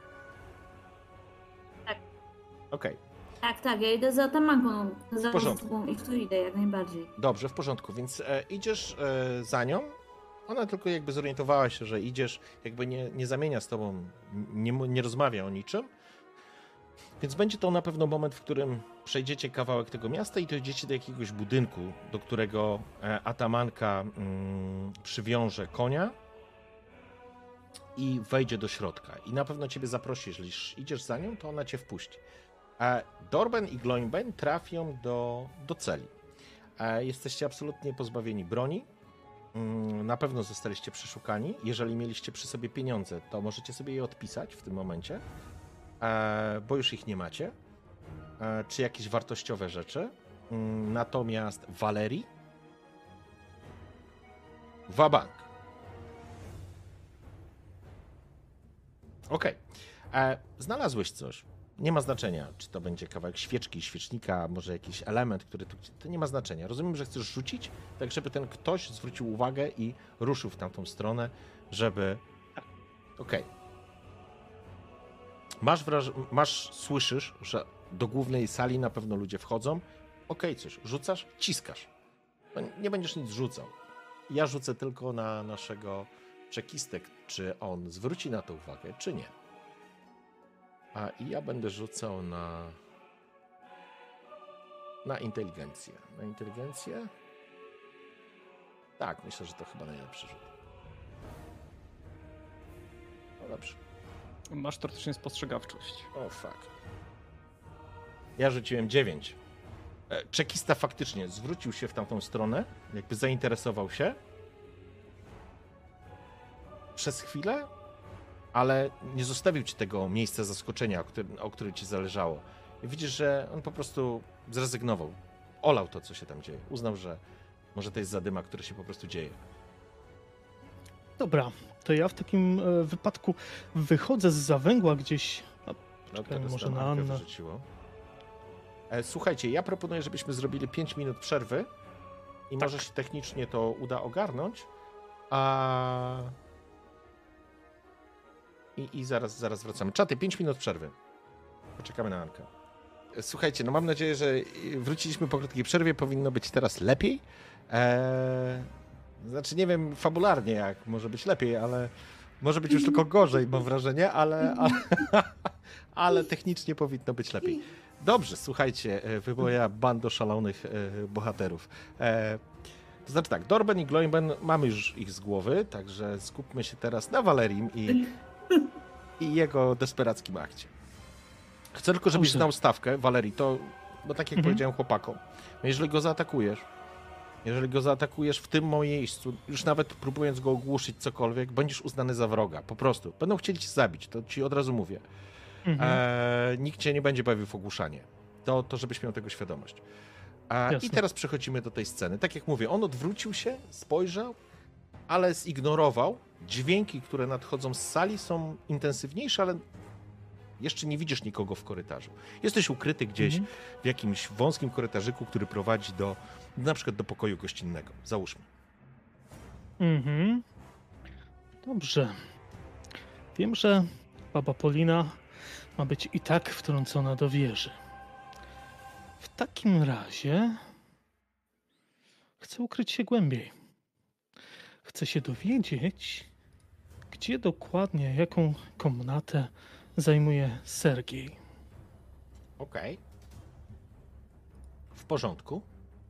Tak. Okej, Tak, tak, ja idę za atamanką, no, za porządku. osobą i w to idę jak najbardziej. dobrze, w porządku, więc e, idziesz e, za nią. Ona tylko jakby zorientowała się, że idziesz, jakby nie, nie zamienia z tobą, nie, nie rozmawia o niczym. Więc będzie to na pewno moment, w którym przejdziecie kawałek tego miasta i dojdziecie do jakiegoś budynku, do którego e, atamanka mm, przywiąże konia i wejdzie do środka. I na pewno ciebie zaprosi, jeżeli idziesz za nią, to ona cię wpuści. A Dorben i Gloimben trafią do, do celi. E, jesteście absolutnie pozbawieni broni. Mm, Na pewno zostaliście przeszukani. Jeżeli mieliście przy sobie pieniądze, to możecie sobie je odpisać w tym momencie, e, bo już ich nie macie. E, czy jakieś wartościowe rzeczy. Mm, Natomiast Valerii wabank. Okej. E, Znalazłeś coś. Nie ma znaczenia, czy to będzie kawałek świeczki, świecznika, może jakiś element, który tu... To nie ma znaczenia. Rozumiem, że chcesz rzucić, tak żeby ten ktoś zwrócił uwagę i ruszył w tamtą stronę, żeby... Okej. Okay. Masz wraż... Masz, słyszysz, że do głównej sali na pewno ludzie wchodzą. Okej, okay, coś. Rzucasz? Ciskasz. No, nie będziesz nic rzucał. Ja rzucę tylko na naszego czekistek, czy on zwróci na to uwagę, czy nie. A i ja będę rzucał na... Na inteligencję. Na inteligencję? Tak, myślę, że to chyba najlepszy rzut. No dobrze. Masz teoretycznie spostrzegawczość. O, fuck. Ja rzuciłem dziewięć. Czekista faktycznie zwrócił się w tamtą stronę, jakby zainteresował się. Przez chwilę, ale nie zostawił ci tego miejsca zaskoczenia, o którym, o którym ci zależało. I widzisz, że on po prostu zrezygnował. Olał to, co się tam dzieje. Uznał, że może to jest zadyma, która się po prostu dzieje. Dobra, to ja w takim e, wypadku wychodzę z zawęgła gdzieś. A, No czekaj, teraz może na na Annę. wyrzuciło. E, słuchajcie, ja proponuję, żebyśmy zrobili pięć minut przerwy i Tak. może się technicznie to uda ogarnąć. A... I, I zaraz, zaraz wracamy. Czaty, pięć minut przerwy. Poczekamy na Ankę. Słuchajcie, no mam nadzieję, że wróciliśmy po krótkiej przerwie. Powinno być teraz lepiej. Eee, znaczy, nie wiem fabularnie jak może być lepiej, ale może być już tylko gorzej, mam wrażenie, ale, ale, ale technicznie powinno być lepiej. Dobrze, słuchajcie, wy moja bando szalonych e, bohaterów. E, to znaczy tak, Dorben i Gloinben mamy już ich z głowy, także skupmy się teraz na Valerim i, i jego desperackim akcie. Chcę tylko, żebyś Dobrze. znał stawkę, Valerii, to, bo tak jak Mhm. powiedziałem chłopakom, jeżeli go zaatakujesz, jeżeli go zaatakujesz w tym miejscu, już nawet próbując go ogłuszyć cokolwiek, będziesz uznany za wroga, po prostu. Będą chcieli cię zabić, to ci od razu mówię. Mhm. E, nikt cię nie będzie bawił w ogłuszanie. To, to żebyś miał tego świadomość. E, I Jasne. teraz przechodzimy do tej sceny. Tak jak mówię, on odwrócił się, spojrzał, ale zignorował. Dźwięki, które nadchodzą z sali, są intensywniejsze, ale jeszcze nie widzisz nikogo w korytarzu. Jesteś ukryty gdzieś Mhm. w jakimś wąskim korytarzyku, który prowadzi do, na przykład do pokoju gościnnego. Załóżmy. Mhm. Dobrze. Wiem, że baba Polina ma być i tak wtrącona do wieży. W takim razie chcę ukryć się głębiej. Chcę się dowiedzieć, gdzie dokładnie, jaką komnatę zajmuje Sergiej. Okej. W porządku.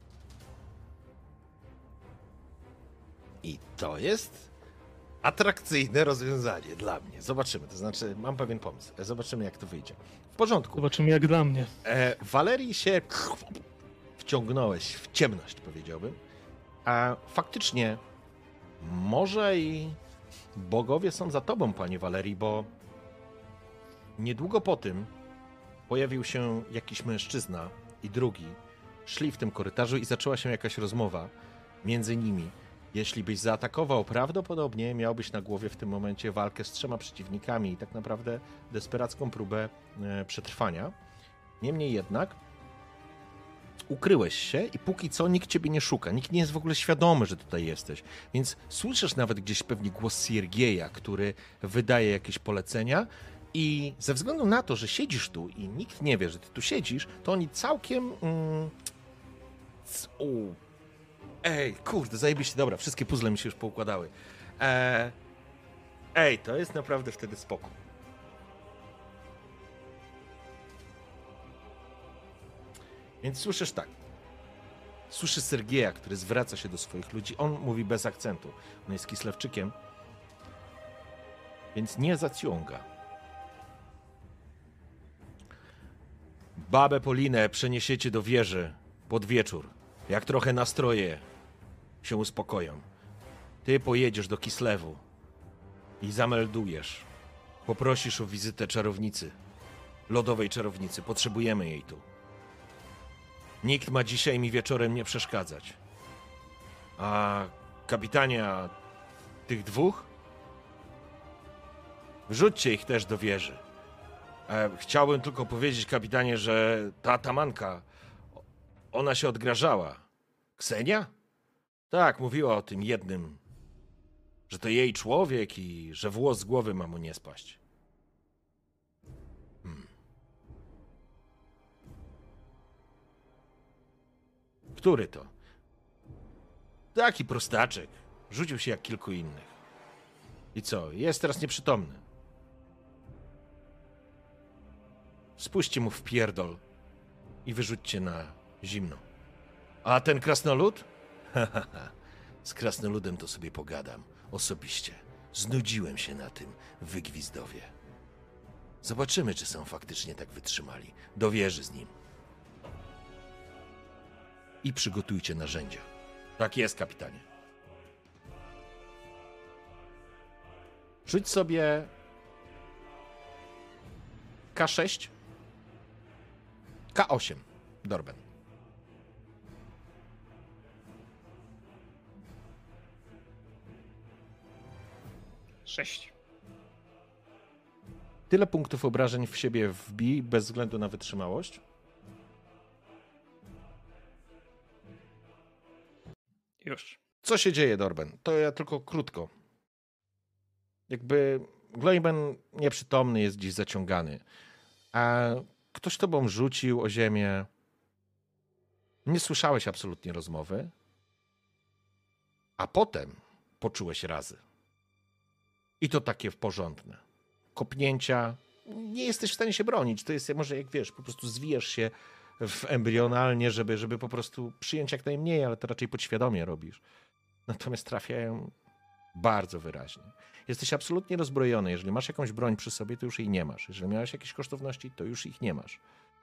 I to jest atrakcyjne rozwiązanie dla mnie. Zobaczymy, to znaczy mam pewien pomysł. Zobaczymy, jak to wyjdzie. W porządku. Zobaczymy, jak dla mnie. E, Walerii się wciągnąłeś w ciemność, powiedziałbym. A faktycznie może i bogowie są za tobą, panie Walerii, bo niedługo po tym pojawił się jakiś mężczyzna i drugi. Szli w tym korytarzu i zaczęła się jakaś rozmowa między nimi. Jeśli byś zaatakował, prawdopodobnie miałbyś na głowie w tym momencie walkę z trzema przeciwnikami i tak naprawdę desperacką próbę e, przetrwania. Niemniej jednak ukryłeś się i póki co nikt ciebie nie szuka, nikt nie jest w ogóle świadomy, że tutaj jesteś. Więc słyszysz nawet gdzieś pewnie głos Siergieja, który wydaje jakieś polecenia i ze względu na to, że siedzisz tu i nikt nie wie, że ty tu siedzisz, to oni całkiem... Mm, c- u, ej, kurde, zajebiście, dobra, wszystkie puzzle mi się już poukładały. E, ej, to jest naprawdę wtedy spoko. Więc słyszysz tak. Słyszysz Sergieja, który zwraca się do swoich ludzi. On mówi bez akcentu. On jest Kislewczykiem, więc nie zaciąga. Babę Polinę przeniesiecie do wieży pod wieczór. Jak trochę nastroje się uspokoją. Ty pojedziesz do Kislewu i zameldujesz. Poprosisz o wizytę czarownicy. Lodowej czarownicy. Potrzebujemy jej tu. Nikt ma dzisiaj mi wieczorem nie przeszkadzać. A kapitania tych dwóch? Wrzućcie ich też do wieży. E, chciałbym tylko powiedzieć, kapitanie, że ta atamanka, ona się odgrażała. Ksenia? Tak, mówiła o tym jednym, że to jej człowiek i że włos z głowy ma mu nie spaść. Hmm. Który to? Taki prostaczek. Rzucił się jak kilku innych. I co? Jest teraz nieprzytomny. Spuśćcie mu w pierdol i wyrzućcie na zimno. A ten krasnolud? Z krasnoludem to sobie pogadam. Osobiście. Znudziłem się na tym wygwizdowie. Zobaczymy, czy są faktycznie tak wytrzymali. Do wieży z nim. I przygotujcie narzędzia. Tak jest, kapitanie. Rzuć sobie K sześć, K osiem, Dorben. Sześć. Tyle punktów obrażeń w siebie wbij, bez względu na wytrzymałość. Już. Co się dzieje, Dorben? To ja tylko krótko. Jakby Gloiben nieprzytomny, jest dziś zaciągany. A ktoś tobą rzucił o ziemię. Nie słyszałeś absolutnie rozmowy. A potem poczułeś razy. I to takie porządne. Kopnięcia. Nie jesteś w stanie się bronić. To jest może, jak wiesz, po prostu zwijasz się w embrionalnie, żeby, żeby po prostu przyjąć jak najmniej, ale to raczej podświadomie robisz. Natomiast trafiają bardzo wyraźnie. Jesteś absolutnie rozbrojony. Jeżeli masz jakąś broń przy sobie, to już jej nie masz. Jeżeli miałeś jakieś kosztowności, to już ich nie masz.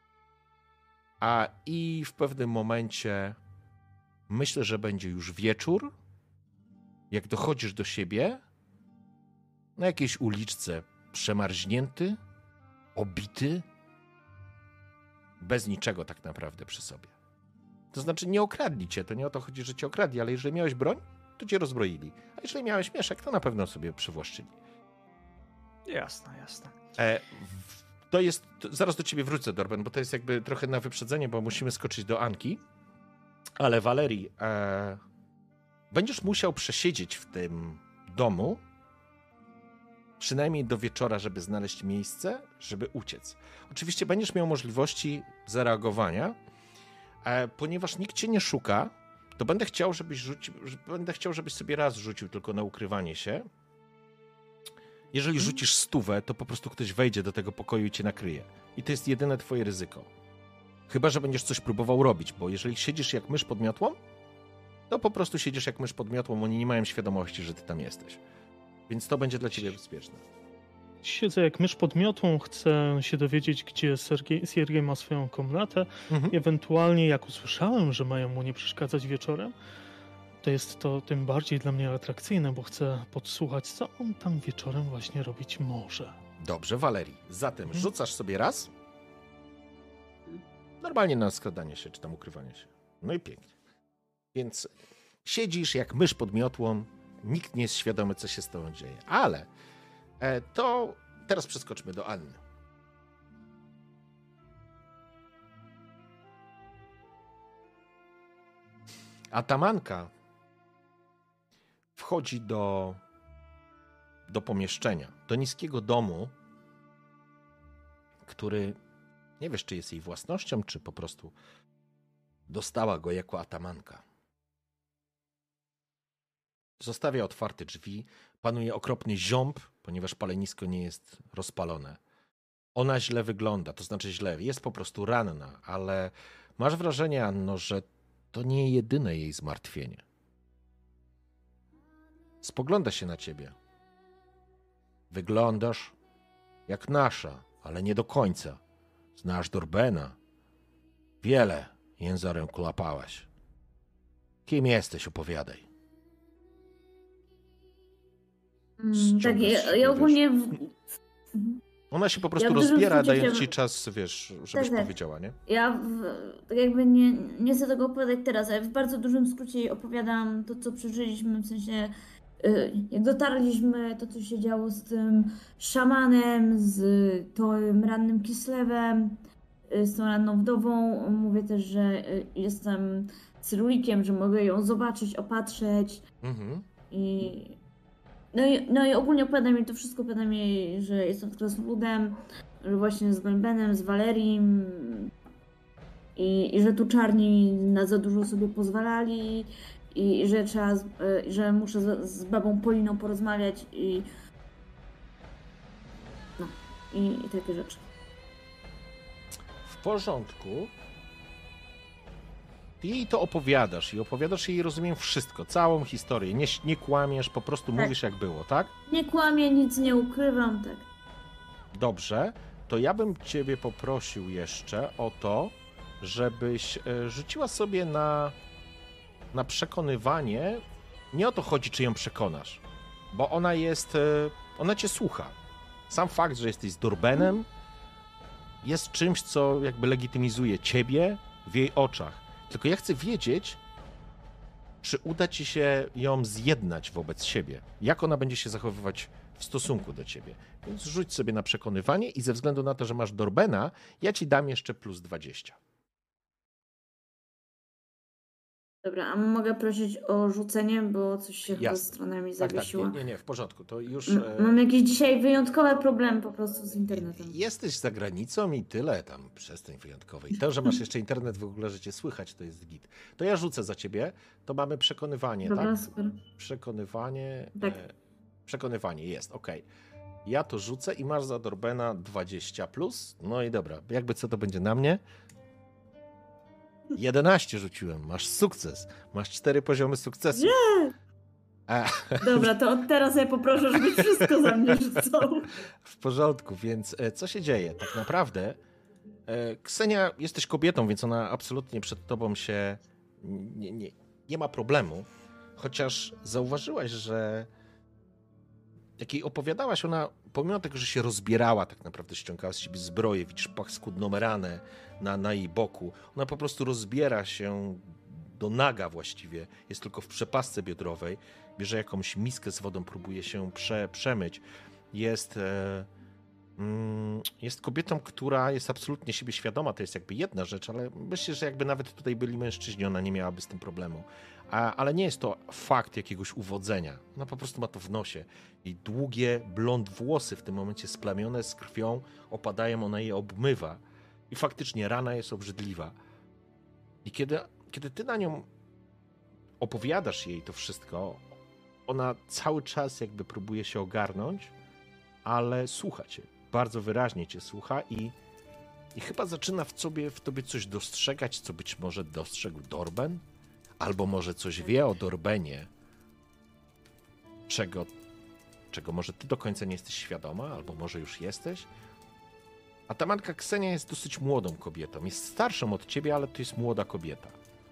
A i w pewnym momencie myślę, że będzie już wieczór. Jak dochodzisz do siebie, na jakiejś uliczce przemarznięty, obity, bez niczego tak naprawdę przy sobie. To znaczy nie okradli cię, to nie o to chodzi, że cię okradli, ale jeżeli miałeś broń, to cię rozbroili. A jeżeli miałeś mieszek, to na pewno sobie przywłaszczyli. Jasne, jasne. E, w, to jest, to zaraz do ciebie wrócę, Dorben, bo to jest jakby trochę na wyprzedzenie, bo musimy skoczyć do Anki. Ale Valerii, e, będziesz musiał przesiedzieć w tym domu przynajmniej do wieczora, żeby znaleźć miejsce, żeby uciec. Oczywiście będziesz miał możliwości zareagowania, e, ponieważ nikt cię nie szuka, to będę chciał, żebyś rzucił, będę chciał, żebyś sobie raz rzucił tylko na ukrywanie się. Jeżeli rzucisz stówę, to po prostu ktoś wejdzie do tego pokoju i cię nakryje. I to jest jedyne twoje ryzyko. Chyba że będziesz coś próbował robić, bo jeżeli siedzisz jak mysz pod miotłą, to po prostu siedzisz jak mysz pod miotłą, oni nie mają świadomości, że ty tam jesteś. Więc to będzie dla ciebie bezpieczne. Siedzę jak mysz pod miotłą, chcę się dowiedzieć, gdzie Sergiej, Siergiej ma swoją komnatę. Mhm. Ewentualnie, jak usłyszałem, że mają mu nie przeszkadzać wieczorem, to jest to tym bardziej dla mnie atrakcyjne, bo chcę podsłuchać, co on tam wieczorem właśnie robić może. Dobrze, Valerii. Zatem Mhm. rzucasz sobie raz. Normalnie na skradanie się, czy tam ukrywanie się. No i pięknie. Więc siedzisz jak mysz pod miotłą, nikt nie jest świadomy, co się z tobą dzieje. Ale e, to teraz przeskoczmy do Anny. Atamanka wchodzi do, do pomieszczenia, do niskiego domu, który nie wiesz, czy jest jej własnością, czy po prostu dostała go jako atamanka. Zostawia otwarte drzwi, panuje okropny ziąb, ponieważ palenisko nie jest rozpalone. Ona źle wygląda, to znaczy źle, jest po prostu ranna, ale masz wrażenie, Anno, że to nie jedyne jej zmartwienie. Spogląda się na ciebie. Wyglądasz jak nasza, ale nie do końca. Znasz Dorbena. Wiele jęzorem kulapałaś. Kim jesteś, opowiadaj. Mm, tak, ja, ja ogólnie... W... Mhm. Ona się po prostu Ja w dużym rozbiera, skrócie dając chciałam- ci czas, wiesz, żebyś tak. powiedziała, nie? Ja w, tak jakby nie, nie chcę tego opowiadać teraz, ale w bardzo dużym skrócie opowiadam to, co przeżyliśmy, w sensie y, jak dotarliśmy, to co się działo z tym szamanem, z tym rannym Kislewem, y, z tą ranną wdową, mówię też, że y, jestem cyrulikiem, że mogę ją zobaczyć, opatrzeć Mhm. i no i, no i ogólnie opowiadam jej to wszystko, opowiadam jej, że jestem krasnoludem, że właśnie z Glenbenem, z Valerim i, i że tu czarni na za dużo sobie pozwalali i, i że trzeba, z- y, że muszę z, z babą Poliną porozmawiać i no i, i takie rzeczy. W porządku. Ty jej to opowiadasz i opowiadasz jej, rozumiem, wszystko, całą historię. Nie, nie kłamiesz, po prostu Tak. mówisz jak było, tak? Nie kłamię, nic nie ukrywam, tak. Dobrze, to ja bym ciebie poprosił jeszcze o to, żebyś e, rzuciła sobie na, na przekonywanie. Nie o to chodzi, czy ją przekonasz, bo ona jest, e, ona cię słucha. Sam fakt, że jesteś z Dorbenem, jest czymś, co jakby legitymizuje ciebie w jej oczach. Tylko ja chcę wiedzieć, czy uda ci się ją zjednać wobec siebie. Jak ona będzie się zachowywać w stosunku do ciebie. Więc rzuć sobie na przekonywanie i ze względu na to, że masz Dorbena, ja ci dam jeszcze plus dwadzieścia. Dobra, a mogę prosić o rzucenie, bo coś się chyba Jasne. z stronami Tak, tak, zawiesiło. nie, nie, nie, w porządku. To już... M- e, Mam jakieś dzisiaj wyjątkowe problemy po prostu z internetem. Jesteś za granicą i tyle tam przestań wyjątkowej. To, że masz jeszcze internet w ogóle, że cię słychać, to jest git. To ja rzucę za ciebie. To mamy przekonywanie, Dobra, tak? super. Przekonywanie. Tak. E, przekonywanie jest, okej. Ja to rzucę i masz za Dorbena dwadzieścia plus. No i dobra, jakby co to będzie na mnie? jedenaście rzuciłem, masz sukces. Masz cztery poziomy sukcesu. A, Dobra, to od teraz ja poproszę, żeby wszystko za mnie rzucą. w porządku, więc e, co się dzieje? Tak naprawdę e, Ksenia, jesteś kobietą, więc ona absolutnie przed tobą się nie, nie, nie ma problemu. Chociaż zauważyłaś, że jak jej opowiadałaś, ona pomimo tego, że się rozbierała, tak naprawdę ściągała z siebie zbroję, widzisz paskudną ranę na, na jej boku, ona po prostu rozbiera się do naga właściwie, jest tylko w przepasce biodrowej, bierze jakąś miskę z wodą, próbuje się prze, przemyć. Jest, e, mm, jest kobietą, która jest absolutnie siebie świadoma, to jest jakby jedna rzecz, ale myślę, że jakby nawet tutaj byli mężczyźni, ona nie miałaby z tym problemu. A, ale nie jest to fakt jakiegoś uwodzenia. Ona po prostu ma to w nosie. I długie, blond włosy w tym momencie splamione z krwią opadają, ona je obmywa. I faktycznie rana jest obrzydliwa. I kiedy, kiedy ty na nią opowiadasz jej to wszystko, ona cały czas jakby próbuje się ogarnąć, ale słucha cię. Bardzo wyraźnie cię słucha i, i chyba zaczyna w sobie, w tobie coś dostrzegać, co być może dostrzegł Dorben? Albo może coś wie o Dorbenie, czego, czego może ty do końca nie jesteś świadoma, albo może już jesteś. A ta matka Ksenia jest dosyć młodą kobietą. Jest starszą od ciebie, ale to jest młoda kobieta.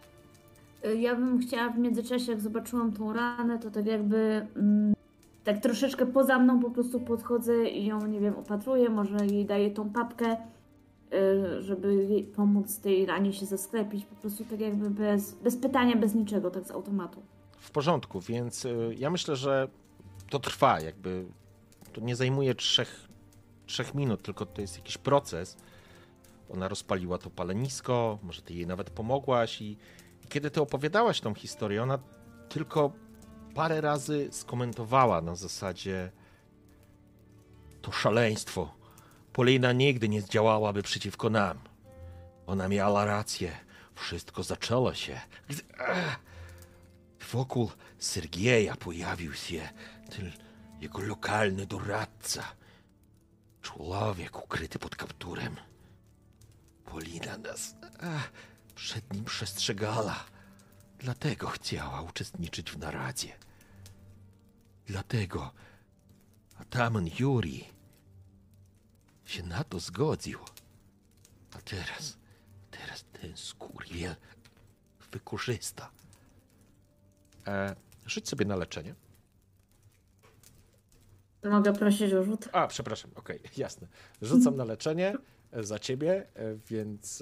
Ja bym chciała w międzyczasie, jak zobaczyłam tą ranę, to tak jakby mm, tak troszeczkę poza mną po prostu podchodzę i ją, nie wiem, opatruję, może jej daję tą papkę, y, żeby jej pomóc tej ranie się zasklepić, po prostu tak jakby bez, bez pytania, bez niczego, tak z automatu. W porządku, więc y, ja myślę, że to trwa, jakby to nie zajmuje trzech, trzech minut, tylko to jest jakiś proces. Ona rozpaliła to palenisko, może ty jej nawet pomogłaś i, i kiedy ty opowiadałaś tą historię, ona tylko parę razy skomentowała na zasadzie to szaleństwo. Polina nigdy nie działałaby przeciwko nam. Ona miała rację. Wszystko zaczęło się, gdy ach, wokół Sergieja pojawił się ten jego lokalny doradca. Człowiek ukryty pod kapturem. Polina nas ach, przed nim przestrzegała. Dlatego chciała uczestniczyć w naradzie. Dlatego ataman Juri się na to zgodził. A teraz, teraz ten skurwiel wykorzysta. E, rzuć sobie na leczenie. Mogę prosić o rzut? A, przepraszam, okej, jasne. Rzucam na leczenie e, za ciebie, e, więc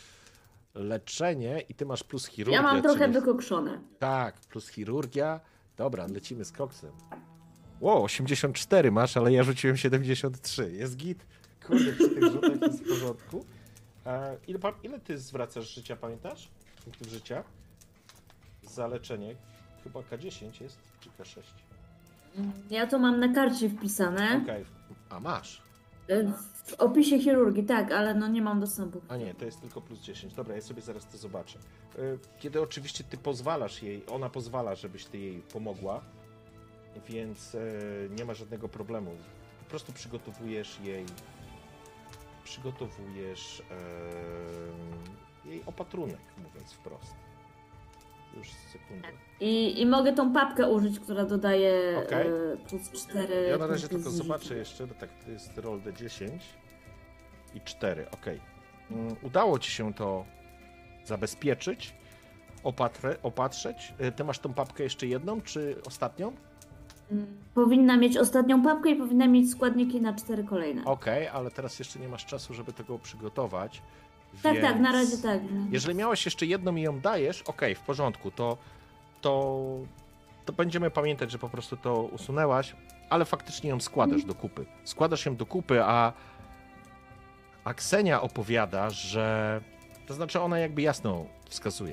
e, leczenie i ty masz plus chirurgia. Ja mam trochę czyli... wykokszone. Tak, plus chirurgia, Dobra, lecimy z koksem. Ło, osiemdziesiąt cztery masz, ale ja rzuciłem siedemdziesiąt trzy. Jest git. Kurde, przy tych rzutach jest w porządku. A ile, pa- ile ty zwracasz życia, pamiętasz? Punktów życia? Za leczenie. Chyba K dziesięć jest, czy K sześć? Ja to mam na karcie wpisane. Okej. A masz. Y, W opisie chirurgii, tak, ale no nie mam dostępu. A nie, to jest tylko plus dziesięć. Dobra, ja sobie zaraz to zobaczę. Y, Kiedy oczywiście ty pozwalasz jej, ona pozwala, żebyś ty jej pomogła, więc y, nie ma żadnego problemu. Po prostu przygotowujesz jej przygotowujesz y, jej opatrunek, mówiąc wprost. Już sekundę. I, I mogę tą papkę użyć, która dodaje Okej. y, plus cztery. Ja na razie punkty tylko z zobaczę życia. jeszcze, bo tak, to jest roll D dziesięć i cztery, okej. Mm, Udało ci się to zabezpieczyć, opatre, opatrzeć. Y, Ty masz tą papkę jeszcze jedną, czy ostatnią? Mm, Powinna mieć ostatnią papkę i powinna mieć składniki na cztery kolejne. Okej, ale teraz jeszcze nie masz czasu, żeby tego przygotować. Tak, więc... tak, na razie tak. Jeżeli miałeś jeszcze jedną i ją dajesz, okej, w porządku, to, to, to będziemy pamiętać, że po prostu to usunęłaś, ale faktycznie ją składasz do kupy. Składasz ją do kupy, a, a Ksenia opowiada, że... To znaczy ona jakby jasno wskazuje,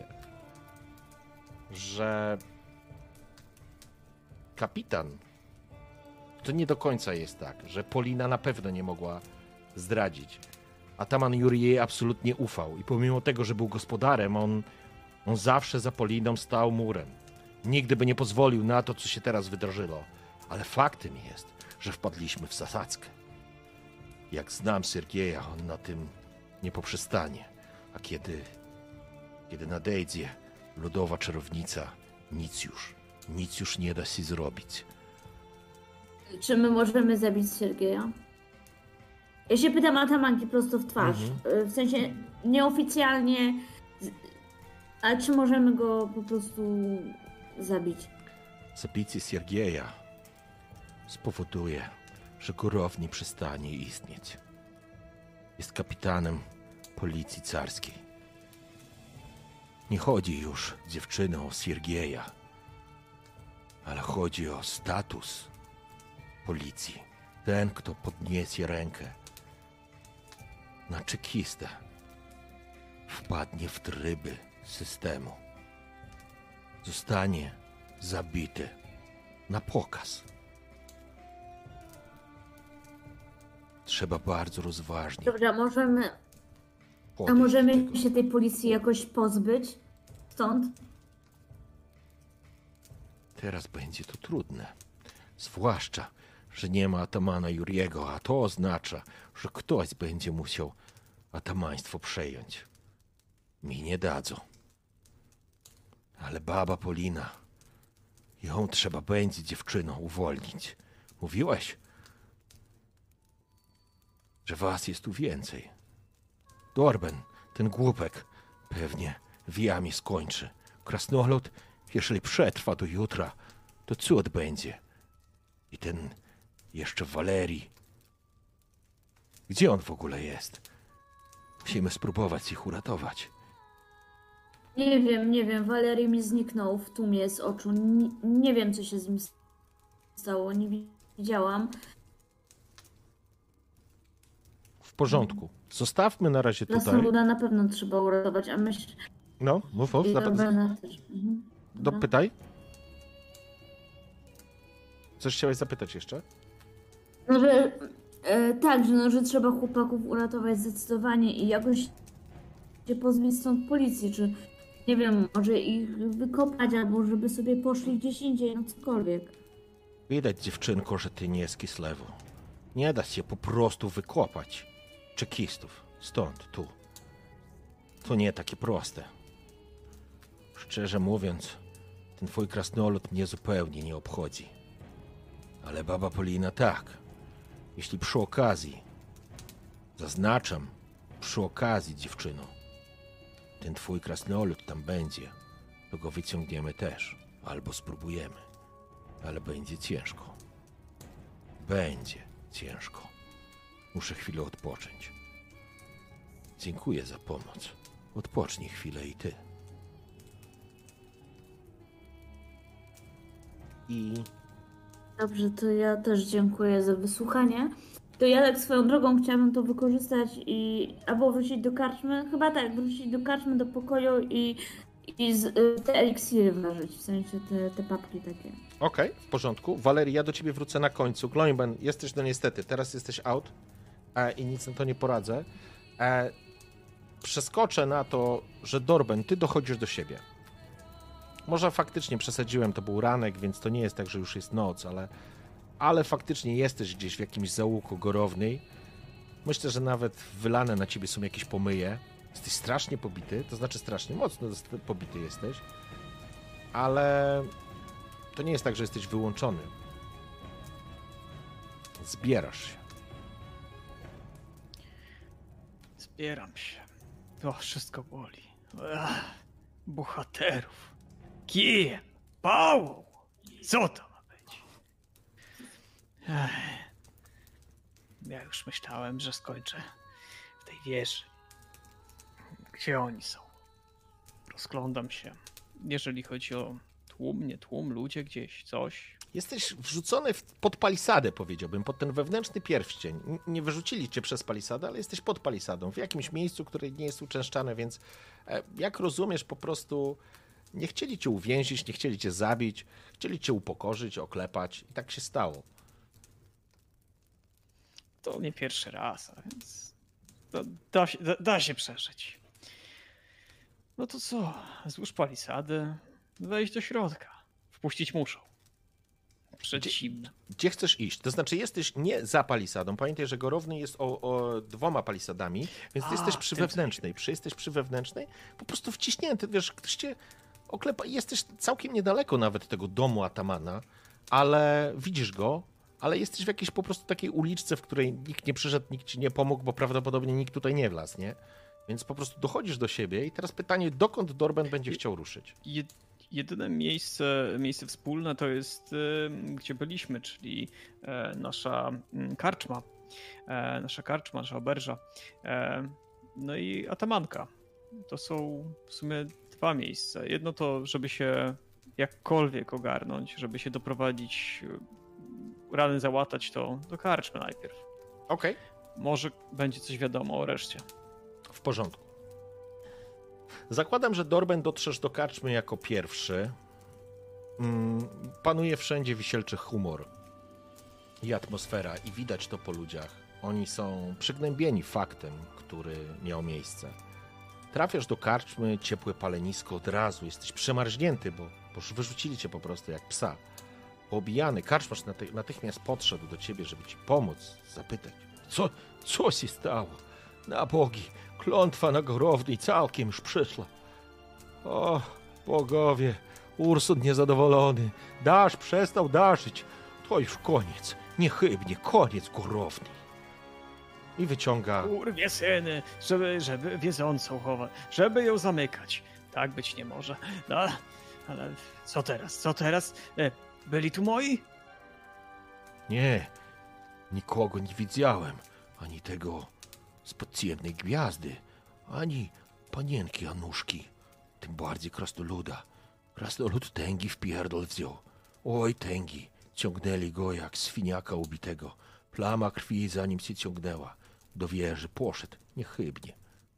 że kapitan to nie do końca jest tak, że Polina na pewno nie mogła zdradzić. Ataman Juri jej absolutnie ufał i pomimo tego, że był gospodarem, on, on zawsze za Poliną stał murem. Nigdy by nie pozwolił na to, co się teraz wydarzyło. Ale faktem jest, że wpadliśmy w zasadzkę. Jak znam Sergieja, on na tym nie poprzestanie. A kiedy, kiedy nadejdzie lodowa czarownica, nic już, nic już nie da się zrobić. Czy my możemy zabić Sergeja? Ja się pytam Atamanki prosto w twarz. Mhm. Y, W sensie nieoficjalnie, z- ale czy możemy go po prostu zabić? Zabicie Sergieja spowoduje, że Górow nie przestanie istnieć. Jest kapitanem policji carskiej. Nie chodzi już, dziewczyno, o Sergieja, ale chodzi o status policji. Ten, kto podniesie rękę na czekistę, wpadnie w tryby systemu. Zostanie zabity na pokaz. Trzeba bardzo rozważnie Dobra, możemy. A podejść do możemy tego. się tej policji jakoś pozbyć? Stąd? Teraz będzie to trudne. Zwłaszcza, że nie ma atamana Juriego, a to oznacza, że ktoś będzie musiał atamaństwo przejąć. Mi nie dadzą. Ale baba Polina, ją trzeba będzie, dziewczyno, uwolnić. Mówiłaś, że was jest tu więcej. Dorben, ten głupek, pewnie w jamie skończy. Krasnolud, jeżeli przetrwa do jutra, to cud będzie. I ten jeszcze Walerii. Gdzie on w ogóle jest? Musimy spróbować ich uratować. Nie wiem, nie wiem. Walerii mi zniknął w tłumie z oczu. Nie, nie wiem, co się z nim stało. Nie wi- widziałam. W porządku. Zostawmy na razie tutaj. Krasnoluda na pewno trzeba uratować, a myśl... No, mów, mów. I zap- Dorbena też. Mhm. Dobra. Dopytaj. Coś chciałeś zapytać jeszcze? No, że, e, tak, że, no, że trzeba chłopaków uratować zdecydowanie i jakoś się pozbyć stąd policji, czy nie wiem, może ich wykopać, albo żeby sobie poszli gdzieś indziej, no cokolwiek. Widać, dziewczynko, że ty nie z Kislewu. Nie da się po prostu wykopać czekistów stąd, tu. To nie takie proste. Szczerze mówiąc, ten twój krasnolud mnie zupełnie nie obchodzi. Ale baba Polina tak. Jeśli przy okazji, zaznaczam, przy okazji, dziewczyno, ten twój krasnolud tam będzie, to go wyciągniemy też. Albo spróbujemy. Ale będzie ciężko. Będzie ciężko. Muszę chwilę odpocząć. Dziękuję za pomoc. Odpocznij chwilę i ty. i Dobrze, to ja też dziękuję za wysłuchanie. To ja tak swoją drogą chciałabym to wykorzystać i albo wrócić do karczmy, chyba tak, wrócić do karczmy, do pokoju i, i z, y, te eliksiry ważyć, w sensie te, te papki takie. okej, w porządku. Walerii, ja do ciebie wrócę na końcu. Gloimben, jesteś no niestety, teraz jesteś out e, i nic na to nie poradzę. E, przeskoczę na to, że Dorben, ty dochodzisz do siebie. Może faktycznie przesadziłem, to był ranek, więc to nie jest tak, że już jest noc, ale, ale faktycznie jesteś gdzieś w jakimś zaułku gorownej. Myślę, że nawet wylane na ciebie są jakieś pomyje. Jesteś strasznie pobity, to znaczy strasznie mocno pobity jesteś, ale to nie jest tak, że jesteś wyłączony. Zbierasz się. Zbieram się. To wszystko boli. Ach, bohaterów. Kijem. Pałą. Co to ma być? Ech. Ja już myślałem, że skończę w tej wieży. Gdzie oni są? Rozglądam się. Jeżeli chodzi o tłum, nie tłum, ludzie gdzieś, coś. Jesteś wrzucony w, pod palisadę, powiedziałbym, pod ten wewnętrzny pierścień. N- Nie wyrzucili cię przez palisadę, ale jesteś pod palisadą, w jakimś miejscu, które nie jest uczęszczane, więc e, jak rozumiesz, po prostu nie chcieli cię uwięzić, nie chcieli cię zabić, chcieli cię upokorzyć, oklepać i tak się stało. To nie pierwszy raz, a więc to da, się, da, da się przeżyć. No to co? Wzdłuż palisady, wejść do środka. Wpuścić muszą. Przed Gdzie- zimnem. Gdzie chcesz iść? To znaczy jesteś nie za palisadą. Pamiętaj, że Gorowny jest o, o dwoma palisadami, więc ty A, jesteś przy w tym wewnętrznej. Przy jesteś przy wewnętrznej, po prostu wciśnięty, wiesz, ktoś cię oklepa. Jesteś całkiem niedaleko nawet tego domu atamana, ale widzisz go, ale jesteś w jakiejś po prostu takiej uliczce, w której nikt nie przyszedł, nikt ci nie pomógł, bo prawdopodobnie nikt tutaj nie wlazł, nie? Więc po prostu dochodzisz do siebie i teraz pytanie, dokąd Dorben będzie chciał ruszyć? Jed, jedyne miejsce, miejsce wspólne to jest, y, gdzie byliśmy, czyli e, nasza mm, karczma. E, nasza karczma, nasza oberża. E, no i atamanka. To są w sumie dwa miejsca. Jedno to, żeby się jakkolwiek ogarnąć, żeby się doprowadzić, y, rany załatać, to do karczmy najpierw. Okej, Może będzie coś wiadomo o reszcie. w porządku. Zakładam, że Dorben dotrzesz do karczmy jako pierwszy. Mm, panuje wszędzie wisielczy humor i atmosfera i widać to po ludziach. Oni są przygnębieni faktem, który miał miejsce. Trafiasz do karczmy, ciepłe palenisko od razu, jesteś przemarznięty, bo, bo już wyrzucili cię po prostu jak psa. Obijany, karczmarz naty- natychmiast podszedł do ciebie, żeby ci pomóc, zapytać. Co, co się stało? Na bogi, klątwa na Gorownej całkiem już przyszła. O, bogowie, Ursun niezadowolony. Dasz przestał darzyć. To już koniec, niechybnie, koniec Gorownej. I wyciąga... Kurwie syny, żeby, żeby wiedzącą chować, żeby ją zamykać. Tak być nie może. No, ale co teraz, co teraz? E, Byli tu moi? Nie, nikogo nie widziałem, ani tego z podciemnej gwiazdy, ani panienki Anuszki, tym bardziej krasnoluda. Krasnolud tęgi w pierdol wziął. Oj, tęgi, ciągnęli go jak swiniaka ubitego. Plama krwi za nim się ciągnęła. Do wieży poszedł, niechybnie.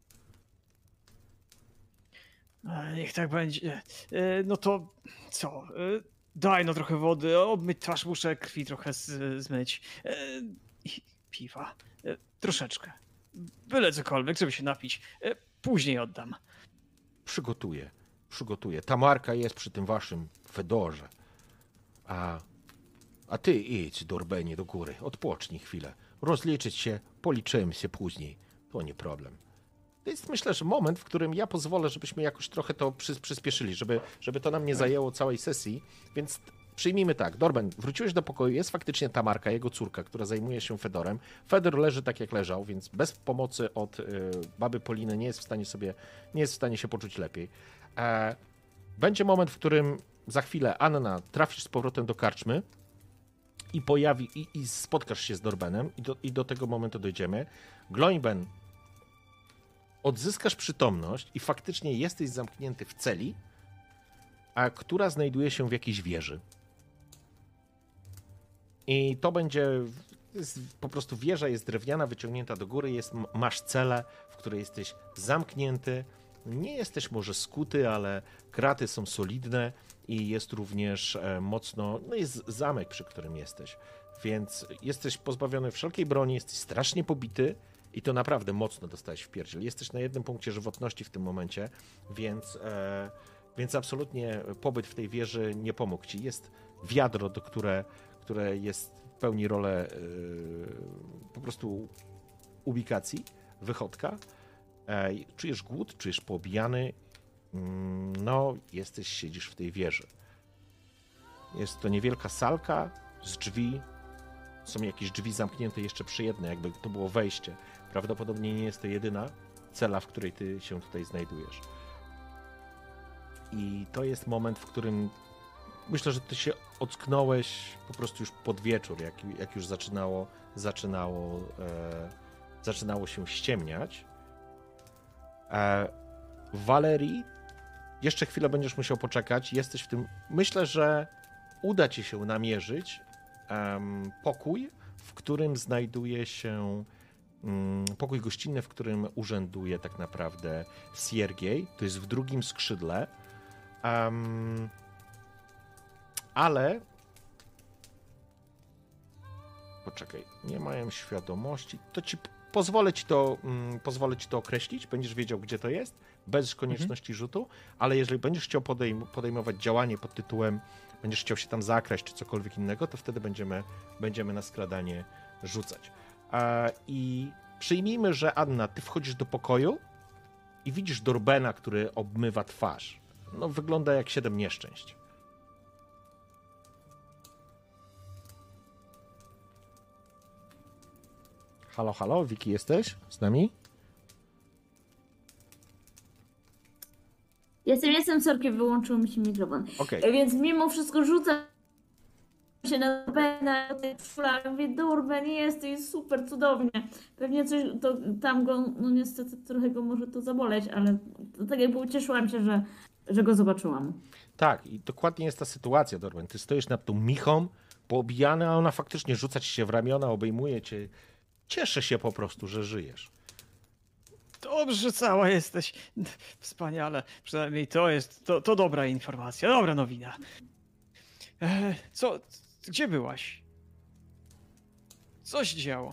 E, Niech tak będzie. E, No to co? E, Daj no trochę wody, obmyć twarz, muszę krwi trochę z, zmyć. E, I piwa. E, Troszeczkę. Byle cokolwiek, żeby się napić. E, Później oddam. Przygotuję, przygotuję. Tamarka jest przy tym waszym Fedorze. A, a ty idź, Dorbenie, do góry. Odpocznij chwilę. Rozliczyć się, policzymy się później. To nie problem. To jest, myślę, że moment, w którym ja pozwolę, żebyśmy jakoś trochę to przy, przyspieszyli, żeby, żeby to nam nie zajęło całej sesji. Więc przyjmijmy tak. Dorben, wróciłeś do pokoju. Jest faktycznie Tamarka, jego córka, która zajmuje się Fedorem. Fedor leży tak, jak leżał, więc bez pomocy od y, baby Poliny nie jest w stanie sobie, nie jest w stanie się poczuć lepiej. E, będzie moment, w którym za chwilę, Anna, trafisz z powrotem do karczmy i pojawi, i, i spotkasz się z Dorbenem i do, i do tego momentu dojdziemy. Gloimben, odzyskasz przytomność i faktycznie jesteś zamknięty w celi, a która znajduje się w jakiejś wieży. I to będzie, jest, po prostu wieża jest drewniana, wyciągnięta do góry, jest, masz celę, w której jesteś zamknięty. Nie jesteś może skuty, ale kraty są solidne i jest również e, mocno, no jest zamek, przy którym jesteś. Więc jesteś pozbawiony wszelkiej broni, jesteś strasznie pobity i to naprawdę mocno dostałeś w pierdziel. Jesteś na jednym punkcie żywotności w tym momencie, więc, e, więc absolutnie pobyt w tej wieży nie pomógł ci. Jest wiadro, do które, które jest, pełni rolę e, po prostu ubikacji, wychodka. E, czujesz głód, czujesz poobijany, mm, no jesteś, siedzisz w tej wieży. Jest to niewielka salka z drzwi. Są jakieś drzwi zamknięte jeszcze przy jednej, jakby to było wejście. Prawdopodobnie nie jest to jedyna cela, w której ty się tutaj znajdujesz. I to jest moment, w którym myślę, że ty się ocknąłeś po prostu już pod wieczór, jak, jak już zaczynało, zaczynało, e, zaczynało się ściemniać. E, Valerii, jeszcze chwilę będziesz musiał poczekać. Jesteś w tym... Myślę, że uda ci się namierzyć um, pokój, w którym znajduje się um, pokój gościnny, w którym urzęduje tak naprawdę Siergiej. To jest w drugim skrzydle. Um, ale poczekaj, nie mają świadomości. To ci pozwolę ci to, um, pozwolę ci to określić. Będziesz wiedział, gdzie to jest, bez konieczności mhm. rzutu, ale jeżeli będziesz chciał podejm- podejmować działanie pod tytułem będziesz chciał się tam zakraść czy cokolwiek innego, to wtedy będziemy, będziemy na skradanie rzucać. E, I przyjmijmy, że Anna, ty wchodzisz do pokoju i widzisz Dorbena, który obmywa twarz. No, wygląda jak siedem nieszczęść. Halo, halo, Wiki, jesteś z nami? Jestem, jestem, sorki, wyłączył mi się mikrofon. Okay. Więc mimo wszystko rzucam się na Dorbena, mówię, Dorben jest, to jest super, cudownie. Pewnie coś, to tam go, no niestety trochę go może to zaboleć, ale to tak jakby ucieszyłam się, że, że go zobaczyłam. Tak, i dokładnie jest ta sytuacja, Dorben. Ty stoisz nad tą michą, poobijany, a ona faktycznie rzuca ci się w ramiona, obejmuje cię. Cieszę się po prostu, że żyjesz. Dobrze, cała jesteś. Wspaniale. Przynajmniej to jest, to, to dobra informacja, dobra nowina. E, co, gdzie byłaś? Co się działo?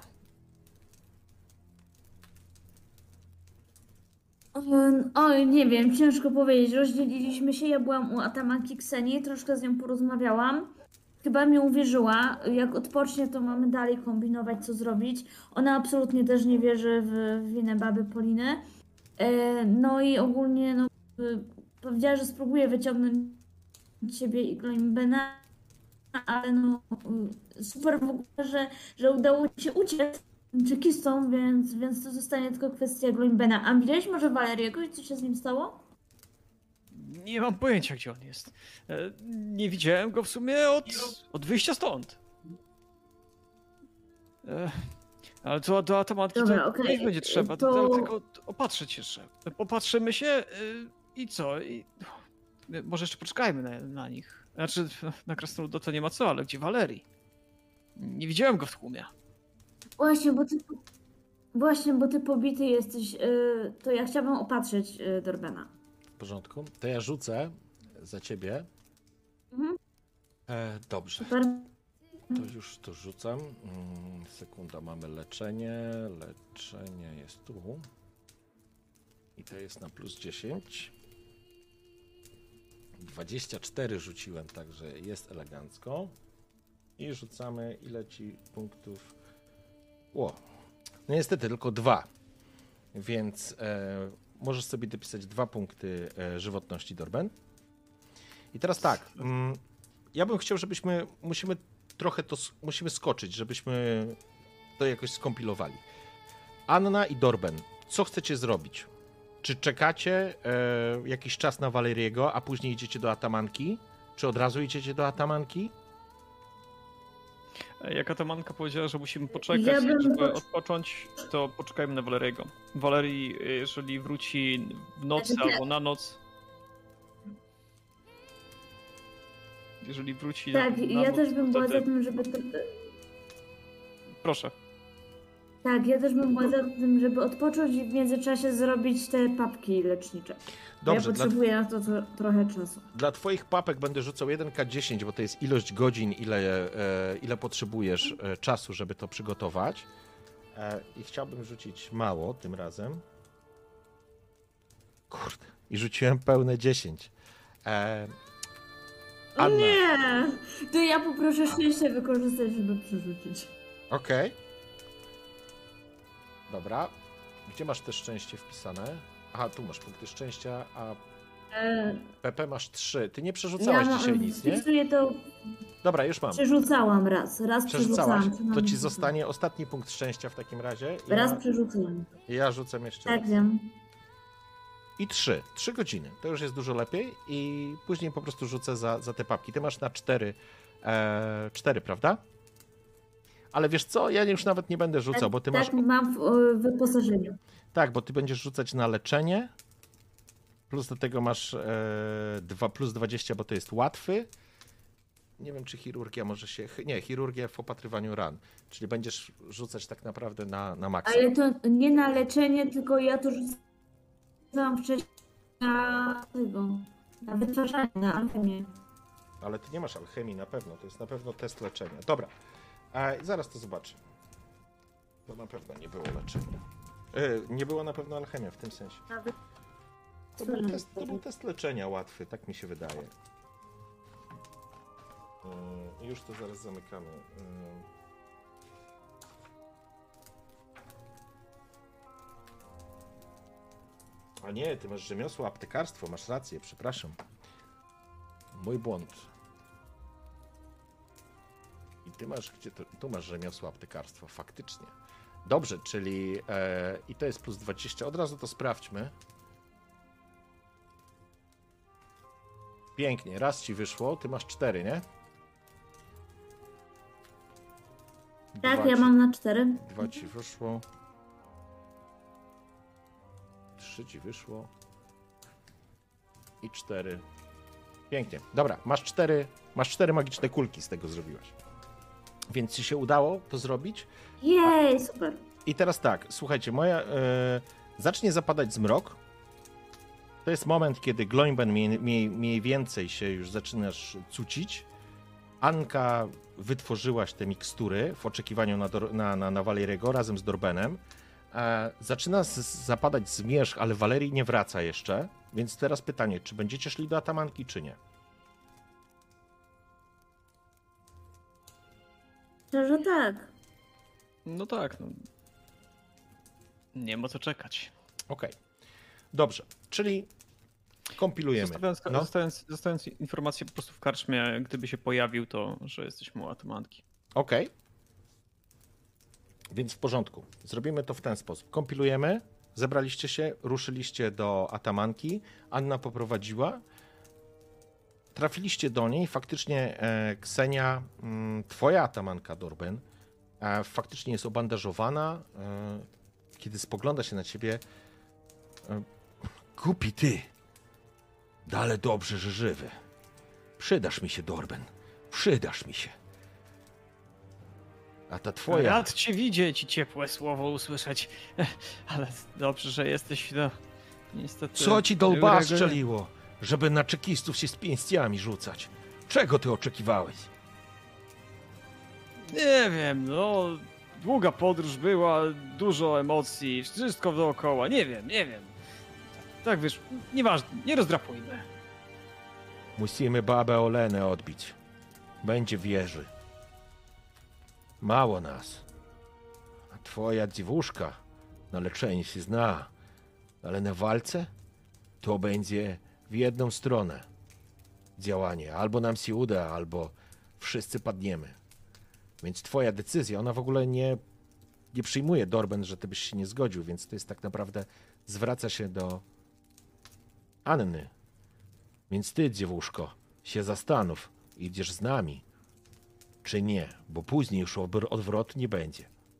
Oj, nie wiem, ciężko powiedzieć. Rozdzieliliśmy się, ja byłam u atamanki Ksenii, troszkę z nią porozmawiałam. Chyba mi uwierzyła. Jak odpocznie, to mamy dalej kombinować, co zrobić. Ona absolutnie też nie wierzy w winę baby Poliny. No i ogólnie no, powiedziała, że spróbuje wyciągnąć siebie i Gloimbena, ale no super w ogóle, że, że udało ci się uciec czekistą, więc, więc to zostanie tylko kwestia Gloimbena. A widziałeś może Valeriego i co się z nim stało? Nie mam pojęcia, gdzie on jest. Nie widziałem go w sumie od, od wyjścia stąd. Ale to do atamatki Dobra, to okay. nie będzie trzeba, to... to... tylko opatrzyć jeszcze. Popatrzymy się i co? I... Może jeszcze poczekajmy na, na nich. Znaczy, na Krasnoluda to nie ma co, ale gdzie Valerii? Nie widziałem go w tłumie. Właśnie, bo ty, właśnie, bo ty pobity jesteś, to ja chciałabym opatrzyć Dorbena. W porządku. To ja rzucę za ciebie. Mhm. E, dobrze. Super. To już to rzucam. Mm, sekunda, mamy leczenie. Leczenie jest tu. I to jest na plus dziesięć. dwadzieścia cztery rzuciłem, także jest elegancko. I rzucamy, ile ci punktów... Ło, no niestety tylko dwa. Więc e, możesz sobie dopisać dwa punkty e, żywotności, Dorben. I teraz tak, mm, ja bym chciał, żebyśmy, musimy trochę to, musimy skoczyć, żebyśmy to jakoś skompilowali. Anna i Dorben, co chcecie zrobić? Czy czekacie e, jakiś czas na Valeriego, a później idziecie do atamanki? Czy od razu idziecie do atamanki? Jak atamanka powiedziała, że musimy poczekać, Ja bym żeby po... odpocząć, to poczekajmy na Valeriego. Valerii, jeżeli wróci w nocy Ja... albo na noc... Jeżeli wróci Tak, na, na ja noc, też bym była wtedy... za tym, żeby to, proszę. Tak, ja też bym była za tym, żeby odpocząć i w międzyczasie zrobić te papki lecznicze. Dobrze, ja dla, potrzebuję na to, to trochę czasu. dla twoich papek będę rzucał jeden K dziesięć, bo to jest ilość godzin, ile, e, ile potrzebujesz e, czasu, żeby to przygotować. E, I chciałbym rzucić mało tym razem. Kurde. I rzuciłem pełne dziesięć. E, O Anna. nie! To ja poproszę szczęście wykorzystać, żeby przerzucić. Okej. Dobra. Gdzie masz te szczęście wpisane? Aha, tu masz punkty szczęścia, a E, P P masz trzy. Ty nie przerzucałaś ja dzisiaj nic, nie? wpisuję to, Dobra, już mam. przerzucałam raz. Raz Przerzucałaś. przerzucałam. To ci zostanie ostatni punkt szczęścia w takim razie. I Raz ja, przerzucałam. i ja rzucam jeszcze Tak, raz. wiem. I trzy. Trzy godziny. To już jest dużo lepiej i później po prostu rzucę za, za te papki. Ty masz na cztery. E, cztery, prawda? Ale wiesz co? Ja już nawet nie będę rzucał, bo ty tak, masz... mam w o, wyposażeniu. Tak, bo ty będziesz rzucać na leczenie. Plus do tego masz e, dwa, plus dwadzieścia, bo to jest łatwy. Nie wiem, czy chirurgia może się... Nie, chirurgia w opatrywaniu ran. Czyli będziesz rzucać tak naprawdę na, na maksa. Ale to nie na leczenie, tylko ja to rzucałam wcześniej na tego, na wytwarzanie, na alchemię. Ale ty nie masz alchemii na pewno. To jest na pewno test leczenia. Dobra. E, zaraz to zobaczę. To na pewno nie było leczenia. E, nie było na pewno alchemia w tym sensie. Na wy- To był, test, to był test leczenia łatwy, tak mi się wydaje. Yy, już to zaraz zamykamy. Yy. A nie, ty masz rzemiosło, aptekarstwo, masz rację, przepraszam. Mój błąd. I ty masz, gdzie to, tu masz rzemiosło, aptekarstwo, faktycznie. Dobrze, czyli e, i to jest plus dwadzieścia, od razu to sprawdźmy. Pięknie, raz ci wyszło, ty masz cztery, nie? Tak, Dwa ja ci, mam na cztery. Dwa ci wyszło. Trzy ci wyszło. I cztery. Pięknie. Dobra, masz cztery, masz cztery magiczne kulki z tego zrobiłaś. Więc ci się udało to zrobić. Jej, super. I teraz tak, słuchajcie, moja... E, zacznie zapadać zmrok. To jest moment, kiedy Gloimben mniej, mniej, mniej więcej się już zaczynasz cucić. Anka, wytworzyłaś te mikstury w oczekiwaniu na, Dor- na, na, na Waleriego razem z Dorbenem. E, zaczyna z- zapadać zmierzch, ale Walerii nie wraca jeszcze. Więc teraz pytanie, czy będziecie szli do Atamanki, czy nie? Szczerze tak. No tak, no. Nie ma co czekać. Okej. Dobrze, czyli kompilujemy. Zostawiając, No. zostawiając, zostawiając informację po prostu w karczmie, gdyby się pojawił, to że jesteśmy u Atamanki. Okej. Więc w porządku. Zrobimy to w ten sposób. Kompilujemy, zebraliście się, ruszyliście do Atamanki, Anna poprowadziła, trafiliście do niej, faktycznie e, Ksenia, m, twoja Atamanka, Dorben, e, faktycznie jest obandażowana, e, kiedy spogląda się na ciebie, e, głupi ty, ale dobrze, że żywy. Przydasz mi się, Dorben, przydasz mi się. A ta twoja... Rad cię widzieć i ciepłe słowo usłyszeć. Ale dobrze, że jesteś, no, niestety... Co ci do łba Reg- strzeliło, żeby na czekistów się z pięściami rzucać? Czego ty oczekiwałeś? Nie wiem, no... Długa podróż była, dużo emocji, wszystko dookoła, nie wiem, nie wiem. Tak wiesz, nieważne, nie rozdrapujmy. Musimy babę Olenę odbić. Będzie wieży. Mało nas. A twoja dziewuszka na leczenie się zna, ale na walce to będzie w jedną stronę działanie. Albo nam się uda, albo wszyscy padniemy. Więc twoja decyzja, ona w ogóle nie, nie przyjmuje, Dorben, że ty byś się nie zgodził, więc to jest tak naprawdę, zwraca się do Anny. Więc ty, dziewuszko, się zastanów, idziesz z nami, czy nie, bo później już obr- odwrotu nie będzie.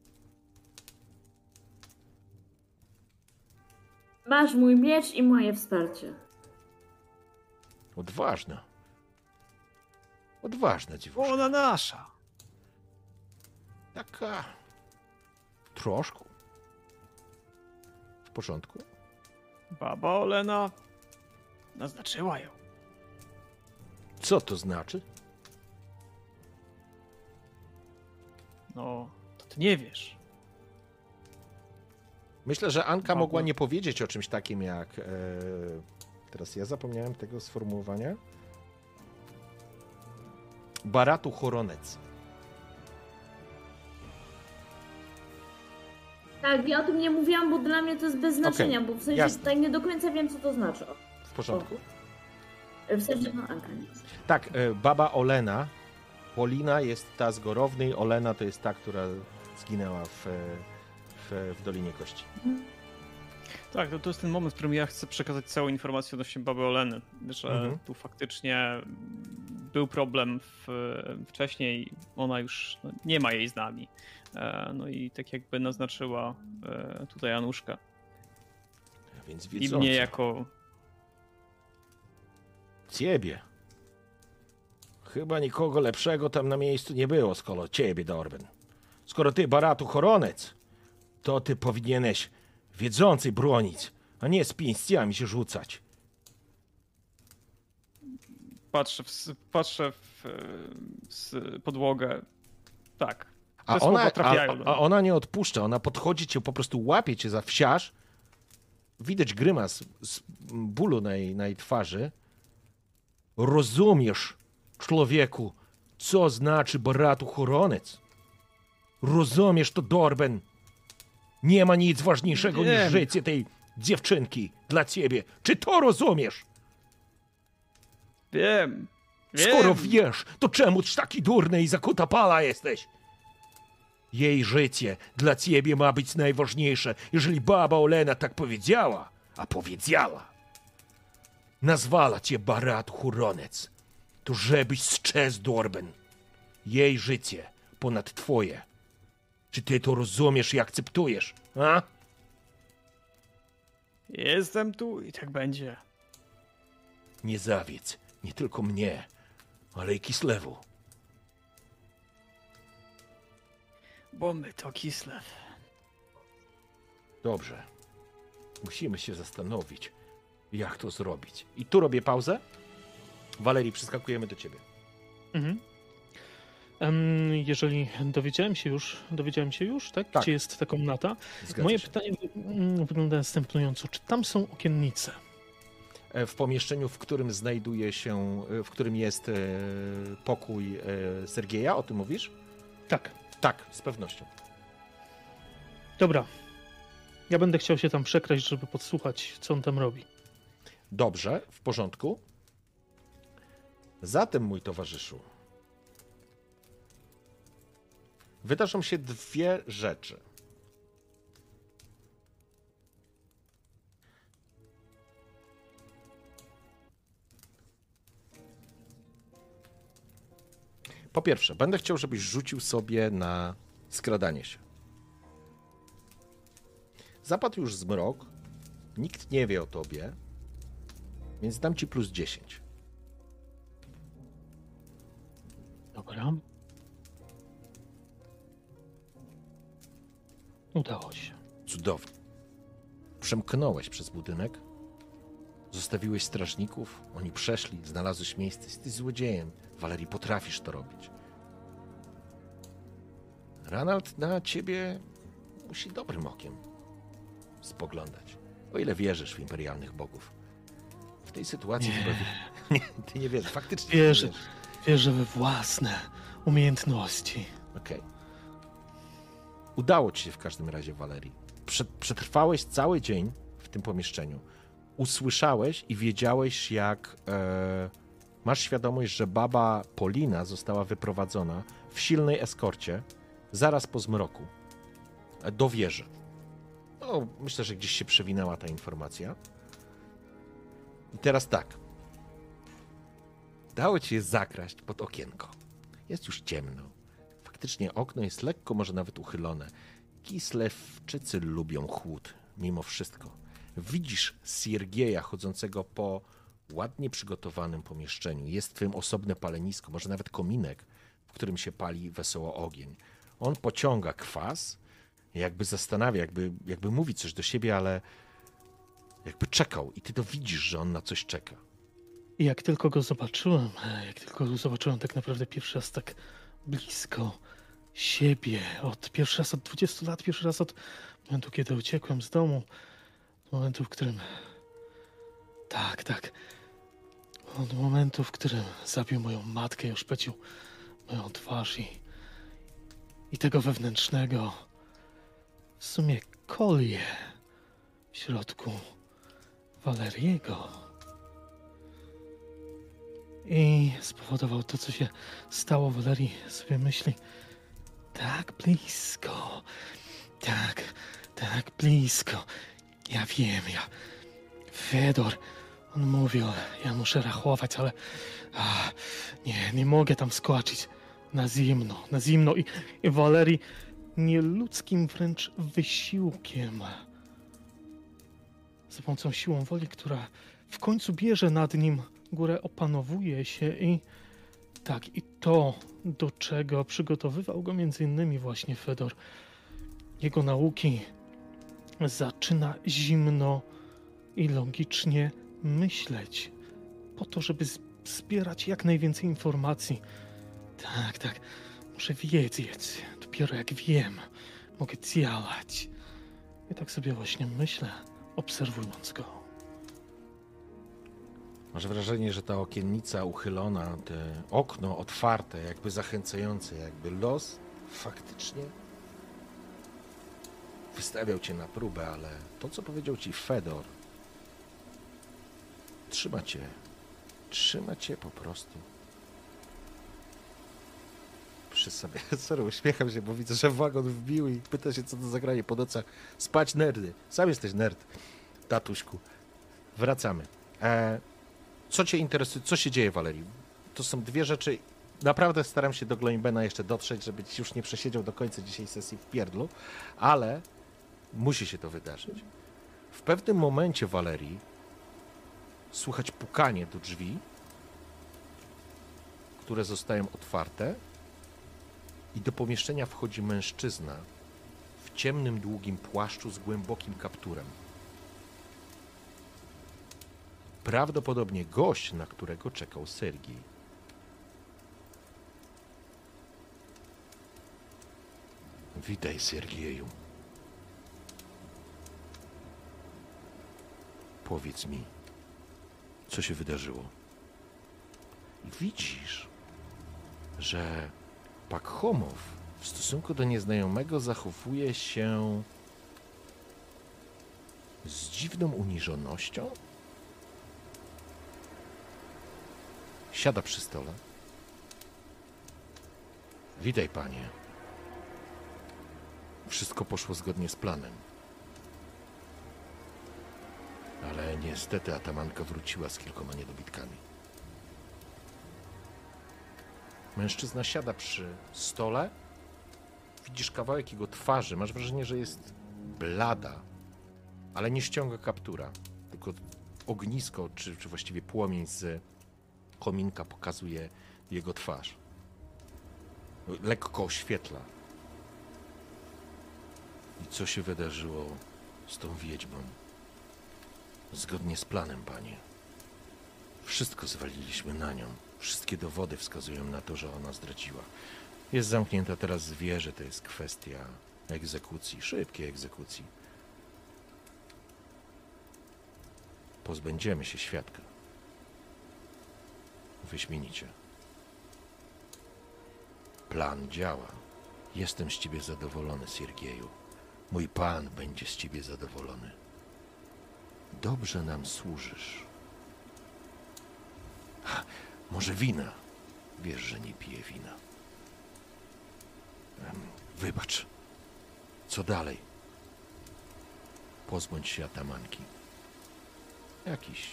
Masz mój miecz i moje wsparcie. Odważna. Odważna dziewuszka. Ona nasza. Taka Troszkę. W porządku. Baba Olena naznaczyła ją. Co to znaczy? No, to ty nie wiesz. Myślę, że Anka Baba. mogła nie powiedzieć o czymś takim jak... E... Teraz ja zapomniałem tego sformułowania. Baratu Choronec. Tak, ja o tym nie mówiłam, bo dla mnie to jest bez znaczenia, Okej, bo w sensie jasne. tak nie do końca wiem, co to znaczy. O, W porządku? w sensie, no Anka nie jest. Tak, e, baba Olena. Polina jest ta z Gorownej, Olena to jest ta, która zginęła w, w, w Dolinie Kości. Tak, to, to jest ten moment, w którym ja chcę przekazać całą informację odnośnie baby Oleny, że Mhm. tu faktycznie był problem w, wcześniej, ona już no, nie ma jej z nami. E, No i tak jakby naznaczyła e, tutaj Anuszkę. Więc I wiedząca. mnie jako... Ciebie. Chyba nikogo lepszego tam na miejscu nie było, skoro ciebie, Dorben. Skoro ty, Baratu Choronec, to ty powinieneś wiedzący bronić, a nie z pięściami się rzucać. Patrzę w, s- patrzę w, e, s- podłogę. Tak. Te A słowa ona, a, trafiają do a mnie. ona nie odpuszcza, ona podchodzi cię, po prostu łapie cię za wsiarz. Widać grymas z bólu na jej, na jej twarzy. Rozumiesz, człowieku, co znaczy Baratu Choronec? Rozumiesz to, Dorben? Nie ma nic ważniejszego niż Wiem. życie tej dziewczynki dla ciebie. Czy to rozumiesz? Wiem. Wiem. Skoro wiesz, to czemuż taki durny i zakuta pala jesteś? Jej życie dla ciebie ma być najważniejsze, jeżeli baba Olena tak powiedziała, a powiedziała. Nazwała cię Barat Choronec, to żebyś strzec, Dorben. Jej życie ponad twoje. Czy ty to rozumiesz i akceptujesz, a? Jestem tu i tak będzie. Nie zawiedz nie tylko mnie, ale i Kislewu. Bo my to Kislew. Dobrze. Musimy się zastanowić, jak to zrobić. I tu robię pauzę. Walerii, przeskakujemy do ciebie. Mhm. Em, Jeżeli dowiedziałem się już, dowiedziałem się już, tak? Tak. Gdzie jest ta komnata? Zgadza Moje się. pytanie mm, wygląda następująco. Czy tam są okiennice? E, W pomieszczeniu, w którym znajduje się, e, w którym jest e, pokój e, Sergieja, o tym mówisz? Tak. Tak, z pewnością. Dobra. Ja będę chciał się tam przekraść, żeby podsłuchać, co on tam robi. Dobrze, w porządku. Zatem, mój towarzyszu, wydarzą się dwie rzeczy. Po pierwsze, będę chciał, żebyś rzucił sobie na skradanie się. Zapadł już zmrok, nikt nie wie o tobie, więc dam ci plus dziesięć. Dobra. Udało się. Cudownie. Przemknąłeś przez budynek, zostawiłeś strażników, oni przeszli, znalazłeś miejsce, jesteś złodziejem. Walerii, potrafisz to robić. Ranald na ciebie musi dobrym okiem spoglądać, o ile wierzysz w imperialnych bogów. W tej sytuacji Nie. chyba... Nie, ty nie wierzysz, faktycznie Wierzę. nie wierzysz. Wierzę we własne umiejętności. Okej. Udało ci się w każdym razie, Walerii. Prze- przetrwałeś cały dzień w tym pomieszczeniu. Usłyszałeś i wiedziałeś, jak e, masz świadomość, że baba Polina została wyprowadzona w silnej eskorcie zaraz po zmroku e, do wieży. No, myślę, że gdzieś się przewinęła ta informacja. I teraz tak. Dało ci się zakraść pod okienko. Jest już ciemno. Faktycznie okno jest lekko, może nawet uchylone. Kislewczycy lubią chłód, mimo wszystko. Widzisz Siergieja chodzącego po ładnie przygotowanym pomieszczeniu. Jest w tym osobne palenisko, może nawet kominek, w którym się pali wesoło ogień. On pociąga kwas, Jakby zastanawia, jakby, jakby mówi coś do siebie, ale jakby czekał i ty to widzisz, że on na coś czeka. I jak tylko go zobaczyłem, jak tylko go zobaczyłem tak naprawdę pierwszy raz tak blisko siebie, od pierwszy raz od dwudziestu lat, pierwszy raz od momentu, kiedy uciekłem z domu, do momentu, w którym... Tak, tak. Od momentu, w którym zabił moją matkę i oszpecił moją twarz i, i tego wewnętrznego, w sumie kolię w środku Waleriego. I spowodował to, co się stało. Walerii sobie myśli, tak blisko, tak, tak blisko. Ja wiem, ja... Fedor, on mówił, ja muszę rachować, ale a, nie, nie mogę tam skoczyć. Na zimno, na zimno. I, i Walerii nieludzkim wręcz wysiłkiem, za pomocą siłą woli, która w końcu bierze nad nim górę, opanowuje się i tak, i to, do czego przygotowywał go między innymi właśnie Fedor, jego nauki, zaczyna zimno i logicznie myśleć po to, żeby zbierać jak najwięcej informacji. Tak, tak, muszę wiedzieć. Dopiero jak wiem, mogę działać. I tak sobie właśnie myślę, obserwując go. Masz wrażenie, że ta okiennica uchylona, te okno otwarte, jakby zachęcające, jakby los faktycznie wystawiał cię na próbę, ale to, co powiedział ci Fedor, trzyma cię, trzyma cię po prostu przy sobie. Sorry, uśmiecham się, bo widzę, że wagon wbił i pyta się, co to za granie po nocach. Spać nerdy. Sam jesteś nerd, tatuśku. Wracamy. E, co cię interesuje? Co się dzieje, Walerii? To są dwie rzeczy. Naprawdę staram się do Gloimbena jeszcze dotrzeć, żeby ci już nie przesiedział do końca dzisiejszej sesji w pierdlu, ale musi się to wydarzyć. W pewnym momencie, Walerii, słychać pukanie do drzwi, które zostają otwarte i do pomieszczenia wchodzi mężczyzna w ciemnym, długim płaszczu z głębokim kapturem. Prawdopodobnie gość, na którego czekał Sergiej. Witaj, Sergieju. Powiedz mi, co się wydarzyło? I widzisz, że Pakhomow w stosunku do nieznajomego zachowuje się z dziwną uniżonością. Siada przy stole. Witaj, panie. Wszystko poszło zgodnie z planem. Ale niestety atamanka wróciła z kilkoma niedobitkami. Mężczyzna siada przy stole. Widzisz kawałek jego twarzy. Masz wrażenie, że jest blada, ale nie ściąga kaptura. Tylko ognisko, czy, czy właściwie płomień z kominka pokazuje jego twarz. Lekko oświetla. I co się wydarzyło z tą wiedźmą? Zgodnie z planem, panie. Wszystko zwaliliśmy na nią. Wszystkie dowody wskazują na to, że ona zdradziła. Jest zamknięta teraz w wieży, to jest kwestia egzekucji, szybkiej egzekucji. Pozbędziemy się świadka. Wyśmienicie. Plan działa. Jestem z ciebie zadowolony, Siergieju. Mój pan będzie z ciebie zadowolony. Dobrze nam służysz. Ha, może wina? Wiesz, że nie piję wina. Wybacz. Co dalej? Pozbądź się atamanki. Jakiś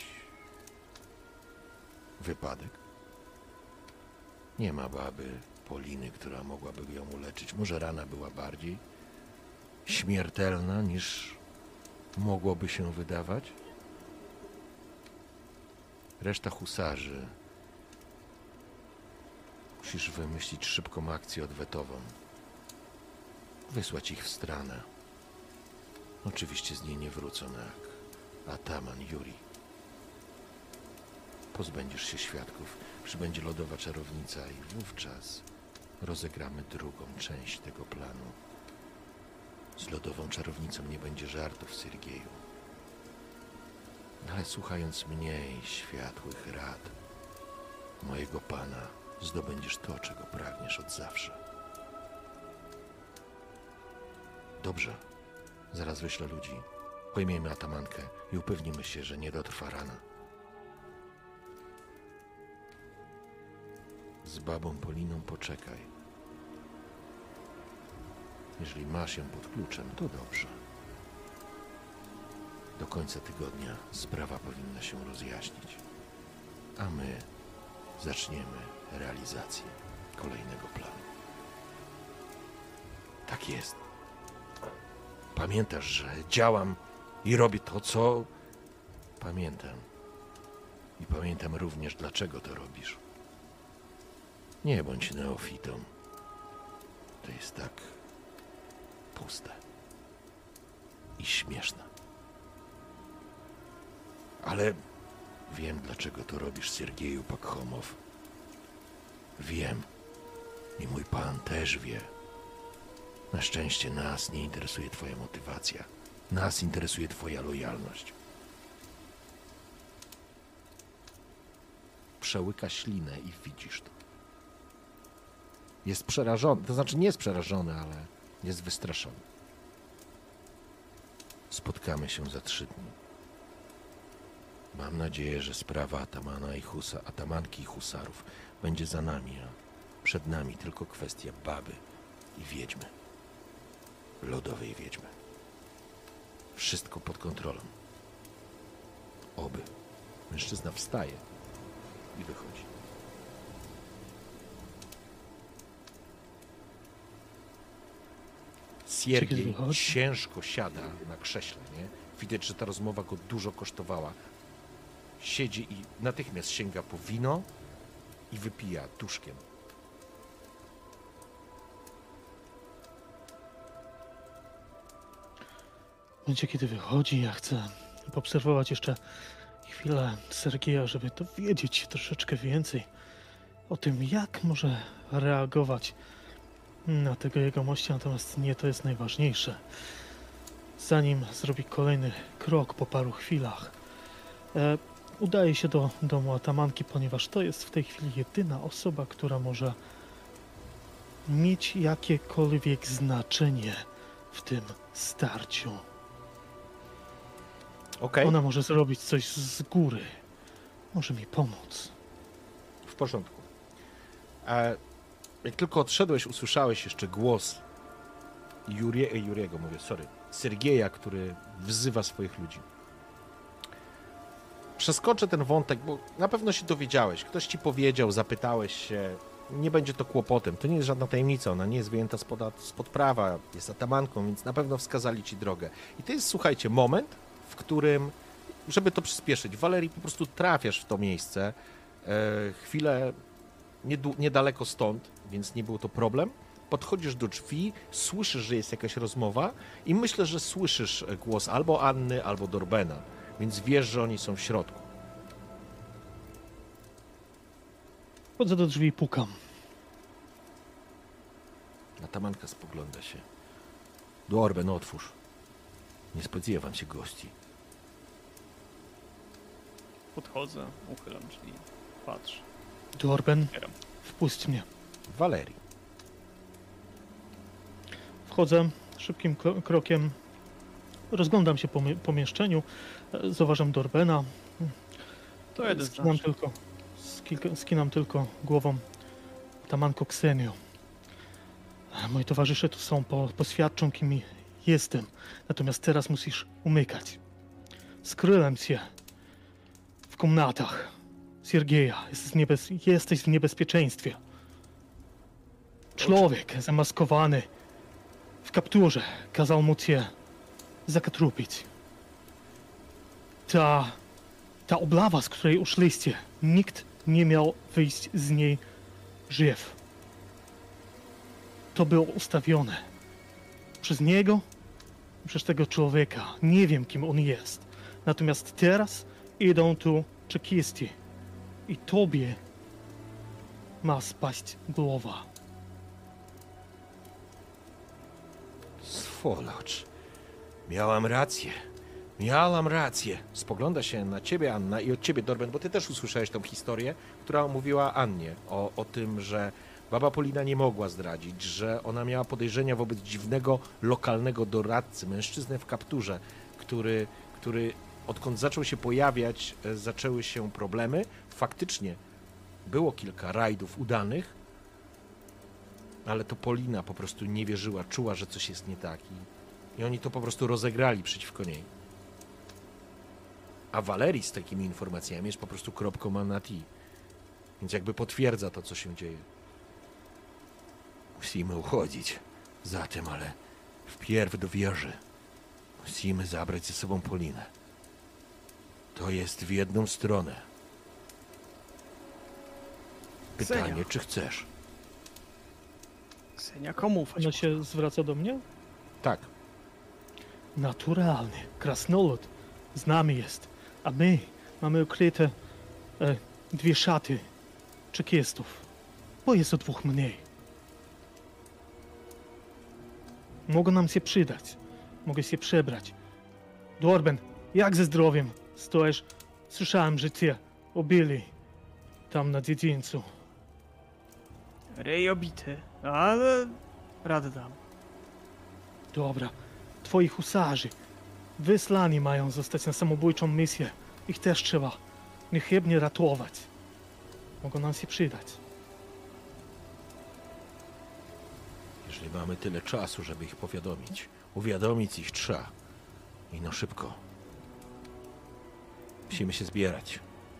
wypadek? Nie ma baby Poliny, która mogłaby ją uleczyć. Może rana była bardziej śmiertelna niż mogłoby się wydawać? Reszta husarzy. Musisz wymyślić szybką akcję odwetową. Wysłać ich w stronę. Oczywiście z niej nie wrócą jak ataman Yuri. Pozbędziesz się świadków, przybędzie lodowa czarownica i wówczas rozegramy drugą część tego planu. Z lodową czarownicą nie będzie żartów, Siergieju. Ale słuchając mnie i światłych rad mojego pana, zdobędziesz to, czego pragniesz od zawsze. Dobrze, zaraz wyślę ludzi. Pojmiemy atamankę i upewnimy się, że nie dotrwa rana. Z babą Poliną poczekaj. Jeżeli masz ją pod kluczem, to dobrze. Do końca tygodnia sprawa powinna się rozjaśnić. A my zaczniemy realizację kolejnego planu. Tak jest. Pamiętasz, że działam i robię to, co... Pamiętam. I pamiętam również, dlaczego to robisz. Nie bądź neofitą. To jest tak puste i śmieszne. Ale wiem, dlaczego to robisz, Siergieju Pakhomow. Wiem. I mój pan też wie. Na szczęście nas nie interesuje twoja motywacja. Nas interesuje twoja lojalność. Przełyka ślinę i widzisz to. Jest przerażony, to znaczy nie jest przerażony, ale jest wystraszony. Spotkamy się za trzy dni. Mam nadzieję, że sprawa atamana i husa, atamanki i husarów będzie za nami, a przed nami tylko kwestia baby i wiedźmy. Lodowej wiedźmy. Wszystko pod kontrolą. Oby. Mężczyzna wstaje i wychodzi. Siergiej ciężko siada na krześle, nie? Widać, że ta rozmowa go dużo kosztowała. Siedzi i natychmiast sięga po wino i wypija tuszkiem. W momencie, kiedy wychodzi, ja chcę poobserwować jeszcze chwilę Sergieja, żeby dowiedzieć troszeczkę więcej o tym, jak może reagować na tego jegomościa, natomiast nie to jest najważniejsze. Zanim zrobi kolejny krok po paru chwilach, e, udaje się do domu atamanki, ponieważ to jest w tej chwili jedyna osoba, która może mieć jakiekolwiek znaczenie w tym starciu. Okej, Ona może zrobić coś z góry. Może mi pomóc. w porządku. E, jak tylko odszedłeś, usłyszałeś jeszcze głos Jurie, e, Juriego, mówię, sorry, Siergieja, który wzywa swoich ludzi. Przeskoczę ten wątek, bo na pewno się dowiedziałeś. Ktoś ci powiedział, zapytałeś się. Nie będzie to kłopotem. To nie jest żadna tajemnica. Ona nie jest wyjęta spod, spod prawa. Jest atamanką, więc na pewno wskazali ci drogę. I to jest, słuchajcie, moment, w którym, żeby to przyspieszyć, Walerii, po prostu trafiasz w to miejsce. E, chwilę niedu- niedaleko stąd, więc nie był to problem. Podchodzisz do drzwi, słyszysz, że jest jakaś rozmowa i myślę, że słyszysz głos albo Anny, albo Dorbena, więc wiesz, że oni są w środku. Chodzę do drzwi i pukam. Atamanka spogląda się. Dorben, otwórz. Nie spodziewam się gości. Podchodzę, uchylam drzwi, patrzę. Dorben, Otwieram. wpuść mnie. Walerii. Wchodzę szybkim kro- krokiem. Rozglądam się po mi- pomieszczeniu. E, Zauważam Dorbena. To jeden z Skinam naszych. tylko, skilka- skinam tylko głową. Atamanko Ksenio. E, Moi towarzysze tu są, po, poświadczą, kim jestem. Natomiast teraz musisz umykać. Skryłem się w komnatach Siergieja. Jesteś w, niebez- jesteś w niebezpieczeństwie. Człowiek zamaskowany w kapturze kazał mu cię zakatrupić. Ta, ta oblawa, z której uszliście, nikt nie miał wyjść z niej żyw. To było ustawione przez niego przez tego człowieka. Nie wiem, kim on jest. Natomiast teraz idą tu czekiści. I tobie ma spaść głowa. Swolocz. Miałam rację. Miałam rację. Spogląda się na ciebie, Anna, i od ciebie, Dorben, bo ty też usłyszałeś tą historię, która mówiła Annie o, o tym, że baba Polina nie mogła zdradzić, że ona miała podejrzenia wobec dziwnego, lokalnego doradcy, mężczyznę w kapturze, który, który odkąd zaczął się pojawiać, e, zaczęły się problemy. Faktycznie było kilka rajdów udanych, ale to Polina po prostu nie wierzyła, czuła, że coś jest nie tak i, i oni to po prostu rozegrali przeciwko niej. A Valerii z takimi informacjami jest po prostu kropką na T. Więc jakby potwierdza to, co się dzieje. Musimy uchodzić za tym, ale wpierw do wieży. Musimy zabrać ze sobą Polinę. To jest w jedną stronę. Pytanie, Ksenia. czy chcesz? Ksenia, komu ufać? Ona się zwraca do mnie? Tak. Naturalny. Krasnolud z nami jest. A my mamy ukryte e, dwie szaty czekistów. Bo jest o dwóch mniej. Mogą nam się przydać. Mogę się przebrać. Dorben, jak ze zdrowiem? Stoisz? Słyszałem, że cię obili tam na dziedzińcu. Rej obity, ale radę dam. Dobra, twoi husarzy wysłani mają zostać na samobójczą misję. Ich też trzeba niechybnie ratować. Mogą nam się przydać. Jeżeli mamy tyle czasu, żeby ich powiadomić, uwiadomić ich trzeba. I no szybko. Musimy się zbierać.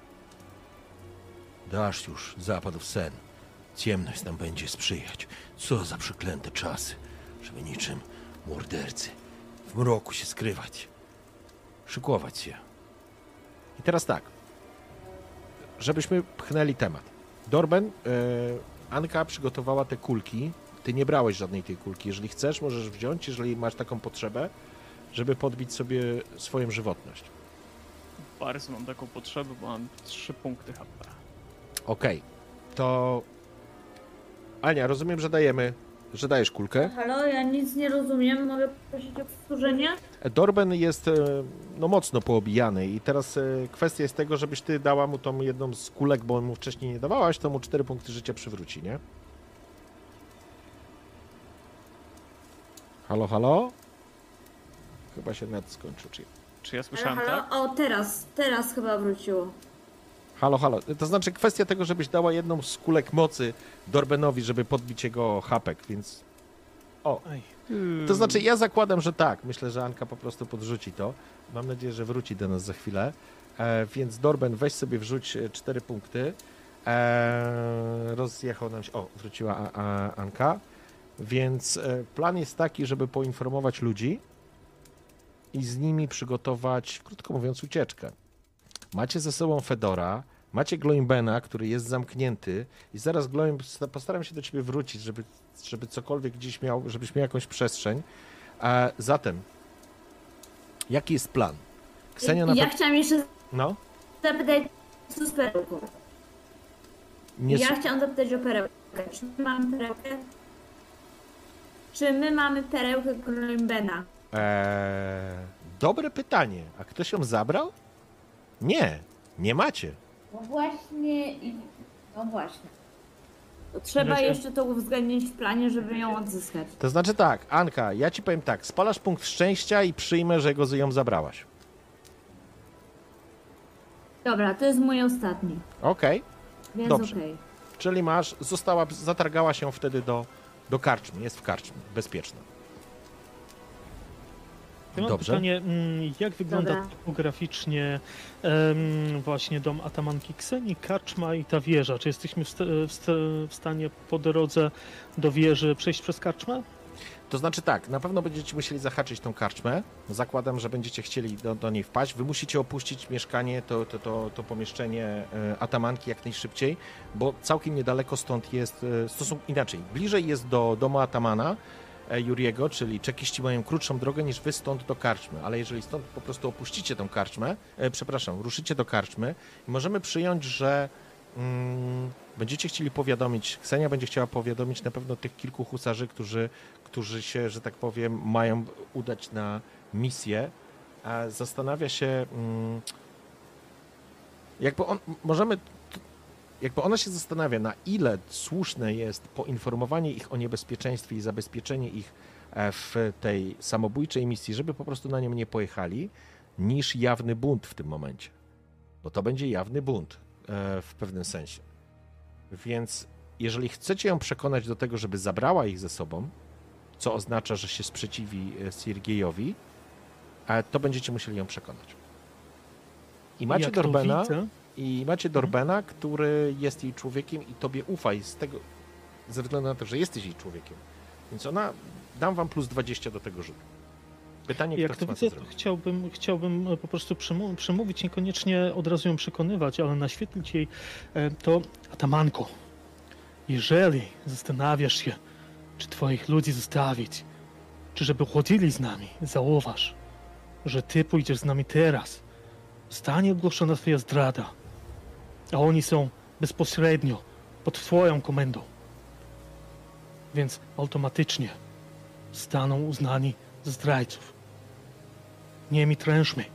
Deszcz już zapadł w sen. Ciemność nam będzie sprzyjać. Co za przeklęte czasy, żeby niczym mordercy w mroku się skrywać. Szykować się. I teraz tak. Żebyśmy pchnęli temat. Dorben, yy, Anka przygotowała te kulki. Ty nie brałeś żadnej tej kulki. Jeżeli chcesz, możesz wziąć, jeżeli masz taką potrzebę, żeby podbić sobie swoją żywotność. Bardzo mam taką potrzebę, bo mam trzy punkty H P. Okej. To... Ania, rozumiem, że dajemy, że dajesz kulkę. Halo, ja nic nie rozumiem. Mogę prosić o powtórzenie? Dorben jest e, no, mocno poobijany i teraz e, kwestia jest tego, żebyś ty dała mu tą jedną z kulek, bo mu wcześniej nie dawałaś, to mu cztery punkty życia przywróci, nie? Halo, halo? Chyba się net skończył, czy... Czy ja Halo, słyszałem halo? tak? O, teraz, teraz chyba wróciło. Halo, halo. To znaczy kwestia tego, żebyś dała jedną z kulek mocy Dorbenowi, żeby podbić jego hapek, więc... O, Aj. to znaczy ja zakładam, że tak. Myślę, że Anka po prostu podrzuci to. Mam nadzieję, że wróci do nas za chwilę. E, więc Dorben, weź sobie wrzuć e, cztery punkty. E, rozjechał nam się... O, wróciła a, a, Anka. Więc e, plan jest taki, żeby poinformować ludzi i z nimi przygotować, krótko mówiąc, ucieczkę. Macie ze sobą Fedora, macie Gloimbena, który jest zamknięty i zaraz Gloimb, postaram się do ciebie wrócić, żeby, żeby cokolwiek gdzieś miał, żebyś miał jakąś przestrzeń. A zatem, jaki jest plan? Ksenia na Ja pe... chciałam jeszcze No? zapytać co z perełką. Nie... Ja chciałam zapytać o perełkę. Czy my mamy perełkę? Czy my mamy perełkę Gloimbena? Eee, dobre pytanie. A ktoś ją zabrał? Nie, nie macie. No właśnie i... No właśnie. To trzeba Wreszcie- jeszcze to uwzględnić w planie, żeby ją odzyskać. To znaczy tak, Anka, ja ci powiem tak, spalasz punkt szczęścia i przyjmę, że go ją zabrałaś. Dobra, to jest mój ostatni, Okej, więc Dobrze. okej. czyli masz, została, zatargała się wtedy do, do karczmy, jest w karczmie, bezpieczna. Ja mam Dobrze. pytanie, mm, jak wygląda Dobra. topograficznie em, właśnie dom atamanki Ksenii, karczma i ta wieża? Czy jesteśmy w, sta- w, sta- w stanie po drodze do wieży przejść przez karczmę? To znaczy tak, na pewno będziecie musieli zahaczyć tą karczmę. Zakładam, że będziecie chcieli do, do niej wpaść. Wy musicie opuścić mieszkanie, to, to, to, to pomieszczenie e, atamanki jak najszybciej, bo całkiem niedaleko stąd jest, e, stosunkowo inaczej, bliżej jest do domu atamana, e, Juriego, czyli czekiści mają krótszą drogę niż wy stąd do karczmy, ale jeżeli stąd po prostu opuścicie tą karczmę, e, przepraszam, ruszycie do karczmy, możemy przyjąć, że mm, będziecie chcieli powiadomić, Ksenia będzie chciała powiadomić na pewno tych kilku husarzy, którzy, którzy się, że tak powiem, mają udać na misję, a zastanawia się, mm, jakby on, możemy, jakby ona się zastanawia, na ile słuszne jest poinformowanie ich o niebezpieczeństwie i zabezpieczenie ich w tej samobójczej misji, żeby po prostu na nią nie pojechali, niż jawny bunt w tym momencie. Bo to będzie jawny bunt w pewnym sensie. Więc jeżeli chcecie ją przekonać do tego, żeby zabrała ich ze sobą, co oznacza, że się sprzeciwi Siergiejowi, to będziecie musieli ją przekonać. I macie Jak to Dorbena, widzę, i macie Dorbena, który jest jej człowiekiem i tobie ufa i z tego, ze względu na to, że jesteś jej człowiekiem. Więc ona, dam wam plus dwadzieścia do tego rzutu. Pytanie, Jak kto to chce widzę, to zrobić. chciałbym, chciałbym po prostu przemówić, przemówić, niekoniecznie od razu ją przekonywać, ale naświetlić jej e, to, Atamanko, jeżeli zastanawiasz się, czy twoich ludzi zostawić, czy żeby chodzili z nami, zauważ, że ty pójdziesz z nami teraz, zostanie ogłoszona twoja zdrada, a oni są bezpośrednio pod twoją komendą. Więc automatycznie staną uznani za zdrajców. Nie mitrężmy.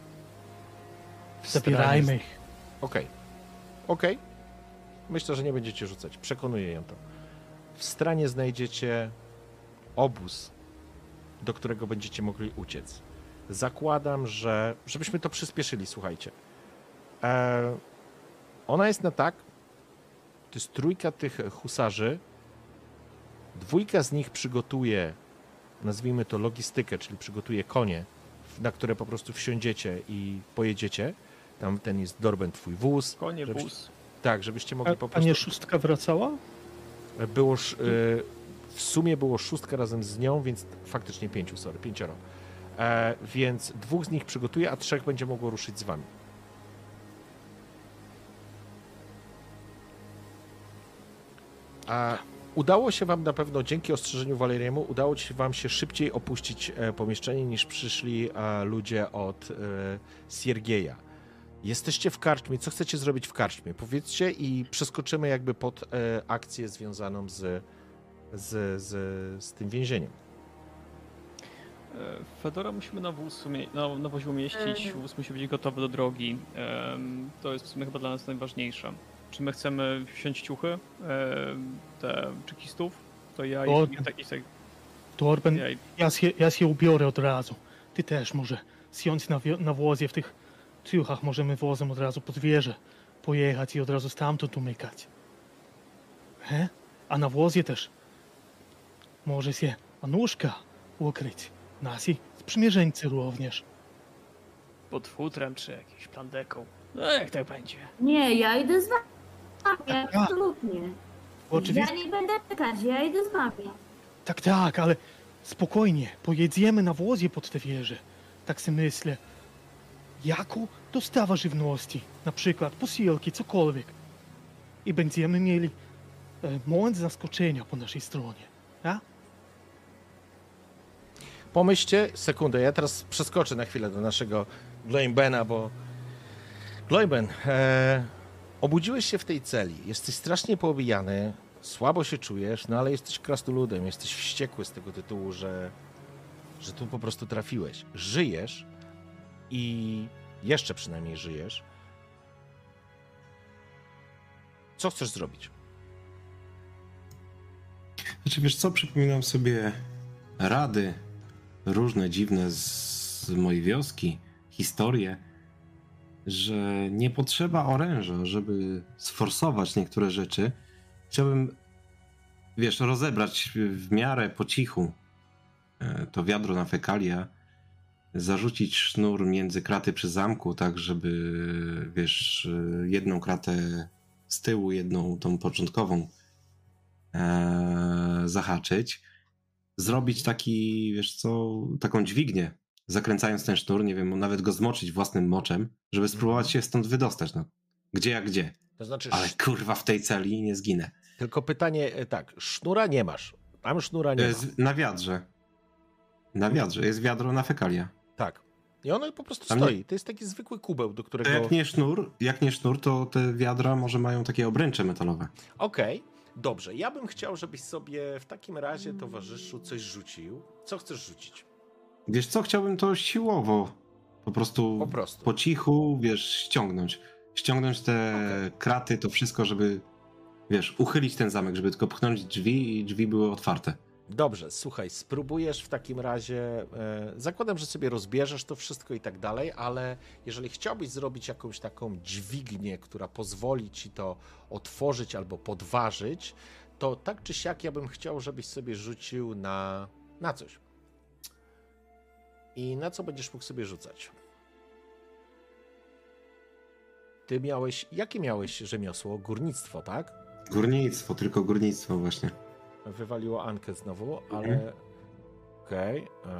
Zabierajmy ich. Okej. Okej. Myślę, że nie będziecie rzucać. Przekonuję ją to. W Stranie znajdziecie obóz, do którego będziecie mogli uciec. Zakładam, że... Żebyśmy to przyspieszyli, słuchajcie. E, ona jest na tak... To jest trójka tych husarzy. Dwójka z nich przygotuje, nazwijmy to logistykę, czyli przygotuje konie, na które po prostu wsiądziecie i pojedziecie. Tam ten jest Dorben, twój wóz. Konie, żebyś- bus. Tak, żebyście mogli A, po a prostu... nie szóstka wracała? Było, sz- y, w sumie było szóstka razem z nią, więc faktycznie pięciu, sorry, pięcioro. E, więc dwóch z nich przygotuje, a trzech będzie mogło ruszyć z wami. A udało się wam na pewno, dzięki ostrzeżeniu Waleriemu, udało się wam się szybciej opuścić e, pomieszczenie, niż przyszli e, ludzie od e, Siergieja. Jesteście w karczmie. Co chcecie zrobić w karczmie? Powiedzcie i przeskoczymy jakby pod e, akcję związaną z, z, z, z tym więzieniem. E, Fedora musimy na wóz umie- na, na wozie umieścić, Mhm. wóz musi być gotowy do drogi. Em, To jest w sumie chyba dla nas najważniejsze. Czy my chcemy wsiąść ciuchy em, te czekistów? To ja i, O, i, tak- i, tak- Torben, ja i ja się, ja się ubiorę od razu. Ty też może siądź na, wi- na wozie w tych ciuchach. Możemy wozem od razu pod wieżę pojechać i od razu stamtąd umykać. He? A na wozie też może się Anuszka ukryć. Nasi sprzymierzeńcy również. pod futrem czy jakimś plandeką. No jak tak będzie. Nie, ja idę z wami. Tak. Absolutnie. Oczywiście. Ja nie będę czekać, ja idę z wami. Tak, tak, ale spokojnie, pojedziemy na wozie pod te wieże. Tak sobie myślę. Jaką dostawa żywności, na przykład posiłki, cokolwiek. I będziemy mieli e, moment zaskoczenia po naszej stronie. A? Pomyślcie, sekundę, ja teraz przeskoczę na chwilę do naszego Gloinbena, bo Gloinben, e, obudziłeś się w tej celi, jesteś strasznie poobijany, słabo się czujesz, no ale jesteś krasnoludem, jesteś wściekły z tego tytułu, że, że tu po prostu trafiłeś. Żyjesz i jeszcze przynajmniej żyjesz. Co chcesz zrobić? Znaczy, wiesz co, przypominam sobie rady różne, dziwne z mojej wioski, historie, że nie potrzeba oręża, żeby sforsować niektóre rzeczy. Chciałbym, wiesz, rozebrać w miarę po cichu e, to wiadro na fekalia, zarzucić sznur między kraty przy zamku, tak żeby, wiesz, jedną kratę z tyłu, jedną tą początkową e, zahaczyć, zrobić taki, wiesz co, taką dźwignię, zakręcając ten sznur, nie wiem, nawet go zmoczyć własnym moczem, żeby spróbować się stąd wydostać, no. Gdzie jak gdzie. To znaczy, Ale kurwa, w tej celi nie zginę. tylko pytanie, e, tak, sznura nie masz. Tam sznura nie E, ma. z- Na wiadrze. Na wiadrze, jest wiadro na fekalia. Tak. I ono po prostu Tam stoi. nie- To jest taki zwykły kubeł, do To którego... jak nie sznur, jak nie sznur, to te wiadra może mają takie obręcze metalowe. Okej, dobrze. Ja bym chciał, żebyś sobie w takim razie, towarzyszu, coś rzucił. Co chcesz rzucić? Wiesz co, chciałbym to siłowo, po prostu, Po prostu. po cichu, wiesz, ściągnąć. Ściągnąć te Okej. kraty, to wszystko, żeby, wiesz, uchylić ten zamek, żeby tylko pchnąć drzwi i drzwi były otwarte. Dobrze, słuchaj, spróbujesz w takim razie, e, zakładam, że sobie rozbierzesz to wszystko i tak dalej, ale jeżeli chciałbyś zrobić jakąś taką dźwignię, która pozwoli ci to otworzyć albo podważyć, to tak czy siak ja bym chciał, żebyś sobie rzucił na, na coś. I na co będziesz mógł sobie rzucać? Ty miałeś, jakie miałeś rzemiosło? Górnictwo, tak? Górnictwo, tylko górnictwo właśnie. Wywaliło Ankę znowu, ale... Mhm. Okej. Okay.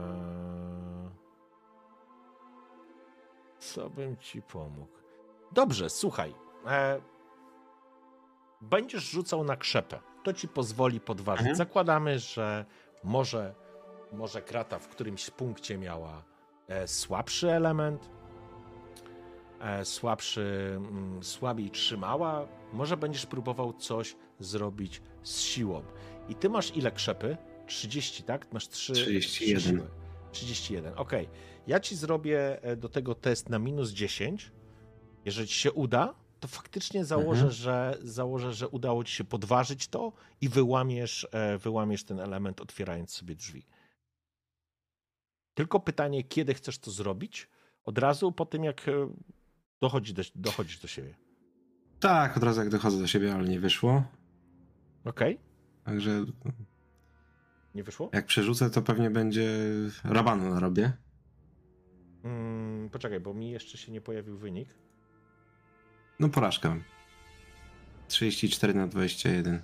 Co bym ci pomógł? Dobrze, słuchaj. E... Będziesz rzucał na krzepę. To ci pozwoli podważyć. Mhm. Zakładamy, że może, może krata w którymś punkcie miała e, słabszy element, e, słabszy, mm, słabiej trzymała. Może będziesz próbował coś zrobić z siłą. I ty masz ile krzepy? trzydzieści, tak? Masz trzy, trzydzieści jeden. trzy siły. trzydzieści jeden, okej. Okay. Ja ci zrobię do tego test na minus dziesięć. Jeżeli ci się uda, to faktycznie założę, Mhm. że, założę, że udało ci się podważyć to i wyłamiesz, wyłamiesz ten element, otwierając sobie drzwi. Tylko pytanie, kiedy chcesz to zrobić? Od razu po tym, jak dochodzi do, dochodzisz do siebie. Tak, od razu jak dochodzę do siebie, ale nie wyszło. Okej? Okay. Także Nie wyszło? jak przerzucę, to pewnie będzie rabanu narobię. Hmm, poczekaj, bo mi jeszcze się nie pojawił wynik. No porażka. trzydzieści cztery na dwadzieścia jeden.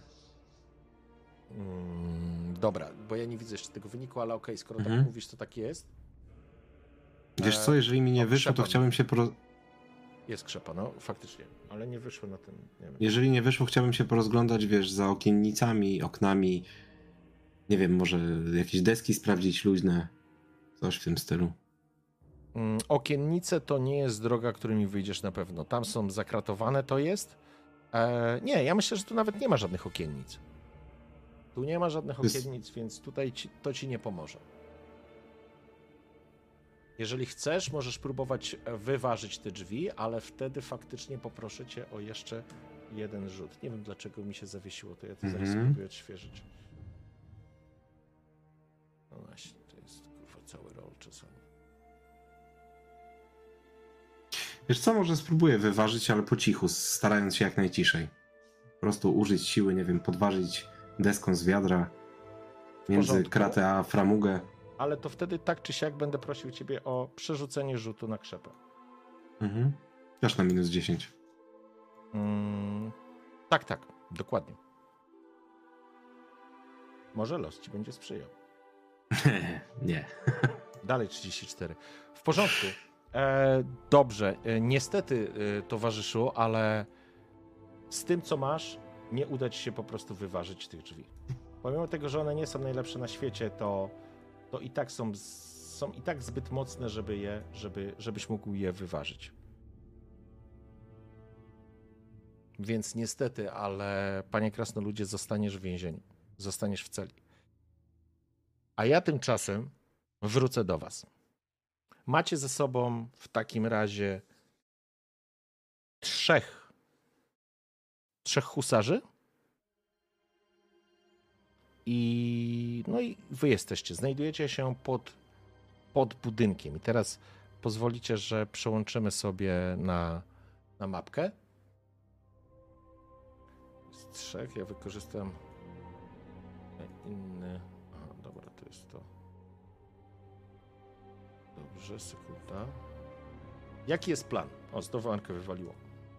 Hmm, dobra, bo ja nie widzę jeszcze tego wyniku, ale okej, okay, skoro Mhm. tak mówisz, to tak jest. Wiesz co, jeżeli mi nie o, wyszło, to krzepam. chciałbym się poro... Jest krzepa, no faktycznie, ale nie wyszło na tym, nie wiem. Jeżeli nie wyszło, chciałbym się porozglądać, wiesz, za okiennicami, oknami. Nie wiem, może jakieś deski sprawdzić luźne. Coś w tym stylu. Mm, Okiennice to nie jest droga, którymi wyjdziesz na pewno. Tam są zakratowane, to jest. E, nie, ja myślę, że tu nawet nie ma żadnych okiennic. Tu nie ma żadnych Jest- okiennic, więc tutaj ci, to ci nie pomoże. Jeżeli chcesz, możesz próbować wyważyć te drzwi, ale wtedy faktycznie poproszę cię o jeszcze jeden rzut. Nie wiem, dlaczego mi się zawiesiło, to ja to zaraz Mhm. spróbuję odświeżyć. No właśnie, to jest kurwa cały roll czasami. Wiesz co, może spróbuję wyważyć, ale po cichu, starając się jak najciszej. Po prostu użyć siły, nie wiem, podważyć deską z wiadra między porządku. kratę a framugę. Ale to wtedy tak czy siak będę prosił ciebie o przerzucenie rzutu na krzepę. Mhm. Też na minus dziesięć. Mm, tak, tak, dokładnie. Może los ci będzie sprzyjał. Nie. Dalej trzydzieści cztery. W porządku. E, dobrze. E, niestety, e, towarzyszu, ale z tym, co masz, nie uda ci się po prostu wyważyć tych drzwi. Pomimo tego, że one nie są najlepsze na świecie, to, to i tak są, są i tak zbyt mocne, żeby je, żeby, żebyś mógł je wyważyć. Więc niestety, ale panie krasnoludzie, zostaniesz w więzieniu. Zostaniesz w celi. A ja tymczasem wrócę do was. Macie ze sobą w takim razie trzech trzech husarzy i no i wy jesteście. Znajdujecie się pod, pod budynkiem. I teraz pozwolicie, że przełączymy sobie na, na mapkę. Z trzech ja wykorzystam inny. Aha, dobra, to jest to. Dobrze, sekunda. Jaki jest plan? O, znowu Ankę wywaliło.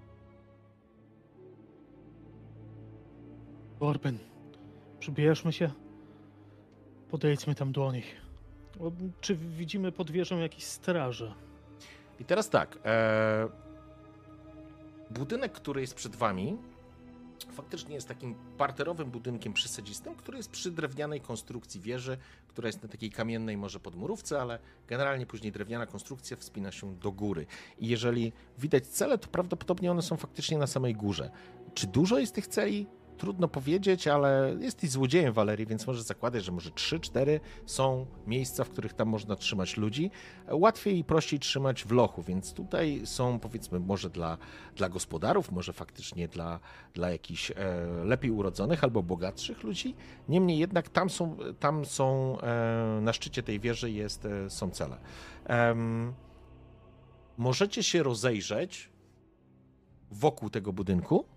Borben, przybierzmy się. Podejdźmy tam do nich. O, czy widzimy pod wieżą jakieś straże? I teraz tak. E... Budynek, który jest przed wami, faktycznie jest takim parterowym budynkiem przysadzistym, który jest przy drewnianej konstrukcji wieży, która jest na takiej kamiennej może podmurówce, ale generalnie później drewniana konstrukcja wspina się do góry. I jeżeli widać cele, to prawdopodobnie one są faktycznie na samej górze. Czy dużo jest tych celi? Trudno powiedzieć, ale jesteś złodziejem, Walerii, więc możesz zakładać, że może trzy, cztery są miejsca, w których tam można trzymać ludzi. Łatwiej i prościej trzymać w lochu, więc tutaj są, powiedzmy, może dla, dla gospodarów, może faktycznie dla, dla jakichś e, lepiej urodzonych albo bogatszych ludzi. Niemniej jednak tam są, tam są e, na szczycie tej wieży jest, e, są cele. Um, możecie się rozejrzeć wokół tego budynku,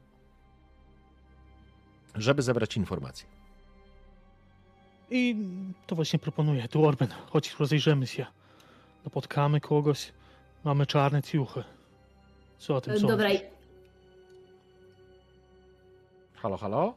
żeby zebrać informacje. I to właśnie proponuję. Tu Orben, chodź rozejrzymy się. Napotkamy kogoś. Mamy czarne ciuchy. Co o tym sądzisz? Dobra, Halo, halo?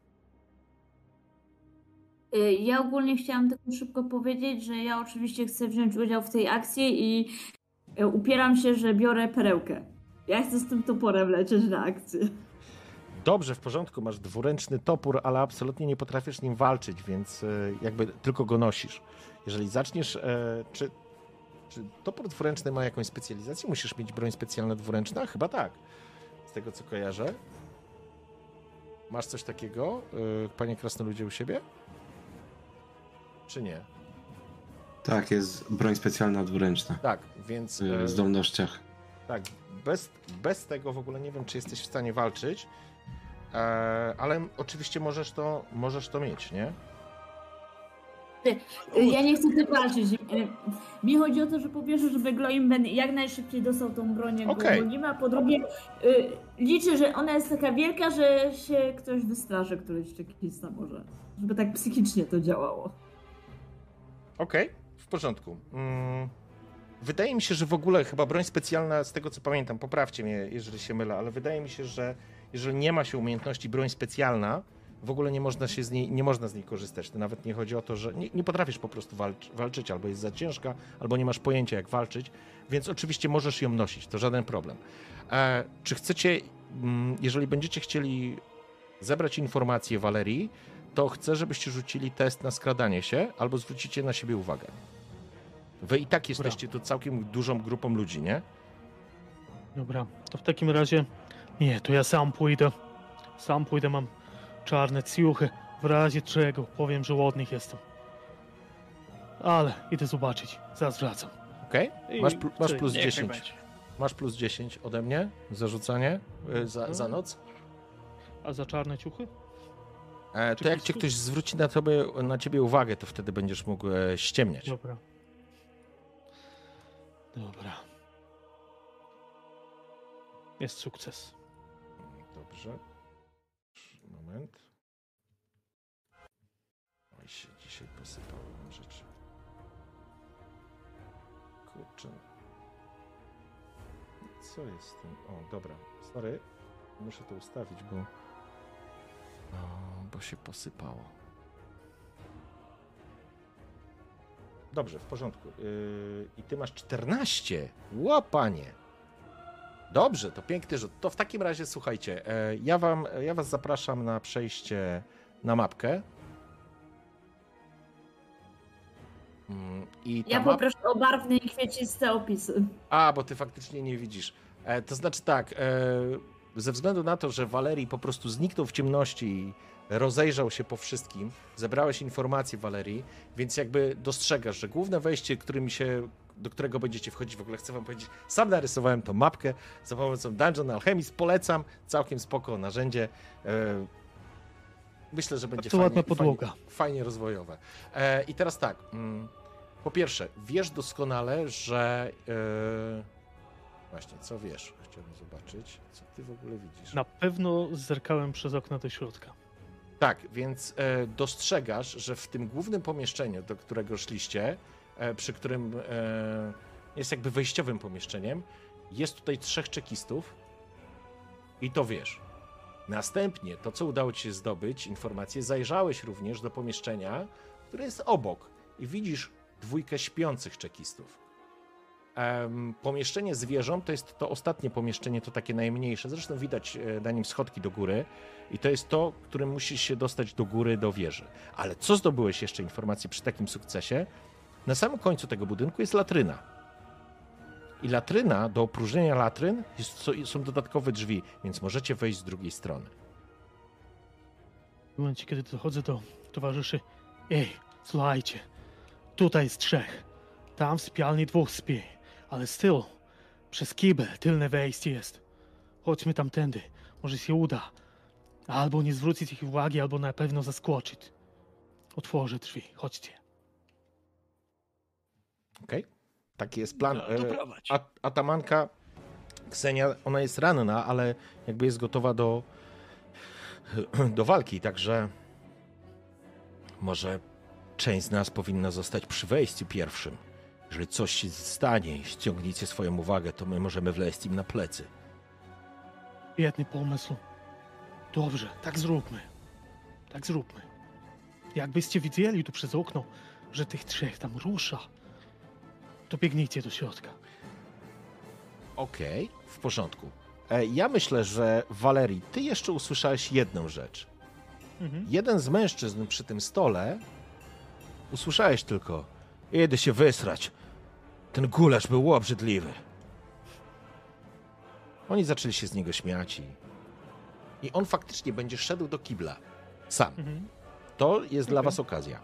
y, ja ogólnie chciałam tylko szybko powiedzieć, że ja oczywiście chcę wziąć udział w tej akcji i y, upieram się, że biorę perełkę. Ja chcę z tym toporem lecieć na akcję. Dobrze, w porządku, masz dwuręczny topór, ale absolutnie nie potrafisz nim walczyć, więc e, jakby tylko go nosisz. Jeżeli zaczniesz... E, czy, czy topór dwuręczny ma jakąś specjalizację? Musisz mieć broń specjalna dwuręczna? Chyba tak. Z tego, co kojarzę. Masz coś takiego, e, panie krasnoludzie, u siebie? Czy nie? Tak, jest broń specjalna dwuręczna Tak, więc... w E, zdolnościach. tak, bez, bez tego w ogóle nie wiem, czy jesteś w stanie walczyć. E, ale oczywiście możesz to, możesz to mieć, nie? Y, Ja nie chcę tym walczyć. Y, Mi chodzi o to, że po pierwsze, żeby Gloimben jak najszybciej dostał tą broń, jak Okej. go gonimy, a po drugie y, liczę, że ona jest taka wielka, że się ktoś wystraszy, któryś czekista może. Żeby tak psychicznie to działało. Okej, w porządku. Mm, wydaje mi się, że w ogóle chyba broń specjalna, z tego co pamiętam, poprawcie mnie, jeżeli się mylę, ale wydaje mi się, że jeżeli nie ma się umiejętności broń specjalna, w ogóle nie można się z niej, nie można z niej korzystać. To nawet nie chodzi o to, że nie, nie potrafisz po prostu walcz, walczyć, albo jest za ciężka, albo nie masz pojęcia jak walczyć, więc oczywiście możesz ją nosić, to żaden problem. E, czy chcecie, mm, jeżeli będziecie chcieli zebrać informacje Walerii, to chcę, żebyście rzucili test na skradanie się, albo zwrócicie na siebie uwagę. Wy i tak jesteście tu całkiem dużą grupą ludzi, nie? Dobra, to w takim razie... Nie, to ja sam pójdę. Sam pójdę, mam czarne ciuchy. W razie czego powiem, że łodnych jestem. Ale idę zobaczyć. Zaraz wracam. Okej? I- Masz, pl- masz czy- plus Niech tak dziesięć. będzie. Masz plus dziesięć ode mnie za rzucanie y, za, za noc. A za czarne ciuchy? E, to jak cię ktoś zwróci na, tobie, na ciebie uwagę, to wtedy będziesz mógł e, ściemniać. Dobra. Dobra. Jest sukces. Dobrze. Moment. Oj, się dzisiaj posypało rzeczy. Kurczę. Co jest z tym? O, dobra. Sorry. Muszę to ustawić, bo... O, bo się posypało. Dobrze, w porządku. Yy, I ty masz czternaście. Łapanie. Dobrze, to piękny rzut. To w takim razie słuchajcie, e, ja wam, ja was zapraszam na przejście na mapkę. Mm, I ta Ja map... poproszę o barwne i kwieciste opisy. A, bo ty faktycznie nie widzisz. E, to znaczy tak, e, ze względu na to, że Walerii po prostu zniknął w ciemności i rozejrzał się po wszystkim, zebrałeś informacje Walerii, więc jakby dostrzegasz, że główne wejście, którymi się, do którego będziecie wchodzić, w ogóle chcę wam powiedzieć, sam narysowałem tą mapkę za pomocą Dungeon Alchemist, polecam, całkiem spoko narzędzie. E, myślę, że będzie To fajnie, ładna podłoga. Fajnie, fajnie rozwojowe. E, I teraz tak, mm, po pierwsze, wiesz doskonale, że... E, właśnie, co wiesz? Chciałbym zobaczyć, co ty w ogóle widzisz. Na pewno zerkałem przez okno do środka. Tak, więc e, dostrzegasz, że w tym głównym pomieszczeniu, do którego szliście, e, przy którym e, jest jakby wejściowym pomieszczeniem, jest tutaj trzech czekistów i to wiesz. Następnie to, co udało ci się zdobyć, informacje, zajrzałeś również do pomieszczenia, które jest obok i widzisz dwójkę śpiących czekistów. Em, pomieszczenie zwierząt to jest to ostatnie pomieszczenie, to takie najmniejsze. Zresztą widać e, na nim schodki do góry. I to jest to, którym musisz się dostać do góry, do wieży. Ale co zdobyłeś jeszcze informacji przy takim sukcesie? Na samym końcu tego budynku jest latryna. I latryna, do opróżnienia latryn jest, są dodatkowe drzwi, więc możecie wejść z drugiej strony. W momencie, kiedy dochodzę do towarzyszy, ej, słuchajcie, tutaj jest trzech, tam w sypialni dwóch śpi, ale z tyłu, przez kibel, tylne wejście jest. Chodźmy tamtędy, może się uda. Albo nie zwrócić ich uwagi, albo na pewno zaskoczyć. Otworzę drzwi, chodźcie. Okej? Okay? Taki jest plan. No, doprowadź. A, atamanka Ksenia, ona jest ranna, ale jakby jest gotowa do, do walki, także może część z nas powinna zostać przy wejściu pierwszym. Jeżeli coś się stanie i ściągniecie swoją uwagę, to my możemy wleźć im na plecy. Świetny pomysł. Dobrze, tak zróbmy. Tak zróbmy. Jakbyście widzieli tu przez okno, że tych trzech tam rusza, to biegnijcie do środka. Okej, okay, w porządku. E, ja myślę, że Valerii, ty jeszcze usłyszałeś jedną rzecz. Mhm. Jeden z mężczyzn przy tym stole usłyszałeś tylko: idę się wysrać. Ten gulasz był obrzydliwy. Oni zaczęli się z niego śmiać i, i on faktycznie będzie szedł do kibla. Sam. Mhm. To jest okay. dla was okazja.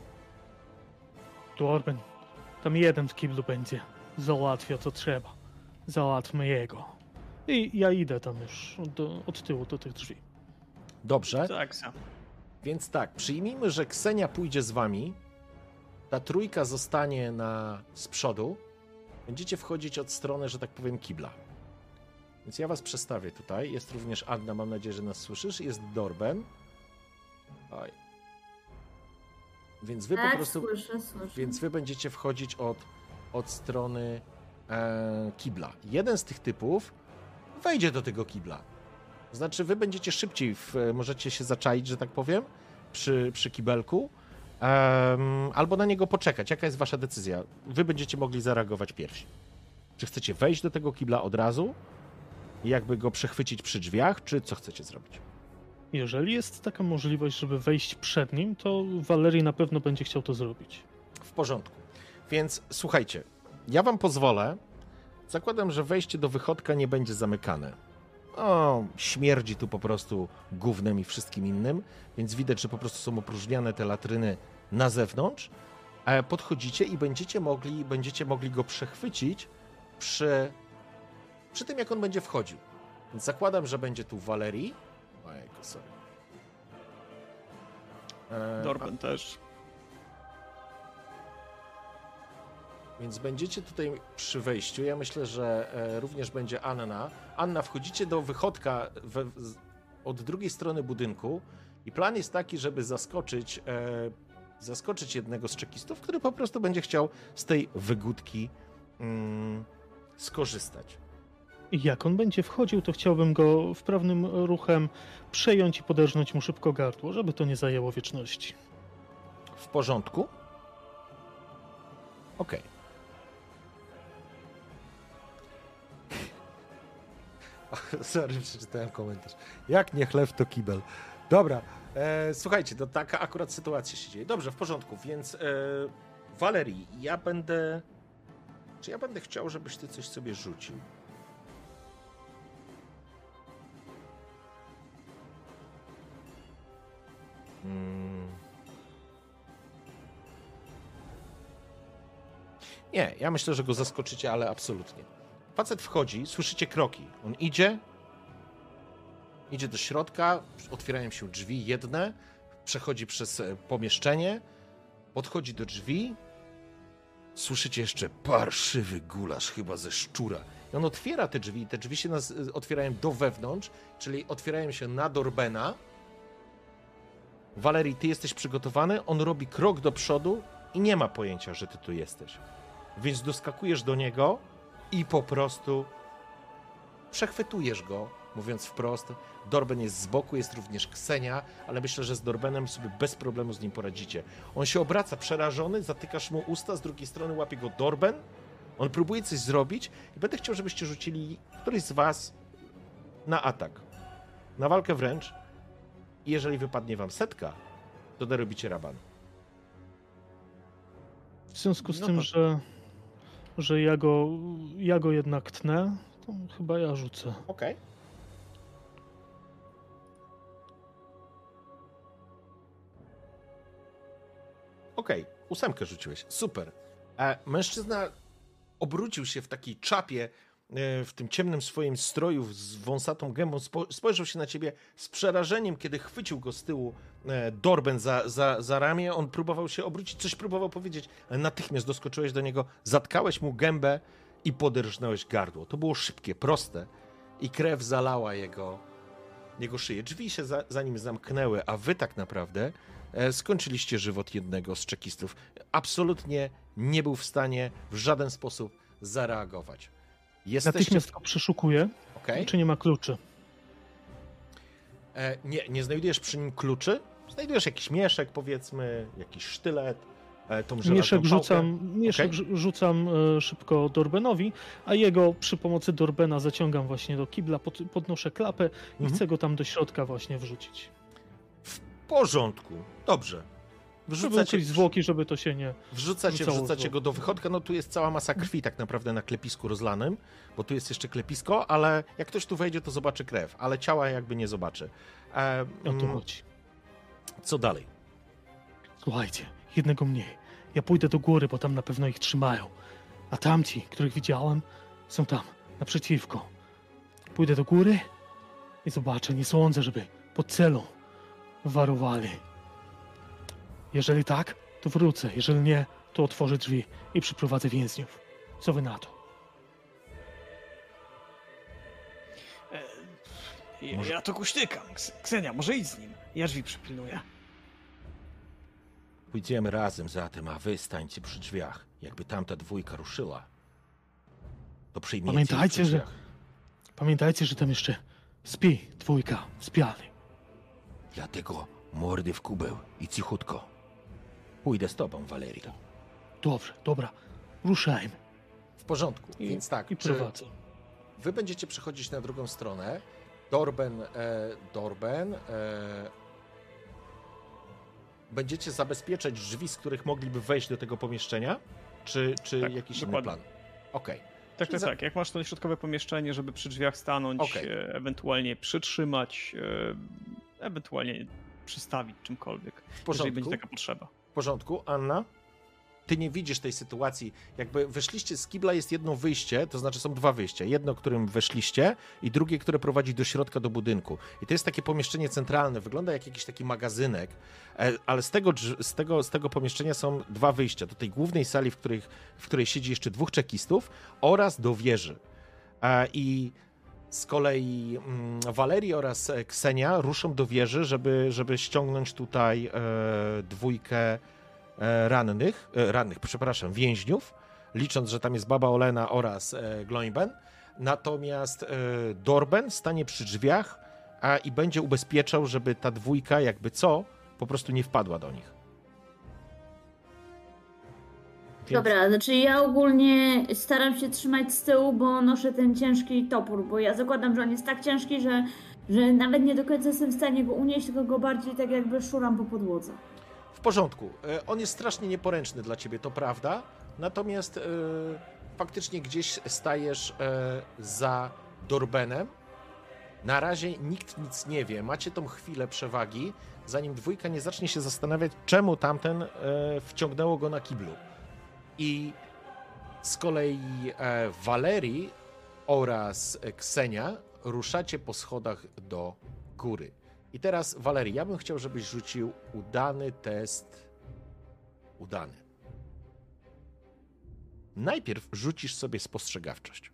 Dorben, tam jeden w kiblu będzie. Załatwia co trzeba. Załatwmy jego. I ja idę tam już do, od tyłu do tych drzwi. Dobrze. Tak, sam. Więc tak, przyjmijmy, że Ksenia pójdzie z wami. Ta trójka zostanie na, z przodu. Będziecie wchodzić od strony, że tak powiem, kibla. Więc ja was przestawię tutaj. Jest również Anna, mam nadzieję, że nas słyszysz. Jest Dorben. Oj. Więc wy tak, po prostu. Słyszę, słyszę. Więc wy będziecie wchodzić od, od strony e, kibla. Jeden z tych typów wejdzie do tego kibla. Znaczy, wy będziecie szybciej, w, możecie się zaczaić, że tak powiem, przy, przy kibelku. Um, albo na niego poczekać. Jaka jest wasza decyzja? Wy będziecie mogli zareagować pierwsi. Czy chcecie wejść do tego kibla od razu i jakby go przechwycić przy drzwiach, czy co chcecie zrobić? Jeżeli jest taka możliwość, żeby wejść przed nim, to Valerii na pewno będzie chciał to zrobić. W porządku. Więc słuchajcie, ja wam pozwolę. Zakładam, że wejście do wychodka nie będzie zamykane. O, śmierdzi tu po prostu gównem i wszystkim innym, więc widać, że po prostu są opróżniane te latryny na zewnątrz. Podchodzicie i będziecie mogli, będziecie mogli go przechwycić przy, przy tym, jak on będzie wchodził. Więc zakładam, że będzie tu Valerii. Ojejku, sorry. E, Dorben a... też. Więc będziecie tutaj przy wejściu. Ja myślę, że e, również będzie Anna. Anna, wchodzicie do wychodka we, z, od drugiej strony budynku i plan jest taki, żeby zaskoczyć, e, zaskoczyć jednego z czekistów, który po prostu będzie chciał z tej wygódki mm, skorzystać. I jak on będzie wchodził, to chciałbym go wprawnym ruchem przejąć i poderżnąć mu szybko gardło, żeby to nie zajęło wieczności. W porządku? Okej. Okay. Sorry, przeczytałem komentarz. Jak nie chleb, to kibel. Dobra, e, słuchajcie, to taka akurat sytuacja się dzieje. Dobrze, w porządku, więc e, Valerii, ja będę... Czy ja będę chciał, żebyś ty coś sobie rzucił? Hmm. Nie, ja myślę, że go zaskoczycie, ale absolutnie. Facet wchodzi, słyszycie kroki. On idzie, idzie do środka, otwierają się drzwi jedne, przechodzi przez pomieszczenie, podchodzi do drzwi, słyszycie jeszcze parszywy gulasz, chyba ze szczura. I on otwiera te drzwi, te drzwi się nas, otwierają do wewnątrz, czyli otwierają się na Dorbena. Valerii, ty jesteś przygotowany, on robi krok do przodu i nie ma pojęcia, że ty tu jesteś. Więc doskakujesz do niego i po prostu przechwytujesz go, mówiąc wprost. Dorben jest z boku, jest również Ksenia, ale myślę, że z Dorbenem sobie bez problemu z nim poradzicie. On się obraca przerażony, zatykasz mu usta, z drugiej strony łapie go Dorben, On próbuje coś zrobić i będę chciał, żebyście rzucili któryś z was na atak. Na walkę wręcz. I jeżeli wypadnie wam setka, to dorobicie raban. W związku z No tym, to- że, że ja, go, ja go jednak tnę, to chyba ja rzucę. Okej. Okej, ósemkę rzuciłeś. Super. E, mężczyzna obrócił się w takiej czapie, e, w tym ciemnym swoim stroju z wąsatą gębą, spo, spojrzał się na ciebie z przerażeniem, kiedy chwycił go z tyłu e, Dorben za, za, za ramię. On próbował się obrócić, coś próbował powiedzieć, ale natychmiast doskoczyłeś do niego, zatkałeś mu gębę i poderżnąłeś gardło. To było szybkie, proste i krew zalała jego, jego szyję. Drzwi się za, za nim zamknęły, a wy tak naprawdę e, skończyliście żywot jednego z czekistów. Absolutnie nie był w stanie w żaden sposób zareagować. Jesteście... Natychmiast go przeszukuję, Okej. czy nie ma kluczy. E, nie, nie znajdujesz przy nim kluczy? Znajdujesz jakiś mieszek, powiedzmy, jakiś sztylet, e, tą żelazną Mieszek pałkę. rzucam, mieszek Okej. rzu- rzucam e, szybko Dorbenowi, a jego przy pomocy Dorbena zaciągam właśnie do kibla, pod, podnoszę klapę i Mhm. chcę go tam do środka właśnie wrzucić. W porządku. Dobrze. Żeby Wrzucacie, ukryć zwłoki, żeby to się nie... wrzucacie, wrzucało wrzucacie zwłoki. go do wychodka. No tu jest cała masa krwi tak naprawdę na klepisku rozlanym, bo tu jest jeszcze klepisko, ale jak ktoś tu wejdzie, to zobaczy krew, ale ciała jakby nie zobaczy. E, O to mm, chodzi. co dalej? Słuchajcie, jednego mniej. Ja pójdę do góry, bo tam na pewno ich trzymają. A tamci, których widziałem, są tam, naprzeciwko. Pójdę do góry i zobaczę. Nie sądzę, żeby pod celą warowali. Jeżeli tak, to wrócę. Jeżeli nie, to otworzę drzwi i przyprowadzę więźniów. Co wy na to? Ja, Może- ja to kuśtykam. Ks- Ksenia, może idź z nim. Ja drzwi przypilnuję. Pójdziemy razem za tym, a wy stańcie przy drzwiach. Jakby tamta dwójka ruszyła, to przyjmiecie ich Pamiętajcie, przy że- drzwiach. Pamiętajcie, że tam jeszcze spi dwójka w pialni. Dlatego mordy w kubeł i cichutko. Pójdę z tobą, Valerio. Dobrze, dobra. Ruszajmy. W porządku, I, więc tak, i czy prowadzę. wy będziecie przechodzić na drugą stronę. Dorben, e, Dorben, e, będziecie zabezpieczać drzwi, z których mogliby wejść do tego pomieszczenia? Czy, czy Tak, jakiś dokładnie. inny plan? Okej. Tak, Czyli tak, za- tak. Jak masz to środkowe pomieszczenie, żeby przy drzwiach stanąć, Okej. e, ewentualnie przytrzymać, e, ewentualnie przystawić czymkolwiek, W jeżeli porządku. będzie taka potrzeba. W porządku. Anna? Ty nie widzisz tej sytuacji. Jakby wyszliście z kibla, jest jedno wyjście, to znaczy są dwa wyjścia. Jedno, którym weszliście i drugie, które prowadzi do środka, do budynku. I to jest takie pomieszczenie centralne, wygląda jak jakiś taki magazynek, e, ale z tego, drz- z tego, z tego pomieszczenia są dwa wyjścia. Do tej głównej sali, w, których, w której siedzi jeszcze dwóch czekistów oraz do wieży. E, I z kolei mm, Valerii oraz e, Ksenia ruszą do wieży, żeby, żeby ściągnąć tutaj e, dwójkę e, rannych, e, rannych, przepraszam, więźniów, licząc, że tam jest Baba Olena oraz e, Gloinben. Natomiast e, Dorben stanie przy drzwiach a, i będzie ubezpieczał, żeby ta dwójka, jakby co, po prostu nie wpadła do nich. Więc- Dobra, znaczy ja ogólnie staram się trzymać z tyłu, bo noszę ten ciężki topór, bo ja zakładam, że on jest tak ciężki, że, że nawet nie do końca jestem w stanie go unieść, tylko go bardziej tak jakby szuram po podłodze. W porządku. E, On jest strasznie nieporęczny dla ciebie, to prawda. Natomiast e, faktycznie gdzieś stajesz e, za Dorbenem. Na razie nikt nic nie wie. Macie tą chwilę przewagi, zanim dwójka nie zacznie się zastanawiać, czemu tamten e, wciągnęło go na kiblu. I z kolei e, Valerii oraz Ksenia ruszacie po schodach do góry. I teraz, Valerii, ja bym chciał, żebyś rzucił udany test. Udany. Najpierw rzucisz sobie spostrzegawczość.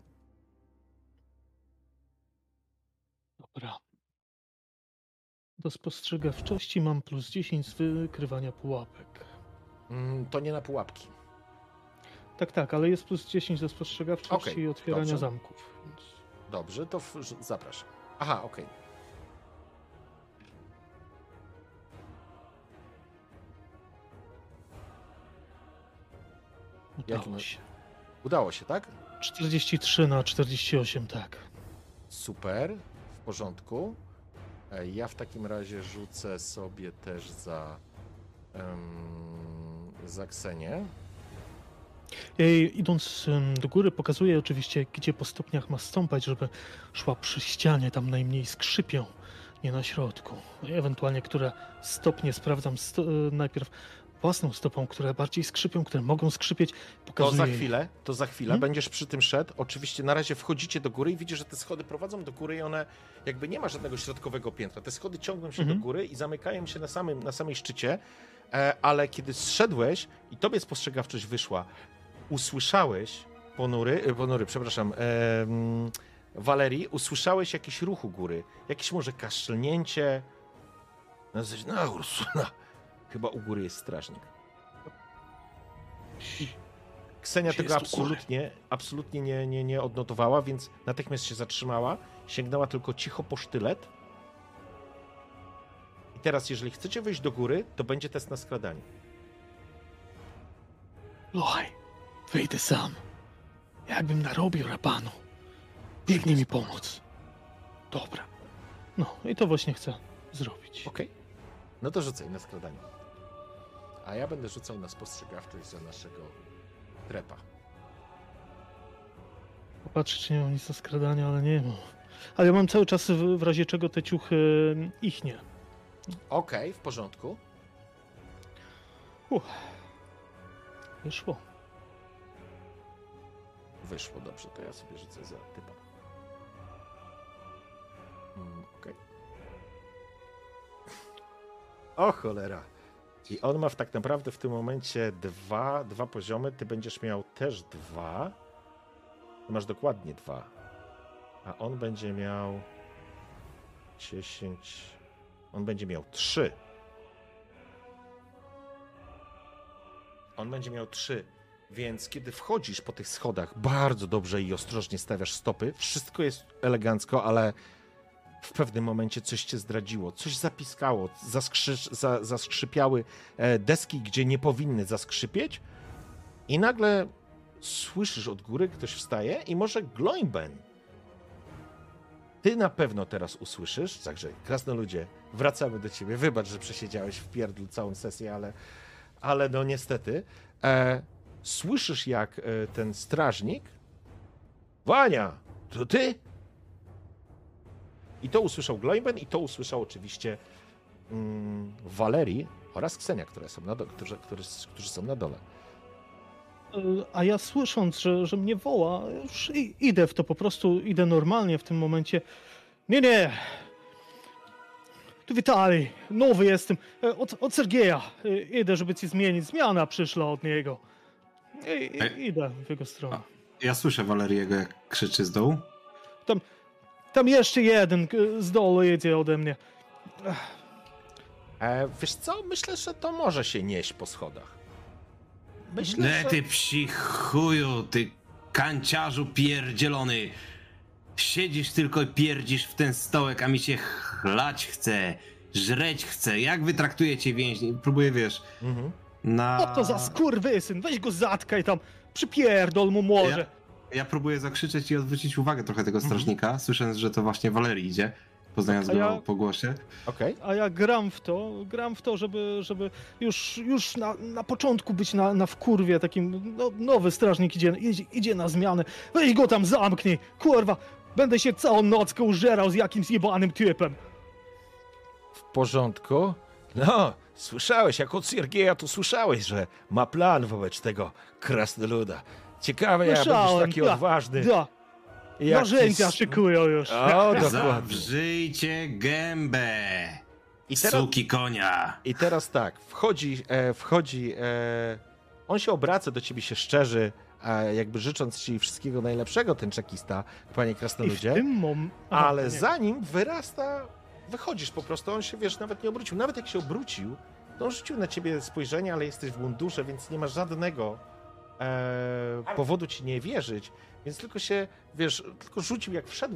Dobra. Do spostrzegawczości mam plus dziesięć z wykrywania pułapek. Mm, to nie na pułapki. Tak, tak, ale jest plus dziesięć do spostrzegawczości Okej, i otwierania dobrze. zamków. Więc... Dobrze, to w, zapraszam. Aha, okej. Udało Jakim- się. Udało się, tak? czterdzieści trzy na czterdzieści osiem, tak. Super, w porządku. E, Ja w takim razie rzucę sobie też za, em, za Ksenię. Jej, idąc em, do góry, pokazuję oczywiście, gdzie po stopniach ma stąpać, żeby szła przy ścianie, tam najmniej skrzypią, nie na środku. Ewentualnie, które stopnie sprawdzam sto- e, najpierw własną stopą, które bardziej skrzypią, które mogą skrzypieć. To Pokazuję za jej. chwilę, to za chwilę, Hmm? będziesz przy tym szedł. Oczywiście na razie wchodzicie do góry i widzisz, że te schody prowadzą do góry i one jakby nie ma żadnego środkowego piętra. Te schody ciągną się Mhm. do góry i zamykają się na samym, na samej szczycie, e, ale kiedy zszedłeś i tobie spostrzegawczość wyszła, usłyszałeś, ponury, e, ponury, przepraszam, e, mm, Walerii, usłyszałeś jakiś ruch u góry, jakieś może kaszlnięcie. No, coś, no Ursula, chyba u góry jest strażnik. Ksenia Gdzie tego jest u góry? absolutnie, absolutnie nie, nie, nie odnotowała, więc natychmiast się zatrzymała, sięgnęła tylko cicho po sztylet. I teraz, jeżeli chcecie wejść do góry, to będzie test na skradanie. Słuchaj, wyjdę sam. Jakbym narobił rapanu. Biegnie mi pomóc. Dobra. No i to właśnie chcę zrobić. Okej. No to rzucaj na skradanie. A ja będę rzucał na spostrzegawczość za naszego trepa. Popatrzę, czy nie mam nic do skradania, ale nie mam. Ale ja mam cały czas w, w razie czego te ciuchy em, ich nie. Okej, w porządku. Wyszło. Wyszło dobrze, to ja sobie rzucę za typa. Mm, Okej. O cholera. I on ma w, tak naprawdę w tym momencie dwa, dwa poziomy, ty będziesz miał też dwa. Ty masz dokładnie dwa. A on będzie miał dziesięć. On będzie miał trzy. On będzie miał trzy. Więc kiedy wchodzisz po tych schodach, bardzo dobrze i ostrożnie stawiasz stopy. Wszystko jest elegancko, ale w pewnym momencie coś cię zdradziło. Coś zapiskało, zaskrzy, za, zaskrzypiały e, deski, gdzie nie powinny zaskrzypieć. I nagle słyszysz od góry, ktoś wstaje i może Gloinben. Ty na pewno teraz usłyszysz, także krasnoludzie, wracamy do ciebie. Wybacz, że przesiedziałeś w pierdlu całą sesję, ale, ale no niestety. E, słyszysz, jak e, ten strażnik... Wania, to ty? I to usłyszał Gloinben i to usłyszał oczywiście mm, Walerii oraz Ksenia, które są na dole, którzy, którzy, którzy są na dole. E, A ja słysząc, że, że mnie woła, już i, idę w to, po prostu idę normalnie w tym momencie. Nie, nie. Tu Witali, nowy jestem. E, Od, od Sergieja. E, Idę, żeby ci zmienić. Zmiana przyszła od niego. I, Ej. i, idę w jego stronę. Ja słyszę Waleriego, jak krzyczy z dołu. Tam, tam jeszcze jeden e, z dołu jedzie ode mnie. E, wiesz co? Myślę, że to może się nieść po schodach. Myślę, Ne, że... ty psi chuju, ty kanciarzu pierdzielony. Siedzisz tylko i pierdzisz w ten stołek, a mi się chlać chce, żreć chce. Jak wy traktujecie więźni? Próbuję, wiesz, Mhm. na... Co to za skurwysyn? Weź go zatkaj tam. Przypierdol mu może. Ja, ja próbuję zakrzyczeć i odwrócić uwagę trochę tego strażnika, słysząc, że to właśnie Walerii idzie, poznając A go ja- po głosie. Okej. A ja gram w to, gram w to, żeby, żeby już, już na, na początku być na, na wkurwie, takim, no, nowy strażnik idzie, idzie, idzie na zmianę, weź go tam zamknij, kurwa, będę się całą nockę użerał z jakimś jebanym typem. W porządku? No, słyszałeś, jak od Siergieja to słyszałeś, że ma plan wobec tego krasnoluda. Ciekawe, jak będziesz Słyszałem, taki da, odważny. Da, i jak narzędzia ci- szykują już. O, dokładnie. Zawrzyjcie gębę, I teraz, suki konia. I teraz tak, wchodzi, e, wchodzi, e, on się obraca do ciebie, się szczerzy, e, jakby życząc ci wszystkiego najlepszego, ten czekista, panie I w krasnoludzie, tym mom... Aha, ale nie. za nim wyrasta, wychodzisz po prostu, on się, wiesz, nawet nie obrócił. Nawet jak się obrócił, to on rzucił na ciebie spojrzenie, ale jesteś w mundurze, więc nie ma żadnego e, powodu ci nie wierzyć, więc tylko się, wiesz, tylko rzucił jak wszedłeś,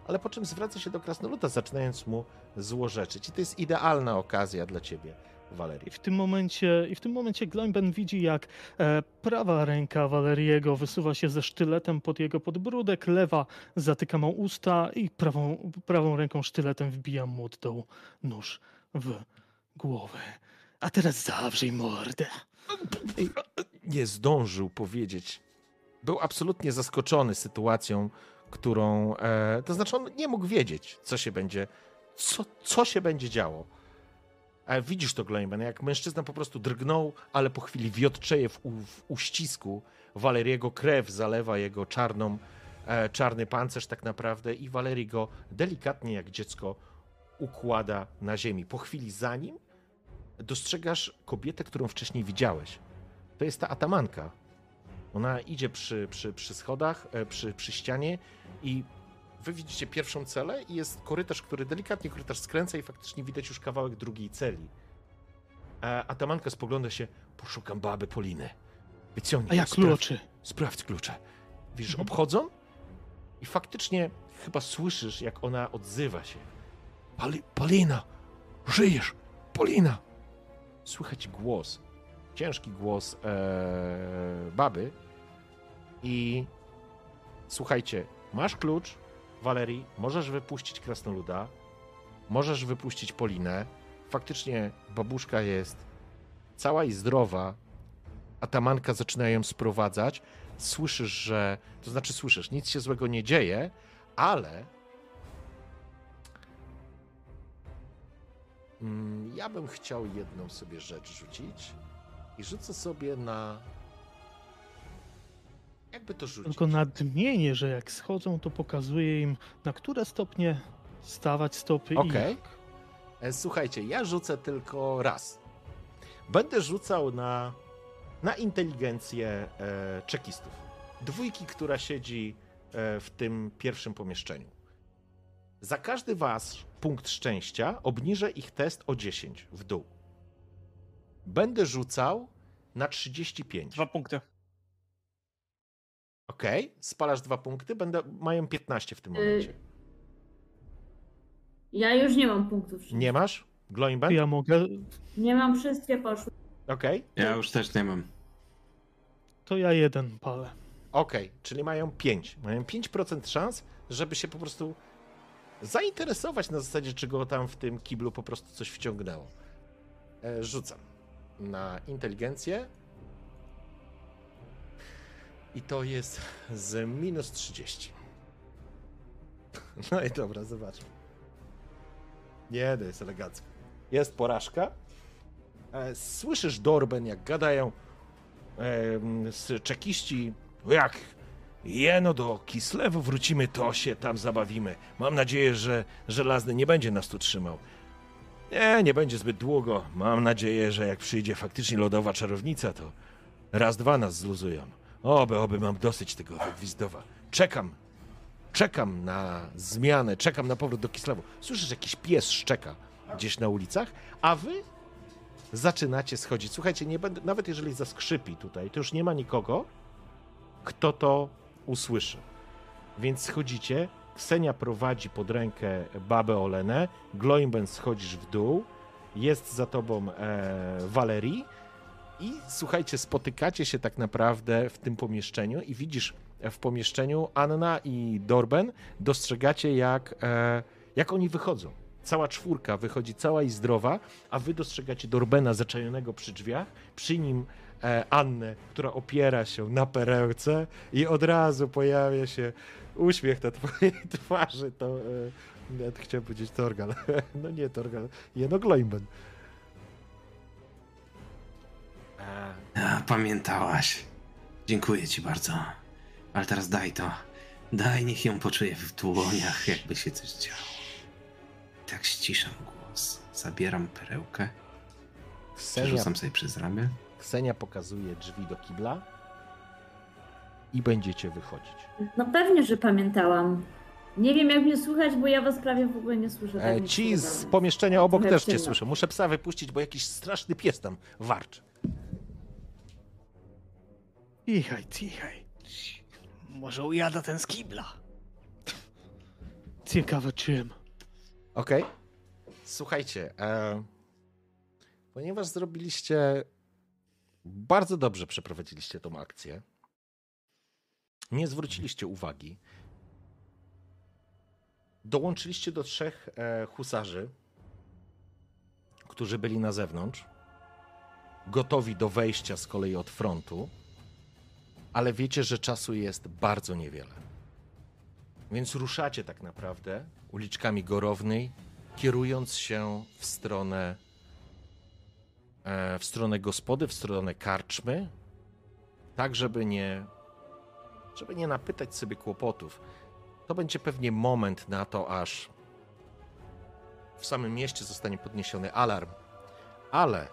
ale po czym zwraca się do krasnoluda, zaczynając mu złorzeczyć. I to jest idealna okazja dla ciebie, Walerii. I w tym momencie, i w tym momencie Gloimben widzi, jak e, prawa ręka Waleriego wysuwa się ze sztyletem pod jego podbródek, lewa zatyka mu usta i prawą, prawą ręką sztyletem wbija mu od dołu nóż w głowę. A teraz zawrzyj mordę. Nie zdążył powiedzieć. Był absolutnie zaskoczony sytuacją, którą... E, to znaczy on nie mógł wiedzieć, co się będzie, co, co się będzie działo. E, widzisz to, Gloimben, jak mężczyzna po prostu drgnął, ale po chwili wiotczeje w, u, w uścisku. Waleriego krew zalewa jego czarną, e, czarny pancerz tak naprawdę i Walerii go delikatnie jak dziecko układa na ziemi. Po chwili za nim dostrzegasz kobietę, którą wcześniej widziałeś. To jest ta atamanka. Ona idzie przy, przy, przy schodach, przy, przy ścianie i wy widzicie pierwszą celę i jest korytarz, który delikatnie korytarz skręca i faktycznie widać już kawałek drugiej celi. A atamanka spogląda się, poszukam baby Poliny. Wyciągnij. A ja kluczy. Sprawdź klucze. Widzisz, Mhm. obchodzą i faktycznie chyba słyszysz, jak ona odzywa się. Poli, Polina! Żyjesz! Polina! Słychać głos, ciężki głos ee, baby i słuchajcie, masz klucz, Walerii, możesz wypuścić krasnoluda, możesz wypuścić Polinę. Faktycznie babuszka jest cała i zdrowa, atamanka zaczyna ją sprowadzać. Słyszysz, że, to znaczy słyszysz, nic się złego nie dzieje, ale mm, ja bym chciał jedną sobie rzecz rzucić i rzucę sobie na... Jakby to rzucić? Tylko nadmienię, że jak schodzą, to pokazuje im, na które stopnie stawać stopy Okej. i... E, Słuchajcie, ja rzucę tylko raz. Będę rzucał na, na inteligencję e, czekistów. Dwójki, która siedzi e, w tym pierwszym pomieszczeniu. Za każdy wasz punkt szczęścia obniżę ich test o dziesięć w dół. Będę rzucał na trzydzieści pięć. Dwa punkty. Okej, spalasz dwa punkty, będę, mają piętnaście w tym Y, momencie. Ja już nie mam punktów. Nie masz? Gloimben? Ja mogę, Nie mam, wszystkie poszły. Okej, Ja już też nie mam. to ja jeden palę. okej, czyli mają pięć. Mają pięć procent szans, żeby się po prostu zainteresować na zasadzie, czy go tam w tym kiblu po prostu coś wciągnęło. E, rzucam na inteligencję. I to jest z minus trzydzieści. No i dobra, zobaczmy. Nie, to jest elegancko. Jest porażka. E, Słyszysz, Dorben, jak gadają e, z czekiści, jak jeno do Kislewu wrócimy, to się tam zabawimy. Mam nadzieję, że żelazny nie będzie nas tu trzymał. Nie, nie będzie zbyt długo. Mam nadzieję, że jak przyjdzie faktycznie lodowa czarownica, to raz, dwa nas zluzują. Oby, oby, mam dosyć tego Gwizdowa. Czekam, czekam na zmianę, czekam na powrót do Kislewu. Słyszysz, jakiś pies szczeka gdzieś na ulicach, a wy zaczynacie schodzić. Słuchajcie, nie będę, nawet jeżeli zaskrzypi tutaj, to już nie ma nikogo, kto to usłyszy. Więc schodzicie, Ksenia prowadzi pod rękę babę Olenę, Gloimben schodzisz w dół, jest za tobą e, Walerii i słuchajcie, spotykacie się tak naprawdę w tym pomieszczeniu i widzisz w pomieszczeniu Anna i Dorben, dostrzegacie jak, e, jak oni wychodzą. Cała czwórka wychodzi cała i zdrowa, a wy dostrzegacie Dorbena zaczajonego przy drzwiach, przy nim e, Annę, która opiera się na perełce i od razu pojawia się uśmiech na twojej twarzy. To, e, ja chciałem powiedzieć Torgal. No nie Torgal, jeno Gloimben. A, pamiętałaś. Dziękuję ci bardzo. Ale teraz daj to. Daj, niech ją poczuje w dłoniach, jakby się coś działo. Tak ściszam głos. Zabieram perełkę. Ksenia, Przerzucam sobie przez ramię. Ksenia pokazuje drzwi do kibla i będziecie wychodzić. No pewnie, że pamiętałam. Nie wiem, jak mnie słychać, bo ja was prawie w ogóle nie słyszę. Tak E, mi ci się z wydaje. pomieszczenia obok Trochę też cię ciemno. słyszę. Muszę psa wypuścić, bo jakiś straszny pies tam warczy. Cichaj, cichaj. Może ujada ten z kibla. Ciekawe czym. Okej. Słuchajcie, e, ponieważ zrobiliście, bardzo dobrze przeprowadziliście tą akcję, nie zwróciliście uwagi, dołączyliście do trzech e, husarzy, którzy byli na zewnątrz, gotowi do wejścia z kolei od frontu, ale wiecie, że czasu jest bardzo niewiele. Więc ruszacie tak naprawdę uliczkami Gorownej, kierując się w stronę e, w stronę gospody, w stronę karczmy, tak żeby nie żeby nie napytać sobie kłopotów. To będzie pewnie moment na to, aż w samym mieście zostanie podniesiony alarm. Ale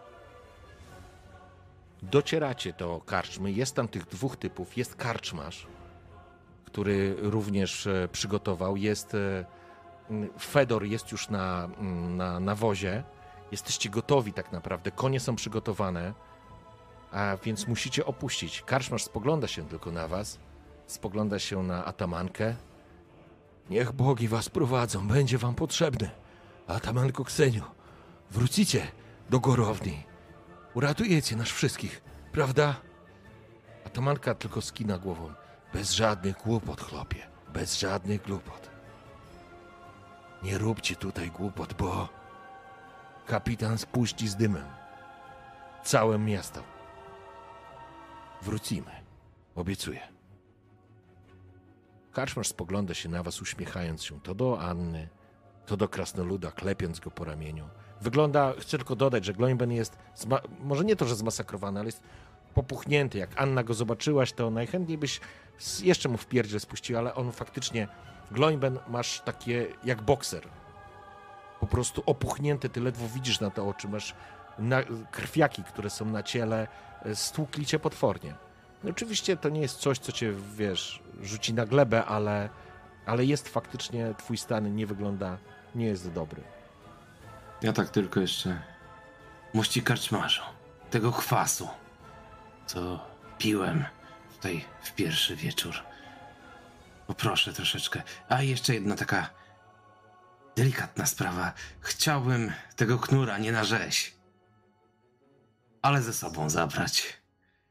docieracie do karczmy, jest tam tych dwóch typów, jest karczmarz, który również e, przygotował, jest e, Fedor jest już na, na, na wozie, jesteście gotowi tak naprawdę, konie są przygotowane, a więc musicie opuścić. Karczmarz spogląda się tylko na was, spogląda się na atamankę. Niech bogi was prowadzą, będzie wam potrzebny. Atamanko Kseniu, wrócicie do Gorowni, uratujecie nas wszystkich, prawda? Atamanka tylko skina głową. Bez żadnych głupot, chłopie, bez żadnych głupot. Nie róbcie tutaj głupot, bo kapitan spuści z dymem całe miasto. Wrócimy. Obiecuję. Karczmarz spogląda się na was, uśmiechając się to do Anny, to do krasnoluda, klepiąc go po ramieniu. Wygląda, chcę tylko dodać, że Gloinben jest, zma- może nie to, że zmasakrowany, ale jest popuchnięty. Jak Anna go zobaczyłaś, to najchętniej byś jeszcze mu w pierdziel spuścił, ale on faktycznie, Gloinben masz takie jak bokser. Po prostu opuchnięty, ty ledwo widzisz na te oczy, masz na, krwiaki, które są na ciele, stłukli cię potwornie. No oczywiście to nie jest coś, co cię, wiesz, rzuci na glebę, ale, ale jest faktycznie, twój stan nie wygląda, nie jest dobry. Ja tak tylko jeszcze... Mości karczmarzu, tego kwasu, co piłem tutaj w pierwszy wieczór. Poproszę troszeczkę. A jeszcze jedna taka delikatna sprawa. Chciałbym tego knura nie na rzeź, ale ze sobą zabrać.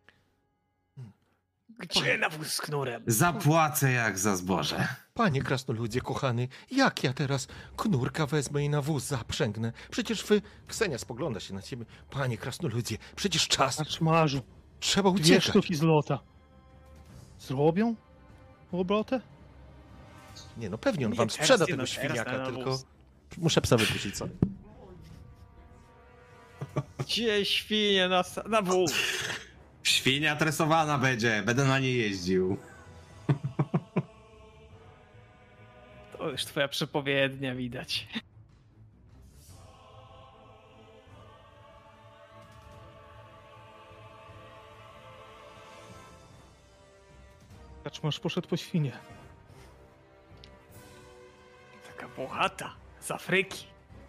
Gdzie na wóz z knurem? Zapłacę jak za zboże. Panie krasnoludzie kochany, jak ja teraz knurka wezmę i na wóz zaprzęgnę? Przecież wy... Ksenia spogląda się na ciebie. Panie krasnoludzie, przecież czas. Karczmarzu, Trzeba dwie uciekać. sztuki złota. Zrobią obrotę? Nie no, pewnie on Nie wam teraz, sprzeda nie tego no, teraz świniaka, na tylko... wóz. Muszę psa wypuścić, co? Gdzie świnie na, sa- na wóz? Świnia tresowana będzie, będę na niej jeździł. To już twoja przepowiednia widać. Karczmarz poszedł po świnie. Taka bohata z Afryki.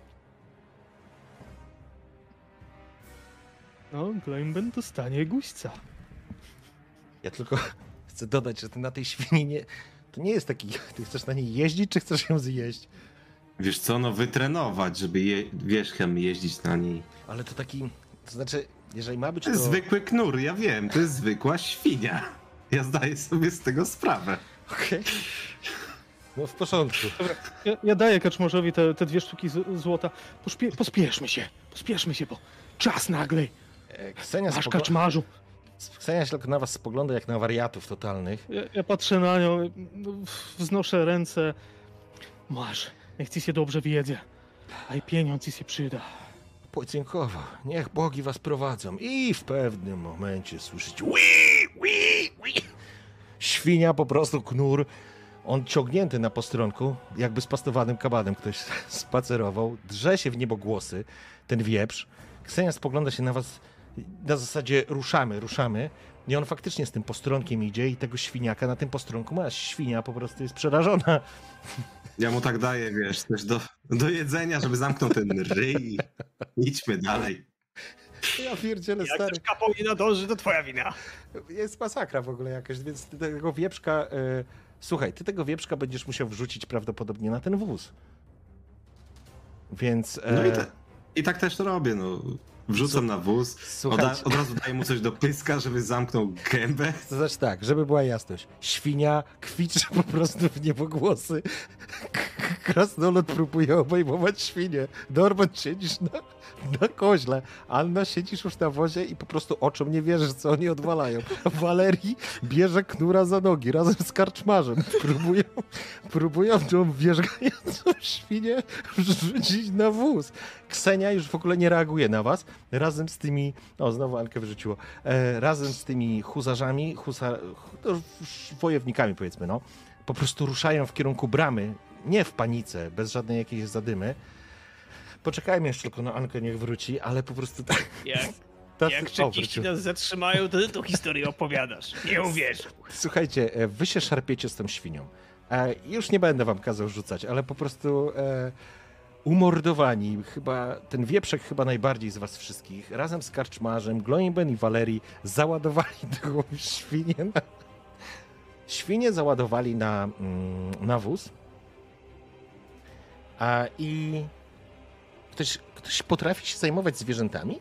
No, Gloinben dostanie guźca. Ja tylko chcę dodać, że ty na tej świni nie... To nie jest taki... Ty chcesz na niej jeździć, czy chcesz ją zjeść? Wiesz co, no wytrenować, żeby je, wierzchem jeździć na niej. Ale to taki... To znaczy, jeżeli ma być To to... jest zwykły knur, ja wiem, to jest zwykła świnia. Ja zdaję sobie z tego sprawę. Okej. No w porządku. Ja, ja daję Karczmarzowi te, te dwie sztuki z, złota. Poszpie, pospieszmy się, pospieszmy się, bo czas nagle. E, Ksenia, Masz spoko... Karczmarzu. Ksenia się tylko na was spogląda jak na wariatów totalnych. Ja, ja patrzę na nią, wznoszę ręce. Masz, niech ci się dobrze wiedzie. A i pieniądz ci się przyda. Podziękował. Niech bogi was prowadzą. I w pewnym momencie słyszycie ui, ui, ui. Świnia, po prostu knur. On ciągnięty na postronku, jakby spastowanym kabanem ktoś spacerował. Drze się w niebo głosy, ten wieprz. Ksenia spogląda się na was na zasadzie ruszamy, ruszamy. I on faktycznie z tym postronkiem idzie i tego świniaka na tym postronku ma. Świnia po prostu jest przerażona. Ja mu tak daję, wiesz, też do, do jedzenia, żeby zamknął ten ryj. Idźmy dalej. Ja pierdzielę, Jak stary. też kapał nie nadąży, to twoja wina. Jest masakra w ogóle jakaś, więc tego wieprzka y, Słuchaj, ty tego wieprzka będziesz musiał wrzucić prawdopodobnie na ten wóz. Więc... No i, e, te, i tak też to robię, no. Wrzucam na wóz, Słuchajcie. od, od razu daję mu coś do pyska, żeby zamknął gębę. To znaczy tak, żeby była jasność. Świnia kwiczy po prostu w niebogłosy. K- Krasnolud próbuje obejmować świnię. Dorban siedzisz na, na koźle. Anna siedzisz już na wozie i po prostu oczom nie wierzysz, co oni odwalają. Walerii bierze knura za nogi razem z karczmarzem. Próbują, próbują tą wierzgającą świnię wrzucić na wóz. Ksenia już w ogóle nie reaguje na was. Razem z tymi... O, znowu Ankę wyrzuciło. E, razem z tymi huzarzami, husa, no, wojownikami powiedzmy, no, po prostu ruszają w kierunku bramy. Nie w panice, bez żadnej jakiejś zadymy. Poczekajmy jeszcze tylko na Ankę, niech wróci, ale po prostu tak... Jak, tacy- jak o, czekiści wrócił. nas zatrzymają, to ty tą historię opowiadasz. Nie uwierzę. Słuchajcie, e, wy się szarpiecie z tą świnią. E, już nie będę wam kazał rzucać, ale po prostu e, umordowani, chyba ten wieprzek chyba najbardziej z was wszystkich, razem z karczmarzem, Gloimben i Walerii załadowali tą świnię na... Świnię załadowali na, mm, na wóz. A i ktoś, ktoś potrafi się zajmować zwierzętami?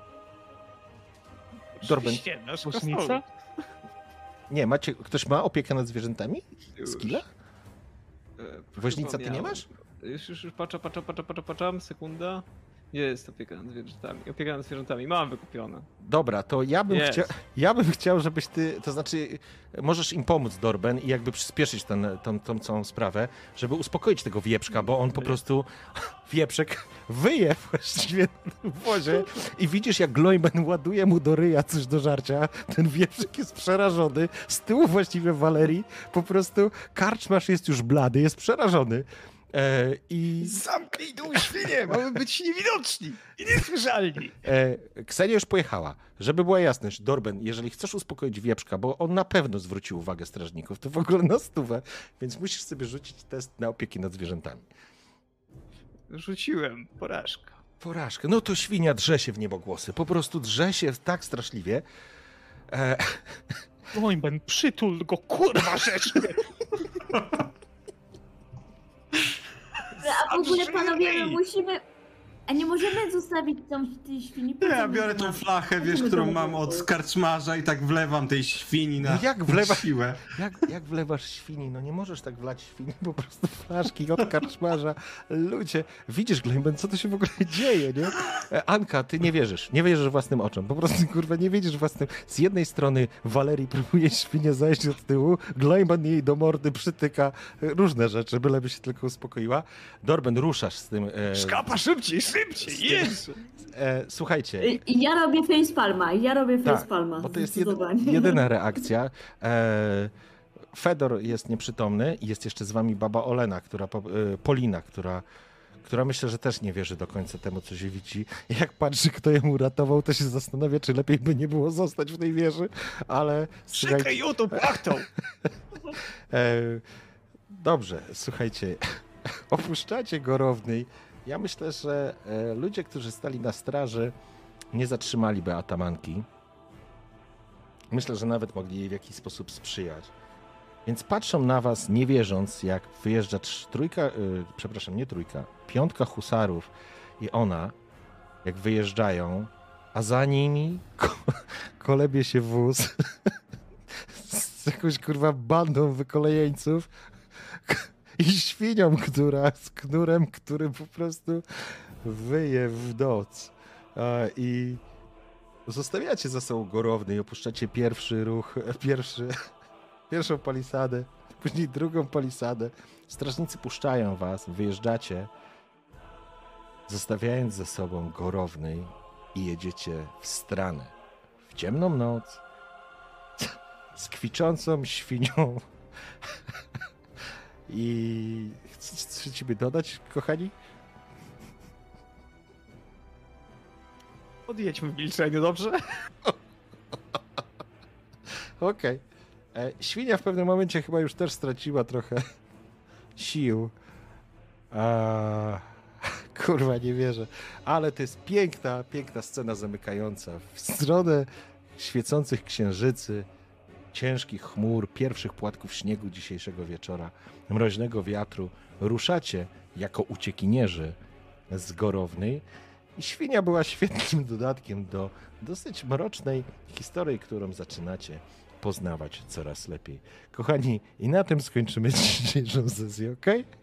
Dorben. Oczywiście, nasz Bożnica? krasnolud. Nie, macie, ktoś ma opiekę nad zwierzętami? Skilla? E, Woźnica ty nie miałem. masz? Już, już, już, patrzę, patrzę, patrzę, patrzę, patrzę, sekunda. Gdzie jest opieka nad zwierzętami? Opieka nad zwierzętami, mam wykupione. Dobra, to ja bym, Jest. chciał, ja bym chciał, żebyś ty, to znaczy możesz im pomóc, Dorben, i jakby przyspieszyć ten, tą, tą całą sprawę, żeby uspokoić tego wieprzka, bo on po prostu, wieprzek wyje właściwie w wozie i widzisz, jak Gloimben ładuje mu do ryja coś do żarcia. Ten wieprzek jest przerażony, z tyłu właściwie Walerii, po prostu karczmarz jest już blady, jest przerażony. E, I Zamknij tą świnię, mamy być niewidoczni i niesłyszalni. E, Ksenia już pojechała. Żeby była jasność, Dorben, jeżeli chcesz uspokoić wieprzka, bo on na pewno zwrócił uwagę strażników, to w ogóle na stówę, więc musisz sobie rzucić test na opieki nad zwierzętami. Rzuciłem, porażka. Porażkę. No to świnia drze się w niebogłosy. Po prostu drze się tak straszliwie. E, Gloimben, przytul go, kurwa rzecz! A w ogóle panowie, my musimy... A nie możemy zostawić tą tej świni? Po co Ja my biorę to tą mamy? flachę, Po co wiesz, my którą to mam mamy? od karczmarza i tak wlewam tej świni na No jak wlewa- siłę. jak, jak wlewasz świni? No nie możesz tak wlać świni, po prostu flaszki od karczmarza. Ludzie, widzisz, Gloimben, co to się w ogóle dzieje, nie? E, Anka, ty nie wierzysz, nie wierzysz własnym oczom. Po prostu, kurwa, nie wiedzisz własnym... Z jednej strony Walerii próbuje świnię zajść od tyłu, Gloimben jej do mordy przytyka e, różne rzeczy, byleby się tylko uspokoiła. Dorben, ruszasz z tym... E, Szkapa, szybciej, szybciej, Jezu. e, słuchajcie, I i ja robię facepalma, i ja robię tak, facepalma. bo to jest jedy, zdecydowanie. jedyna reakcja. E, Fedor jest nieprzytomny i jest jeszcze z wami baba Olena, która, po- e, Polina, która, która myślę, że też nie wierzy do końca temu, co się widzi. I jak patrzy, kto ją uratował, to się zastanawia, czy lepiej by nie było zostać w tej wieży, ale słuchajcie, Czekaj ją tą płachtą. e, dobrze, słuchajcie, opuszczacie Gorownej. Ja myślę, że e, ludzie, którzy stali na straży, nie zatrzymaliby atamanki. Myślę, że nawet mogli jej w jakiś sposób sprzyjać. Więc patrzą na was, nie wierząc, jak wyjeżdża trz- trójka, y, przepraszam, nie trójka, piątka husarów i ona, jak wyjeżdżają, a za nimi ko- kolebie się wóz z jakąś kurwa bandą wykolejeńców i świnią, która z knurem, który po prostu wyje w noc. A, I zostawiacie za sobą Gorowny i opuszczacie pierwszy ruch, pierwszy, pierwszą palisadę, później drugą palisadę. Strażnicy puszczają was, wyjeżdżacie, zostawiając za sobą Gorowny i jedziecie w stronę, w ciemną noc, z kwiczącą świnią. I chcecie by dodać, kochani? Odjedźmy w milczeniu, dobrze? Okej. E, Świnia w pewnym momencie chyba już też straciła trochę sił. A, kurwa, nie wierzę. Ale to jest piękna, piękna scena zamykająca. W stronę świecących księżycy ciężkich chmur, pierwszych płatków śniegu dzisiejszego wieczora, mroźnego wiatru, ruszacie jako uciekinierzy z Gorownej i świnia była świetnym dodatkiem do dosyć mrocznej historii, którą zaczynacie poznawać coraz lepiej. Kochani, i na tym skończymy dzisiejszą sesję, ok?